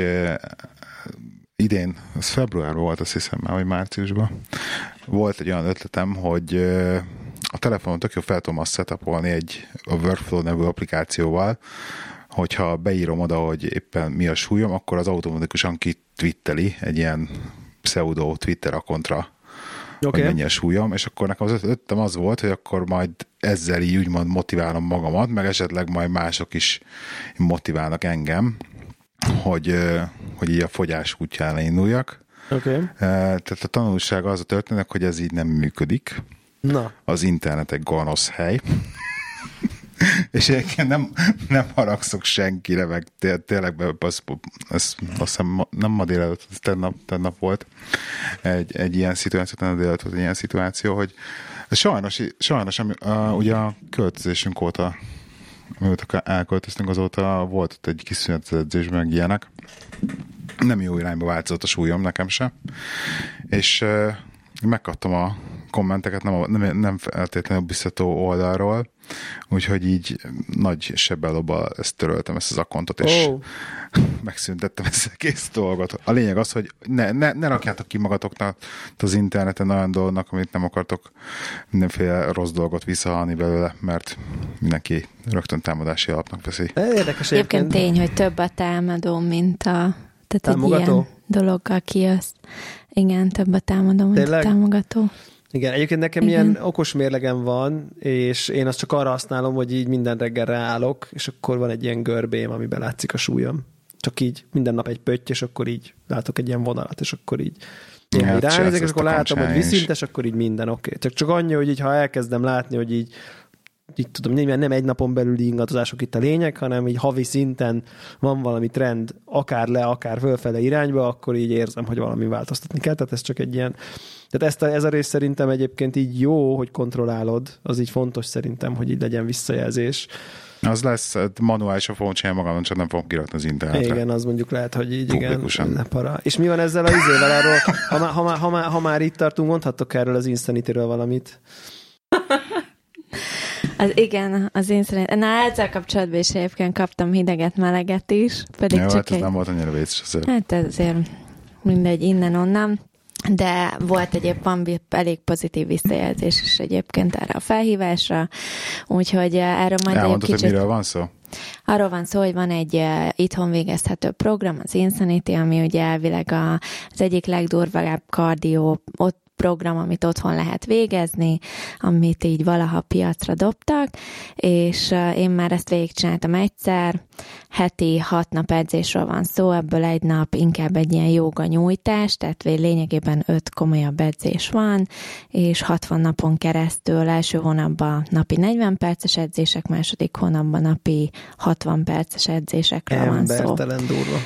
idén, ez februárban volt, azt hiszem már, vagy márciusban, volt egy olyan ötletem, hogy a telefonon tök jó fel tudom azt setupolni egy a Workflow nevű applikációval, hogyha beírom oda, hogy éppen mi a súlyom, akkor az automatikusan kitwitteli egy ilyen pseudo Twitter akontra, okay. hogy mennyi a súlyom, és akkor nekem az ötletem az volt, hogy akkor majd ezzel így úgymond motiválom magamat, meg esetleg majd mások is motiválnak engem, hogy, hogy így a fogyás útján induljak. Okay. Tehát a tanulság az a történet, hogy ez így nem működik. Na. Az internet egy gonosz hely. És egyébként nem, nem haragszok senkire, meg té- tényleg az, az, azt hiszem nem ma délelőtt, ez tennap, tennap volt egy, egy ilyen szituáció, tennap délelőtt volt egy ilyen szituáció, hogy sajnos, sajnos ami, a, ugye a költözésünk óta, amióta elköltöztünk, azóta volt ott egy kis szünetedzés, meg ilyenek. Nem jó irányba változott a súlyom, nekem sem. És uh, megkaptam a kommenteket, nem, a, nem, nem feltétlenül biztató oldalról, úgyhogy így nagy sebbelóba ezt töröltem, ezt az akkontot, és oh. megszüntettem ezt a kész dolgot. A lényeg az, hogy ne, ne, ne rakjátok ki magatoknak az interneten olyan dolgoknak, amit nem akartok mindenféle rossz dolgot visszahalni belőle, mert mindenki rögtön támadási alapnak veszi. Érdekes egyébként tény, hogy több a támadó, mint a tehát egy ilyen dologgal kijössz. Igen, több a támadó, mint Tényleg? a támogató. Igen, egyébként nekem Igen. ilyen okos mérlegem van, és én azt csak arra használom, hogy így minden reggelre állok, és akkor van egy ilyen görbém, amiben látszik a súlyom. Csak így minden nap egy pötty, és akkor így látok egy ilyen vonalat, és akkor így néha ja, ránézek, és akkor látom, hogy viszintes, akkor így minden oké. Okay. Csak, csak annyi, hogy így, ha elkezdem látni, hogy így így tudom, nem egy napon belüli ingadozások itt a lényeg, hanem így havi szinten van valami trend, akár le, akár fölfele irányba, akkor így érzem, hogy valami változtatni kell. Tehát ez csak egy ilyen... Tehát ezt a, ez a rész szerintem egyébként így jó, hogy kontrollálod, az így fontos szerintem, hogy így legyen visszajelzés. Az lesz, manuálisan fogom csinálni magam, csak nem fogom kirakni az internetre. Igen, az mondjuk lehet, hogy így Publikusan. igen, para. És mi van ezzel az izével arról, ha már, ha, már, ha, már, ha már itt tartunk, mondhattok erről az Insanity-ről valamit. Az igen, az én szerintem. Na, ezzel kapcsolatban is egyébként kaptam hideget, meleget is. Pedig Jó, csak hát ez egy... nem volt annyira vécs azért. Hát azért mindegy, innen-onnan. de volt egyébként elég pozitív visszajelzés is egyébként erre a felhívásra, úgyhogy erről majd Elmondod, egy kicsit... hogy miről van szó? Arról van szó, hogy van egy uh, itthon végezhető program, az Insanity, ami ugye elvileg a, az egyik legdurvább kardió ott program, amit otthon lehet végezni, amit így valaha piacra dobtak, és uh, én már ezt végigcsináltam egyszer, heti hat nap edzésről van szó, ebből egy nap inkább egy ilyen jóga nyújtás, tehát lényegében öt komolyabb edzés van, és hatvan napon keresztül első hónapban napi negyven perces edzések, második hónapban napi hatvan perces edzésekről van szó. Embertelen durva.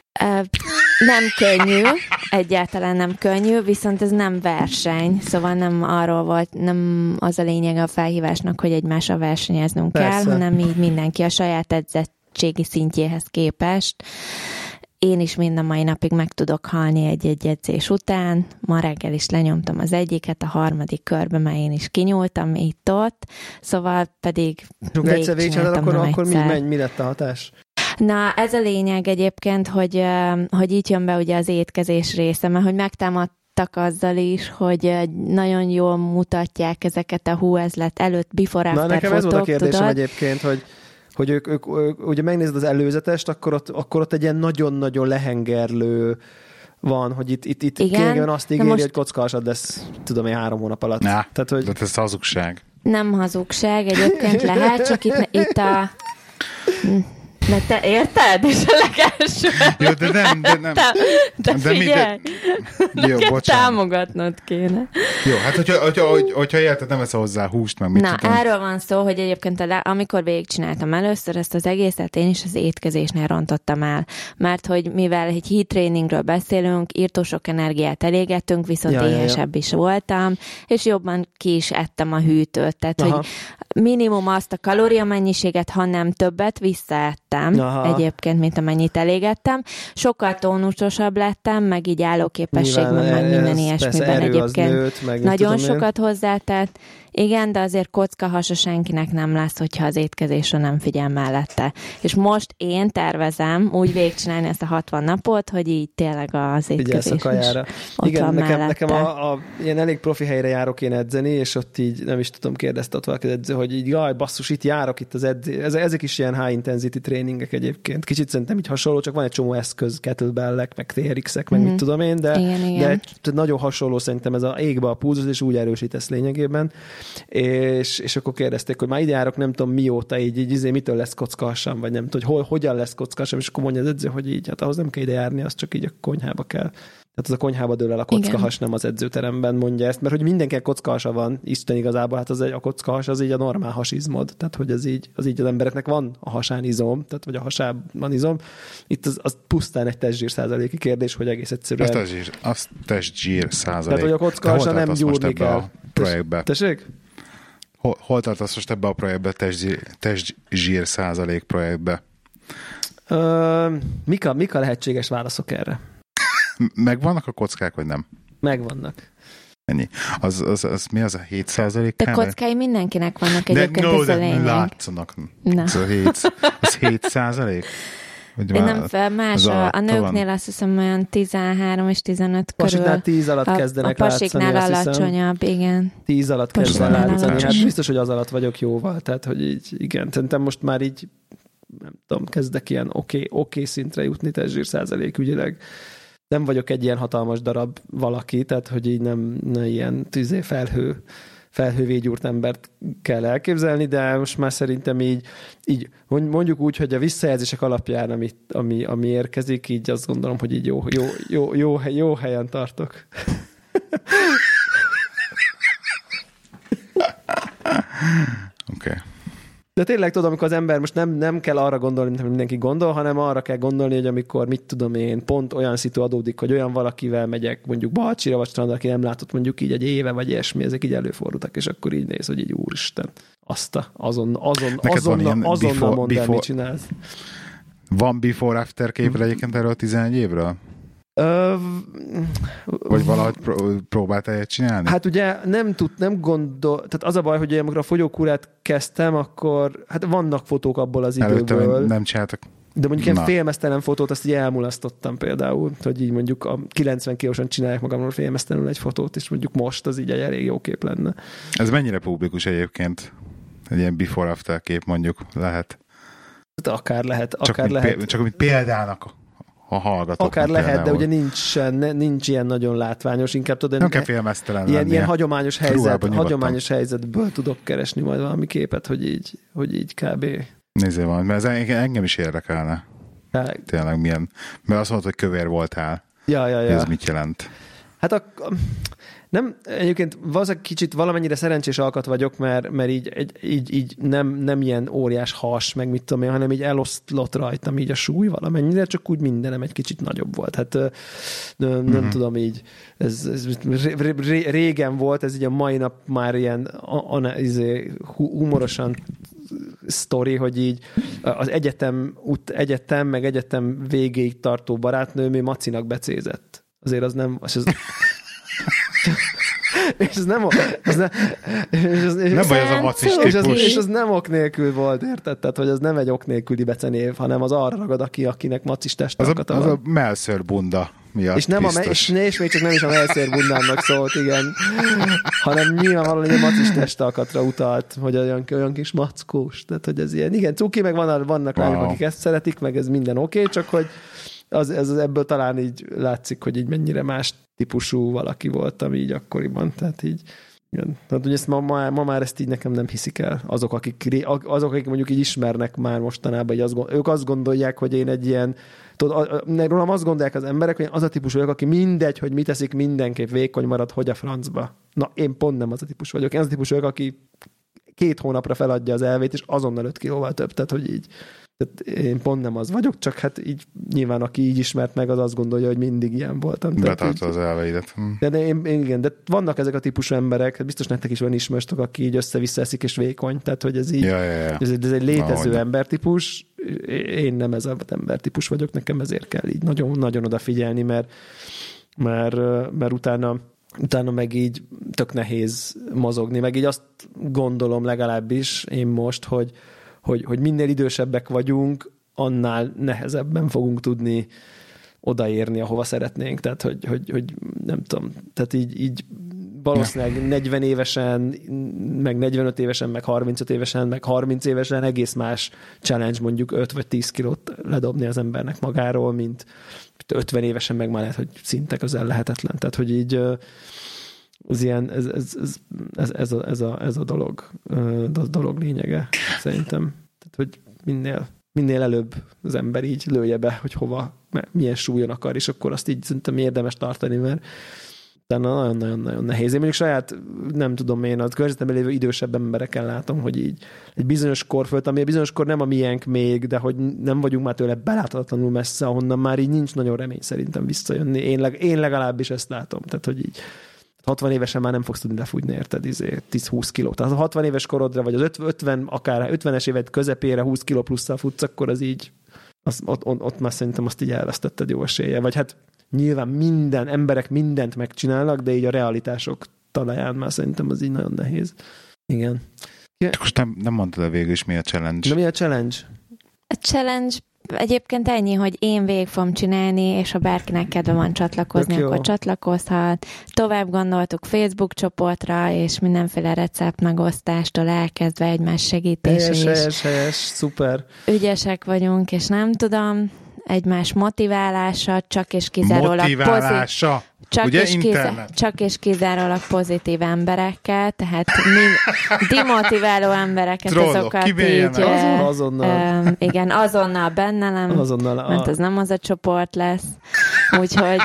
Nem könnyű, egyáltalán nem könnyű, viszont ez nem verseny, szóval nem arról volt, nem az a lényeg a felhívásnak, hogy egymással versenyeznünk Persze. kell, hanem így mindenki a saját edzettségi szintjéhez képest. Én is mind a mai napig meg tudok halni egy-egy edzés után. Ma reggel is lenyomtam az egyiket, a harmadik körbe már én is kinyúltam itt-ott, szóval pedig végigcsináltam akkor, akkor mi, menj, mi lett a hatás? Na, ez a lényeg egyébként, hogy, hogy itt jön be ugye az étkezés része, mert hogy megtámadtak azzal is, hogy nagyon jól mutatják ezeket a hú, ez lett előtt, before after Na, nekem fotók, ez volt a kérdésem tudod? Egyébként, hogy hogy ők, ők, ők, ugye megnézed az előzetest, akkor ott, akkor ott egy ilyen nagyon-nagyon lehengerlő van, hogy itt, itt, itt kényegében azt ígéri, most... hogy kockahasad lesz, tudom én, három hónap alatt. Nah, Tehát, hogy... de ez hazugság. Nem hazugság, egyébként lehet, csak itt, itt a... De te érted? És a legelső... Jó, de nem, de nem. De, de, de figyelj! De... Jó, bocsánat. Támogatnod kéne. Jó, hát hogyha, hogyha, hogyha, hogyha érted, nem eszel hozzá húst, meg mit Na, tudom. Erről van szó, hogy egyébként a, amikor végigcsináltam először ezt az egészet, én is az étkezésnél rontottam el. Mert hogy mivel egy heat trainingről beszélünk, írtó sok energiát elégettünk, viszont ja, éhesebb ja, ja. is voltam, és jobban ki is ettem a hűtőt. Tehát, Aha. hogy minimum azt a kalóriamennyiséget, ha nem többet visszaettem Aha. egyébként, mint amennyit elégettem. Sokkal tónusosabb lettem, meg így állóképesség, meg minden ilyesmiben egyébként. Nőtt, meg nagyon sokat hozzátett. Igen, de azért kockahasa senkinek nem lesz, hogyha az étkezésre nem figyel mellette. És most én tervezem úgy végigcsinálni ezt a hatvan napot, hogy így tényleg az étkezés is ott Igen, van nekem, mellette. nekem a, a, ilyen elég profi helyre járok én edzeni, és ott így nem is tudom, kérdezte ott valaki edző, hogy így jaj, basszus, itt járok itt az edző. Ezek is ilyen high intensity tréningek egyébként. Kicsit szerintem így hasonló, csak van egy csomó eszköz, kettlebellek, meg té er ikszek, meg mm. mit tudom én, de, igen, igen. de nagyon hasonló szerintem ez a égbe a pulzus, és úgy erősítesz lényegében. És, és akkor kérdezték, hogy már ide járok, nem tudom mióta, így, így izé, mitől lesz kockahasam, vagy nem tudom, hogy hol, hogyan lesz kockahasam, és akkor mondja az edző, hogy így, hát ahhoz nem kell ide járni, az csak így a konyhába kell. Tehát az a konyhába dől el a kockahas, Igen. nem az edzőteremben mondja ezt, mert hogy mindenkinek kockahasa van, Isten igazából, hát az egy, a kockahas az így a normál hasizmod, tehát hogy az így, az így az embereknek van a hasán izom, tehát vagy a hasában izom. Itt az, az pusztán egy testzsír százaléki kérdés, hogy egész egyszerűen... Az testzsír, az testzsír százalék. Tehát, hogy a kockahasa nem gyúrni kell. Projektbe. Tessék? Hol, hol tartasz most ebbe a projektbe, testzsír, testzsír százalék projektbe? Ö, mik, a, mik a lehetséges válaszok erre? Megvannak a kockák, vagy nem? Megvannak. Ennyi. Az, az, az mi az a hét százalék? De kockái mindenkinek vannak egyébként, no, ez a lényeg. Látszanak. Az a hét, az hét százalék? Én nem fel, más a, a nőknél van. Azt hiszem olyan tizenhárom és tizenöt körül. Pasiknál tíz alatt kezdenek látszani. A pasiknál alacsonyabb, igen. tíz alatt kezdenek látszani. Hát biztos, hogy az alatt vagyok jóval. Tehát, hogy így, igen. Szerintem most már így, nem tudom, kezdek ilyen oké, okay, oké okay szintre jutni testzsír százalék ügyileg. Nem vagyok egy ilyen hatalmas darab valaki, tehát, hogy így nem, nem ilyen tüzé felhő felhővégyúrt embert kell elképzelni, de most már szerintem így, így mondjuk úgy, hogy a visszajelzések alapján, ami, ami, ami érkezik, így azt gondolom, hogy így jó, jó, jó, jó, jó helyen tartok. Oké. Okay. De tényleg tudom, amikor az ember most nem, nem kell arra gondolni, mint mindenki gondol, hanem arra kell gondolni, hogy amikor, mit tudom én, pont olyan szitu adódik, hogy olyan valakivel megyek mondjuk Balcsira, vagy strandra, aki nem látott mondjuk így egy éve, vagy ilyesmi, ezek így előfordultak, és akkor így néz, hogy így úristen, azt a, azon, azon, azonnal, azonnal mondd el, mit csinálsz. Van before-after képre egyébként erről a tizenegy évről? Ö, Vagy valahogy pró- próbáltál ilyet csinálni? Hát ugye nem tud, nem gondol, tehát az a baj, hogy amikor a fogyókúrát kezdtem, akkor hát vannak fotók abból az időből. Előtte nem csináltak. De mondjuk ilyen félmeztelen fotót azt így elmulasztottam például, hogy így mondjuk a kilencven kilósan csinálják magamról félmeztelenül egy fotót, és mondjuk most az így egy elég jó kép lenne. Ez mennyire publikus egyébként? Egy ilyen before-after kép mondjuk lehet? De akár lehet. Csak akár mint lehet. Pé- csak mint példának a hallgatók. Akár lehet, például. De ugye nincs, nincs ilyen nagyon látványos, inkább tudod. Nem kell félmeztelen ilyen, ilyen hagyományos, helyzet, hagyományos helyzetből tudok keresni majd valami képet, hogy így, hogy így kb. Nézzél van, mert ez engem is érdekelne. Ja. Tényleg milyen, mert azt mondod, hogy kövér voltál. Ja, ja, ja. Ez mit jelent? Hát a, nem, egyébként valószínűleg kicsit valamennyire szerencsés alkat vagyok, mert, mert így, egy, így, így nem, nem ilyen óriás has, meg mit tudom én, hanem így eloszlott rajtam így a súly valamennyire, csak úgy mindenem egy kicsit nagyobb volt. Hát nem, nem mm-hmm. tudom így, ez, ez régen volt, ez így a mai nap már ilyen a, a, izé, humorosan sztori, hogy így az egyetem, út, egyetem meg egyetem végéig tartó barátnőm Macinak becézett. Azért az nem... Az, az, és ez nem... Az ne, és az, és nem baj, az a macis és az, típus. és az nem ok nélkül volt, érted? Tehát, hogy az nem egy ok nélküli becenév, hanem az arra ragad, aki, akinek macis testalkata van. Az a, a melször bunda miatt és, nem a, és, és még csak nem is a melször bundámnak szólt, igen. Hanem nyilvánvalóan egy macis testalkatra utalt, hogy olyan, olyan kis mackós. Tehát, hogy ez ilyen, igen, cuki, meg van, vannak wow. lányok, akik ezt szeretik, meg ez minden oké, okay, csak hogy az, ez, az ebből talán így látszik, hogy így mennyire más típusú valaki voltam így akkoriban, tehát így igen. Tehát, hogy ezt ma, ma, ma már ezt így nekem nem hiszik el. Azok, akik, azok, akik mondjuk így ismernek már mostanában, így azt, ők azt gondolják, hogy én egy ilyen, tudod, rólam azt gondolják az emberek, hogy az a típus vagyok, aki mindegy, hogy mit teszik, mindenképp vékony marad, hogy a francba. Na, én pont nem az a típus vagyok. Én az a típus vagyok, aki két hónapra feladja az elvét, és azonnal öt kilóval több, tehát hogy így. Tehát én pont nem az vagyok, csak hát így nyilván aki így ismert meg, az azt gondolja, hogy mindig ilyen voltam. Betartva az elveidet. De, de én, én, igen, de vannak ezek a típusú emberek, biztos nektek is van ismertek, aki így össze-vissza eszik és vékony, tehát hogy ez így, ja, ja, ja. Ez, ez egy létező Na, embertípus, én nem ez az embertípus vagyok, nekem ezért kell így nagyon, nagyon odafigyelni, mert, mert, mert utána utána meg így tök nehéz mozogni, meg így azt gondolom legalábbis én most, hogy Hogy, hogy minél idősebbek vagyunk, annál nehezebben fogunk tudni odaérni, ahova szeretnénk. Tehát, hogy, hogy, hogy nem tudom, tehát így, így valószínűleg negyven évesen, meg negyvenöt évesen, meg harmincöt évesen, meg harminc évesen egész más challenge mondjuk öt vagy tíz kilót ledobni az embernek magáról, mint ötven évesen meg már lehet, hogy szinte közel lehetetlen. Tehát, hogy így az ilyen, ez, ez, ez, ez, ez, a, ez, a, ez a dolog, a dolog lényege, szerintem. Tehát, hogy minél, minél előbb az ember így lője be, hogy hova, milyen súlyon akar, és akkor azt így szerintem érdemes tartani, mert utána nagyon-nagyon-nagyon nehéz. Én mondjuk saját, nem tudom én, a környezetemben lévő idősebb embereken látom, hogy így egy bizonyos kor fölött, ami a bizonyos kor nem a miénk még, de hogy nem vagyunk már tőle beláthatatlanul messze, ahonnan már így nincs nagyon remény szerintem visszajönni. Én, leg, én legalábbis ezt látom. Tehát, hogy így hatvan évesen már nem fogsz tudni lefújni, érted, izé, tíz-húsz kiló. Tehát ha hatvan éves korodra, vagy az ötven, akár ötvenes évet közepére húsz kiló plusszal futsz, akkor az így, az, ott, ott, ott már szerintem azt így elvesztetted jó esélye. Vagy hát nyilván minden, emberek mindent megcsinálnak, de így a realitások talaján már szerintem az így nagyon nehéz. Igen. Csak most nem, nem mondtad a végül is, mi a challenge. De mi a challenge? A challenge egyébként ennyi, hogy én végig fogom csinálni, és ha bárkinek kedve van csatlakozni, akkor csatlakozhat. Tovább gondoltuk Facebook csoportra, és mindenféle recept megosztástól elkezdve egymás segítés. Helyes, helyes, helyes, szuper. Ügyesek vagyunk, és nem tudom, egymás motiválása, csak és kizárólag motiválása. Pozit- Csak, ugye, és kizá- csak és kizárólag pozitív emberekkel, tehát mi demotiváló embereket, Trollok, azokat így... Azon, azonnal. Um, igen, azonnal bennem, azonnal, mert az nem az a csoport lesz. Úgyhogy...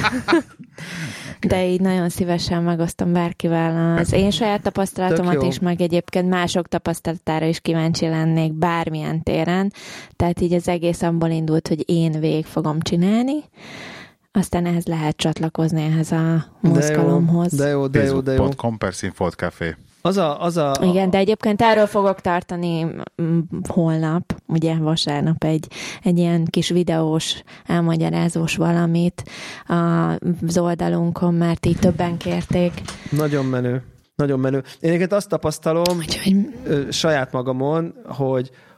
de így nagyon szívesen megosztom bárkivel az én saját tapasztalatomat is, meg egyébként mások tapasztalatára is kíváncsi lennék bármilyen téren. Tehát így az egész abból indult, hogy én végig fogom csinálni, aztán ehhez lehet csatlakozni ehhez a mozgalomhoz. De jó, de jó, de jó. facebook pont com per Színfolt Café. Az a, az a... Igen, de egyébként erről fogok tartani holnap, ugye vasárnap egy, egy ilyen kis videós, elmagyarázós valamit az oldalunkon, mert így többen kérték. Nagyon menő. Nagyon menő. Én egyébként azt tapasztalom Úgyhogy... saját magamon, hogy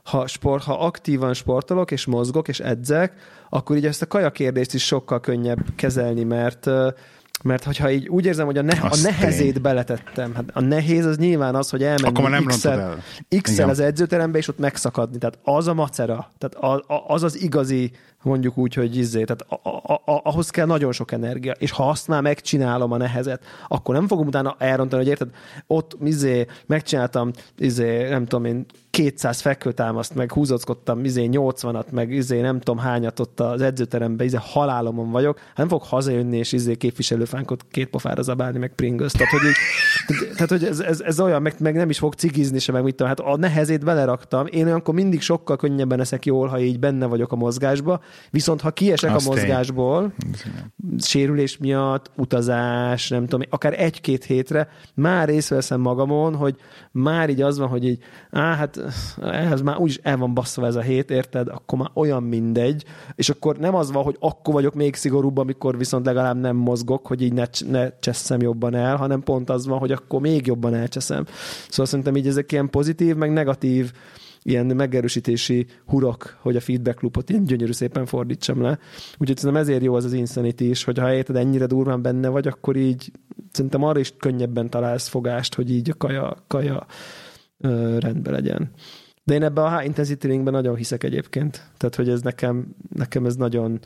ha, sport, ha aktívan sportolok, és mozgok, és edzek, akkor így ezt a kaja kérdést is sokkal könnyebb kezelni, mert mert hogyha így úgy érzem, hogy a, ne, a nehezét tény. beletettem. Hát a nehéz az nyilván az, hogy elmenni X-el, X-el az edzőterembe, és ott megszakadni. Tehát az a macera. Tehát az az igazi, mondjuk úgy, hogy izzé. Tehát a, a, a, ahhoz kell nagyon sok energia. És ha azt már megcsinálom a nehezet, akkor nem fogom utána elrontani, hogy érted, ott izé, megcsináltam izé, nem tudom én, kétszáz fekvőtámaszt, meg húzockodtam izé nyolcvanat, meg izé nem tudom hányat ott az edzőteremben, izé halálomon vagyok, hát nem fog hazajönni, és izé képviselőfánkot két pofára zabálni, meg Pringles. Tehát, hogy, így, tehát, hogy ez, ez, ez olyan, meg, meg nem is fog cigizni se, meg mit tudom. Hát a nehezét beleraktam. Én olyankor mindig sokkal könnyebben eszek jól, ha így benne vagyok a mozgásba, viszont ha kiesek Azt a mozgásból, én. sérülés miatt, utazás, nem tudom, akár egy-két hétre, már észreveszem magamon, hogy már így az van, hogy így, á, hát ehhez már úgyis el van basszva ez a hét, érted? Akkor már olyan mindegy, és akkor nem az van, hogy akkor vagyok még szigorúbb, amikor viszont legalább nem mozgok, hogy így ne, ne cseszem jobban el, hanem pont az van, hogy akkor még jobban elcseszem. Szóval szerintem így ezek ilyen pozitív, meg negatív ilyen megerősítési hurok, hogy a feedback loopot ilyen gyönyörű szépen fordítsam le. Úgyhogy szerintem ezért jó az az Insanity is, hogy ha érted, ennyire durván benne vagy, akkor így szerintem arra is könnyebben találsz fogást, hogy így a kaja, kaja ö, rendben legyen. De én ebben a high intensity trainingben nagyon hiszek egyébként. Tehát, hogy ez nekem, nekem ez nagyon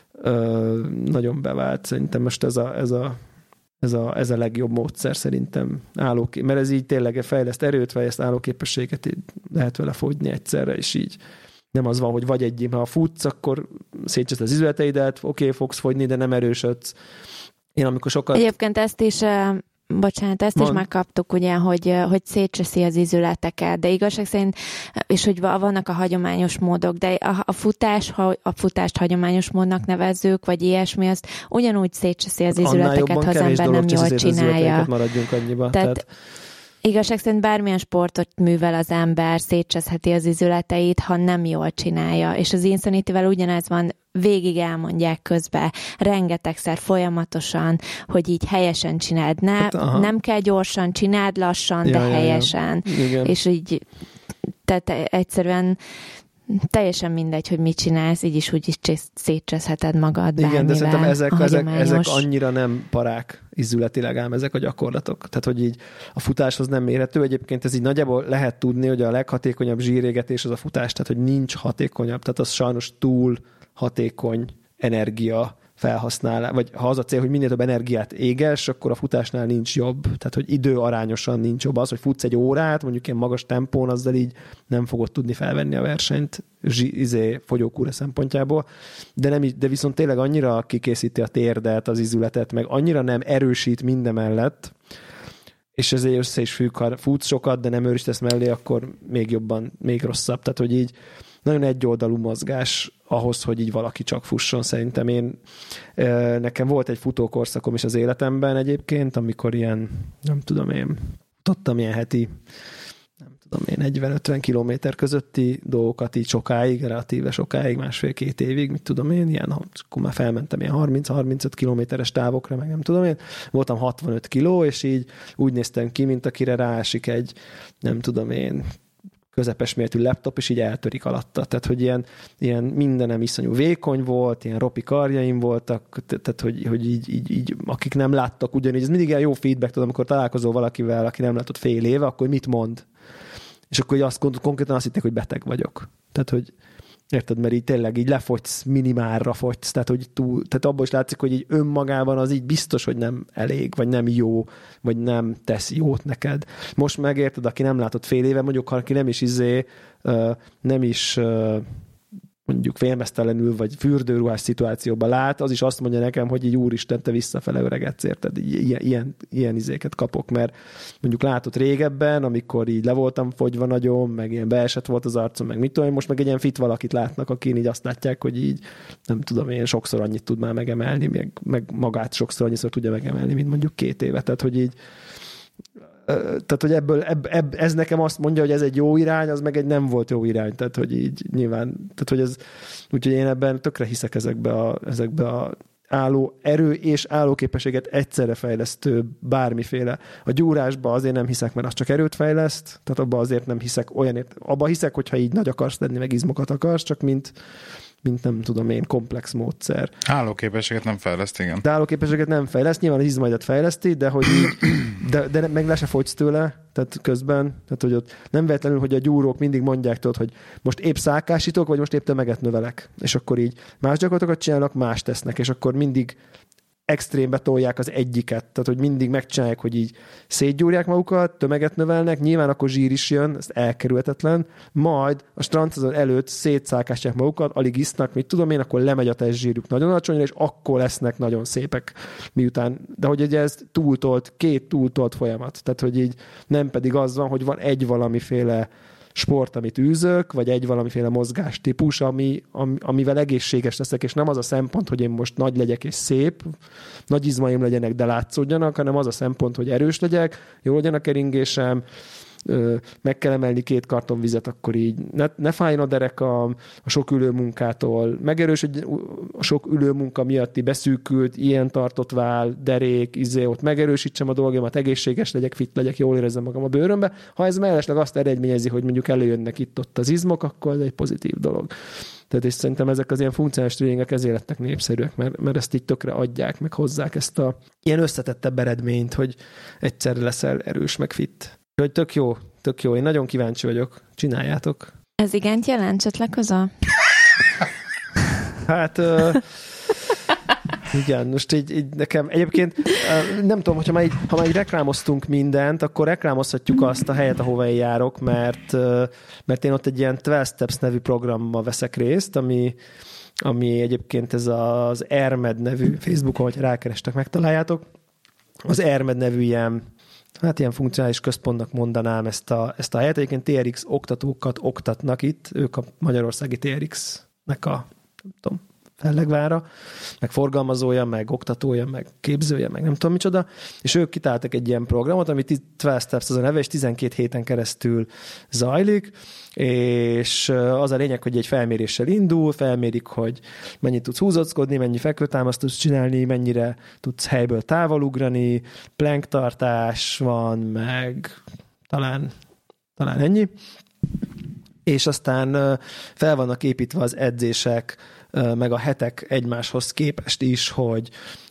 ö, nagyon bevált. Szerintem most ez a, ez a Ez a, ez a legjobb módszer szerintem. Állókép, mert ez így tényleg fejleszt erőt, fejleszt állóképességet, lehet vele fogyni egyszerre, és így nem az van, hogy vagy egy, ha futsz, akkor szétcsesz az izületeidet, oké, okay, fogsz fogyni, de nem erősödsz. Én amikor sokat... Egyébként ezt is... Bocsánat, ezt Mond. is megkaptuk, ugye, hogy, hogy szétcseszi az izületeket, de igazság szerint, és hogy vannak a hagyományos módok, de a, a, futás, ha a futást hagyományos módnak nevezzük, vagy ilyesmi, azt ugyanúgy szétcseszi az izületeket, ha az ember nem jól csinálja. Maradjunk annyiba. Tehát, Tehát igazság szerint bármilyen sportot művel az ember, szétcseszheti az izületeit, ha nem jól csinálja. És az Insanity-vel ugyanez van, végig elmondják közben, rengetegszer folyamatosan, hogy így helyesen csináld. Ne, hát, nem kell gyorsan, csináld lassan, ja, de ja, helyesen. Ja. És így, tehát egyszerűen teljesen mindegy, hogy mit csinálsz, így is úgy is szétcseszheted magad bármivel. Igen, de szerintem ezek, ezek, ezek annyira nem parák izületileg ám ezek a gyakorlatok. Tehát, hogy így a futáshoz nem mérhető. Egyébként ez így nagyjából lehet tudni, hogy a leghatékonyabb zsírégetés az a futás, tehát, hogy nincs hatékonyabb. Tehát az sajnos túl hatékony energia felhasználás, vagy ha az a cél, hogy minél több energiát éges, akkor a futásnál nincs jobb. Tehát, hogy időarányosan nincs jobb. Az, hogy futsz egy órát, mondjuk ilyen magas tempón, azzal így nem fogod tudni felvenni a versenyt zsi, izé, fogyókúra szempontjából. De, nem, de viszont tényleg annyira kikészíti a térdet, az izületet, meg annyira nem erősít mindemellett, és ezért össze is függ, ha futsz sokat, de nem erősítesz mellé, akkor még jobban, még rosszabb. Tehát, hogy így nagyon egyoldalú mozgás ahhoz, hogy így valaki csak fusson. Szerintem én, nekem volt egy futókorszakom is az életemben egyébként, amikor ilyen, nem tudom én, tudtam ilyen heti, nem tudom én, negyven-ötven kilométer közötti dolgokat így sokáig, relatíve sokáig, másfél-két évig, mit tudom én, ilyen, akkor már felmentem ilyen harminc-harmincöt kilométeres távokra, meg nem tudom én, voltam hatvanöt kiló, és így úgy néztem ki, mint akire ráesik egy, nem tudom én, közepes méretű laptop, és így eltörik alatta. Tehát, hogy ilyen, ilyen mindenem iszonyú vékony volt, ilyen ropi karjaim voltak, tehát, hogy, hogy így, így, így, akik nem láttak ugyanígy, ez mindig ilyen jó feedback, tudom, amikor találkozol valakivel, aki nem látott fél éve, akkor mit mond? És akkor azt konkrétan azt hitték, hogy beteg vagyok. Tehát, hogy érted, mert így tényleg így lefogysz, minimálra fogysz, tehát, hogy túl, tehát abból is látszik, hogy így önmagában az így biztos, hogy nem elég, vagy nem jó, vagy nem tesz jót neked. Most megérted, aki nem látott fél éve, mondjuk, ha aki nem is izé, nem is mondjuk félmeztelenül, vagy fürdőruhás szituációban lát, az is azt mondja nekem, hogy így úristen, te visszafele öregedsz, érted? Ilyen, ilyen, ilyen izéket kapok, mert mondjuk látott régebben, amikor így le voltam fogyva nagyon, meg ilyen beesett volt az arcom, meg mit tudom, most meg egy ilyen fit valakit látnak, akin így azt látják, hogy így nem tudom, én sokszor annyit tud már megemelni, meg, meg magát sokszor annyiszor tudja megemelni, mint mondjuk két éve. Tehát, hogy így tehát, hogy ebből, ebb, ebb, ez nekem azt mondja, hogy ez egy jó irány, az meg egy nem volt jó irány, tehát, hogy így nyilván, tehát, hogy ez, úgyhogy én ebben tökre hiszek ezekbe a, ezekbe a álló erő és állóképességet egyszerre fejlesztő bármiféle. A gyúrásba azért nem hiszek, mert az csak erőt fejleszt, tehát abba azért nem hiszek olyan, abba hiszek, hogyha így nagy akarsz lenni, meg izmokat akarsz, csak mint mint nem tudom én, komplex módszer. Állóképességet nem fejleszt, igen. De állóképességet nem fejleszt, nyilván az izmaidat fejleszti, de hogy így, de, de meg le se fogysz tőle, tehát közben, tehát hogy ott nem véletlenül, hogy a gyúrók mindig mondják tudod, hogy most épp szákásítok, vagy most épp tömeget növelek. És akkor így más gyakorlatokat csinálnak, más tesznek, és akkor mindig extrémbe tolják az egyiket, tehát hogy mindig megcsinálják, hogy így szétgyúrják magukat, tömeget növelnek, nyilván akkor zsír is jön, ez elkerülhetetlen, majd a strandszezon előtt szétszákásják magukat, alig isznak, mit tudom én, akkor lemegy a testzsírjuk nagyon alacsonyra, és akkor lesznek nagyon szépek miután, de hogy ugye ez túltolt, két túltolt folyamat, tehát hogy így nem pedig az van, hogy van egy valamiféle sport, amit űzök, vagy egy valamiféle mozgástípus, ami, am, amivel egészséges leszek, és nem az a szempont, hogy én most nagy legyek és szép, nagy izmaim legyenek, de látszódjanak, hanem az a szempont, hogy erős legyek, jó legyen a keringésem, meg kell emelni két karton vizet, akkor így ne, ne fájjon a derekam a sok ülőmunkától, megerősödj a sok ülőmunka miatti beszűkült, ilyen tartott váll, derék, izé, ott megerősítsem a dolgomat, egészséges legyek, fit legyek, jól érezzem magam a bőrömbe. Ha ez mellesleg azt eredményezi, hogy mondjuk előjönnek itt-ott az izmok, akkor ez egy pozitív dolog. Tehát és szerintem ezek az ilyen funkcionális tréningek ezért lettek népszerűek, mert, mert ezt így tökre adják, meg hozzák ezt a ilyen összetettebb eredményt, hogy egyszerre leszel erős, meg fit. Hogy tök jó, tök jó. Én nagyon kíváncsi vagyok. Csináljátok. Ez igent jelent, csatlakozol? Hát... Uh, igen, most így, így nekem egyébként uh, nem tudom, hogyha már így, ha már így reklámoztunk mindent, akkor reklámozhatjuk azt a helyet, ahova én járok, mert, uh, mert én ott egy ilyen twelve Steps nevű programmal veszek részt, ami, ami egyébként ez az ERMED nevű Facebookon, hogyha rákerestek, megtaláljátok. Az ERMED nevű ilyen hát ilyen funkcionális központnak mondanám ezt a, ezt a helyet. Egyébként té er iksz oktatókat oktatnak itt, ők a magyarországi té er iksz-nek a nem tudom, fellegvára, meg forgalmazója, meg oktatója, meg képzője, meg nem tudom micsoda, és ők kitáltak egy ilyen programot, ami twelve Steps az a neve, és tizenkét héten keresztül zajlik, és az a lényeg, hogy egy felméréssel indul, felmérik, hogy mennyit tudsz húzockodni, mennyi fekvőtámaszt tudsz csinálni, mennyire tudsz helyből távolugrani, planktartás van, meg talán, talán ennyi. És aztán fel vannak építve az edzések, meg a hetek egymáshoz képest is, hogy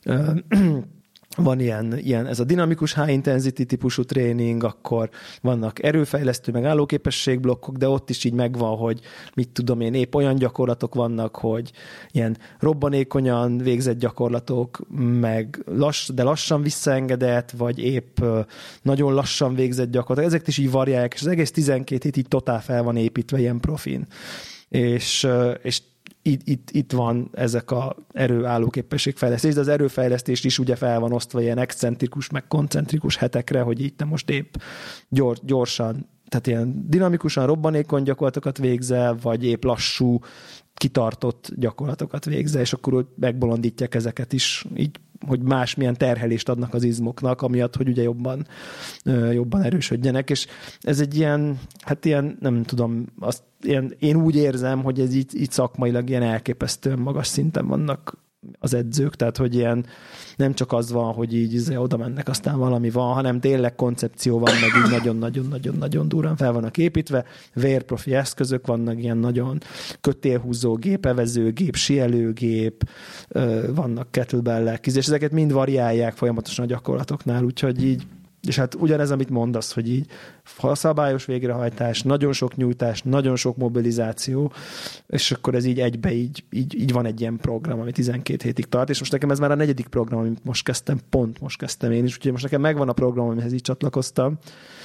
van ilyen, ilyen, ez a dinamikus high intensity típusú tréning, akkor vannak erőfejlesztő, meg állóképességblokkok, de ott is így megvan, hogy mit tudom én, épp olyan gyakorlatok vannak, hogy ilyen robbanékonyan végzett gyakorlatok, meg lass, de lassan visszaengedett, vagy épp nagyon lassan végzett gyakorlatok. Ezek is így variálják, és az egész tizenkét hét így totál fel van építve ilyen profin. És, és Itt, itt, itt van ezek a erő-állóképességfejlesztés, de az erőfejlesztés is ugye fel van osztva ilyen excentrikus, meg koncentrikus hetekre, hogy itt te most épp gyors, gyorsan, tehát ilyen dinamikusan robbanékony gyakorlatokat végzel, vagy épp lassú, kitartott gyakorlatokat végzel, és akkor úgy megbolondítják ezeket is, így, hogy másmilyen terhelést adnak az izmoknak, amiatt, hogy ugye jobban, jobban erősödjenek, és ez egy ilyen, hát ilyen, nem tudom, azt ilyen, én úgy érzem, hogy ez így, így szakmailag ilyen elképesztően magas szinten vannak az edzők, tehát hogy ilyen nem csak az van, hogy így izé, oda mennek, aztán valami van, hanem tényleg koncepció van, meg így nagyon-nagyon-nagyon-nagyon durán fel vannak építve, vérprofi eszközök vannak, ilyen nagyon kötélhúzó gép, evezőgép, síelőgép, vannak kettlebellek, és ezeket mind variálják folyamatosan a gyakorlatoknál, úgyhogy így és hát ugyanez, amit mondasz, hogy így szabályos végrehajtás, nagyon sok nyújtás, nagyon sok mobilizáció, és akkor ez így egybe így, így, így van egy ilyen program, ami tizenkét hétig tart, és most nekem ez már a negyedik program, amit most kezdtem, pont most kezdtem én is, úgyhogy most nekem megvan a program, amihez így csatlakoztam.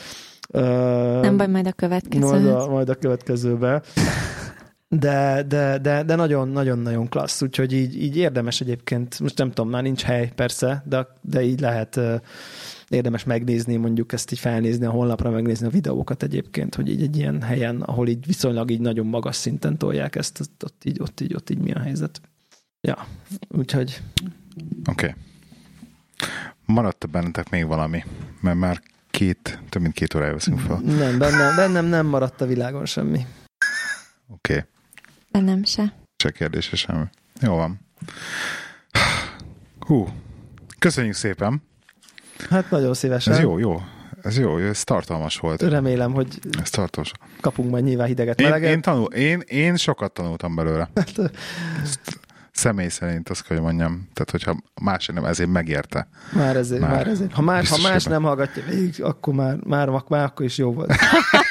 Nem baj, majd a következő. Majd a, majd a következőbe. De, de, de, de nagyon, nagyon-nagyon klassz, úgyhogy így, így érdemes egyébként, most nem tudom, már nincs hely persze, de, de így lehet érdemes megnézni, mondjuk ezt így felnézni a honlapra, megnézni a videókat egyébként, hogy így egy ilyen helyen, ahol így viszonylag így nagyon magas szinten tolják ezt, ott így, ott így, ott így mi a helyzet. Ja, úgyhogy... Oké. Okay. Maradt bennetek még valami, mert már két, több mint két órája veszünk fel. Nem, bennem, bennem nem maradt a világon semmi. Oké. Okay. Bennem se. Se kérdése semmi. Jó van. Hú, köszönjük szépen. Hát nagyon szívesen. Ez jó, jó. Ez jó, ez tartalmas volt. Remélem, hogy ez tartalmas. Kapunk majd nyilván hideget, én, meleget. Én, tanul, én, én sokat tanultam belőle. Ezt személy szerint azt kell, hogy mondjam. Tehát, hogyha más nem, ezért megérte. Már ezért, már, már ezért. Ha, már, ha más nem hallgatja végig, akkor már, már, már akkor is jó volt.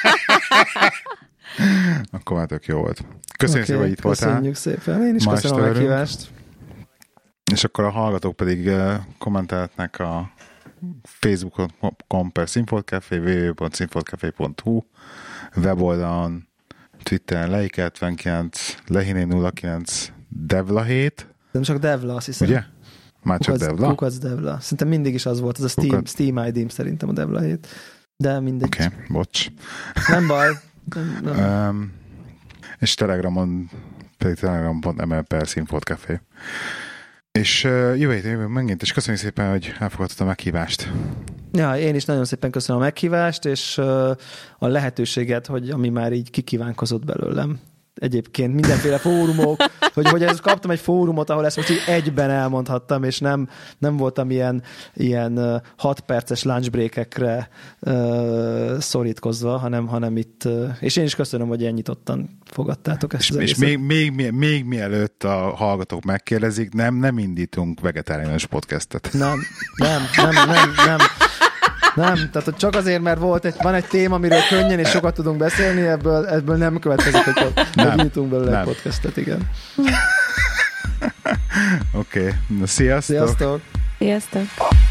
Akkor már tök jó volt. Köszönjük okay, szépen, hogy itt voltál. Köszönjük szépen. Én is Ma köszönöm a meghívást. És akkor a hallgatók pedig kommentelhetnek a Facebook.com per Színfoltcafé, double-u double-u double-u pont színfoltcafé pont hu weboldalon, Twitteren Leik hetvenkilenc, Lehiné nulla kilenc, Devla hét. Nem csak Devla, azt hiszem. Ugye? Már csak Kukac, Devla? Kukac Devla. Szerintem mindig is az volt, az a Steam, Steam I D-m szerintem a Devla hét. De mindegy. Oké, okay, bocs. Nem baj. Nem, nem. Um, és Telegramon pedig telegram pont em el per Színfoltcafé. És uh, jövő héten jövő megint, és köszönjük szépen, hogy elfogadtad a meghívást. Ja, én is nagyon szépen köszönöm a meghívást, és uh, a lehetőséget, hogy ami már így kikívánkozott belőlem. Egyébként mindenféle fórumok, hogy, hogy ezt kaptam egy fórumot, ahol ezt most így egyben elmondhattam, és nem, nem voltam ilyen, ilyen uh, hat perces lunchbreakekre uh, szorítkozva, hanem, hanem itt, uh, és én is köszönöm, hogy ilyen nyitottan fogadtátok ezt és, az és egészet. még, még, még mielőtt a hallgatók megkérdezik, nem, nem indítunk vegetáriánus podcastet. Nem, nem, nem, nem, nem. Nem, tehát hogy csak azért, mert volt egy, van egy téma, amiről könnyen és sokat tudunk beszélni, ebből, ebből nem következik, hogy nyitunk belőle egy podcastet, igen. Oké, okay. Sziasztok! Sziasztok! Sziasztok!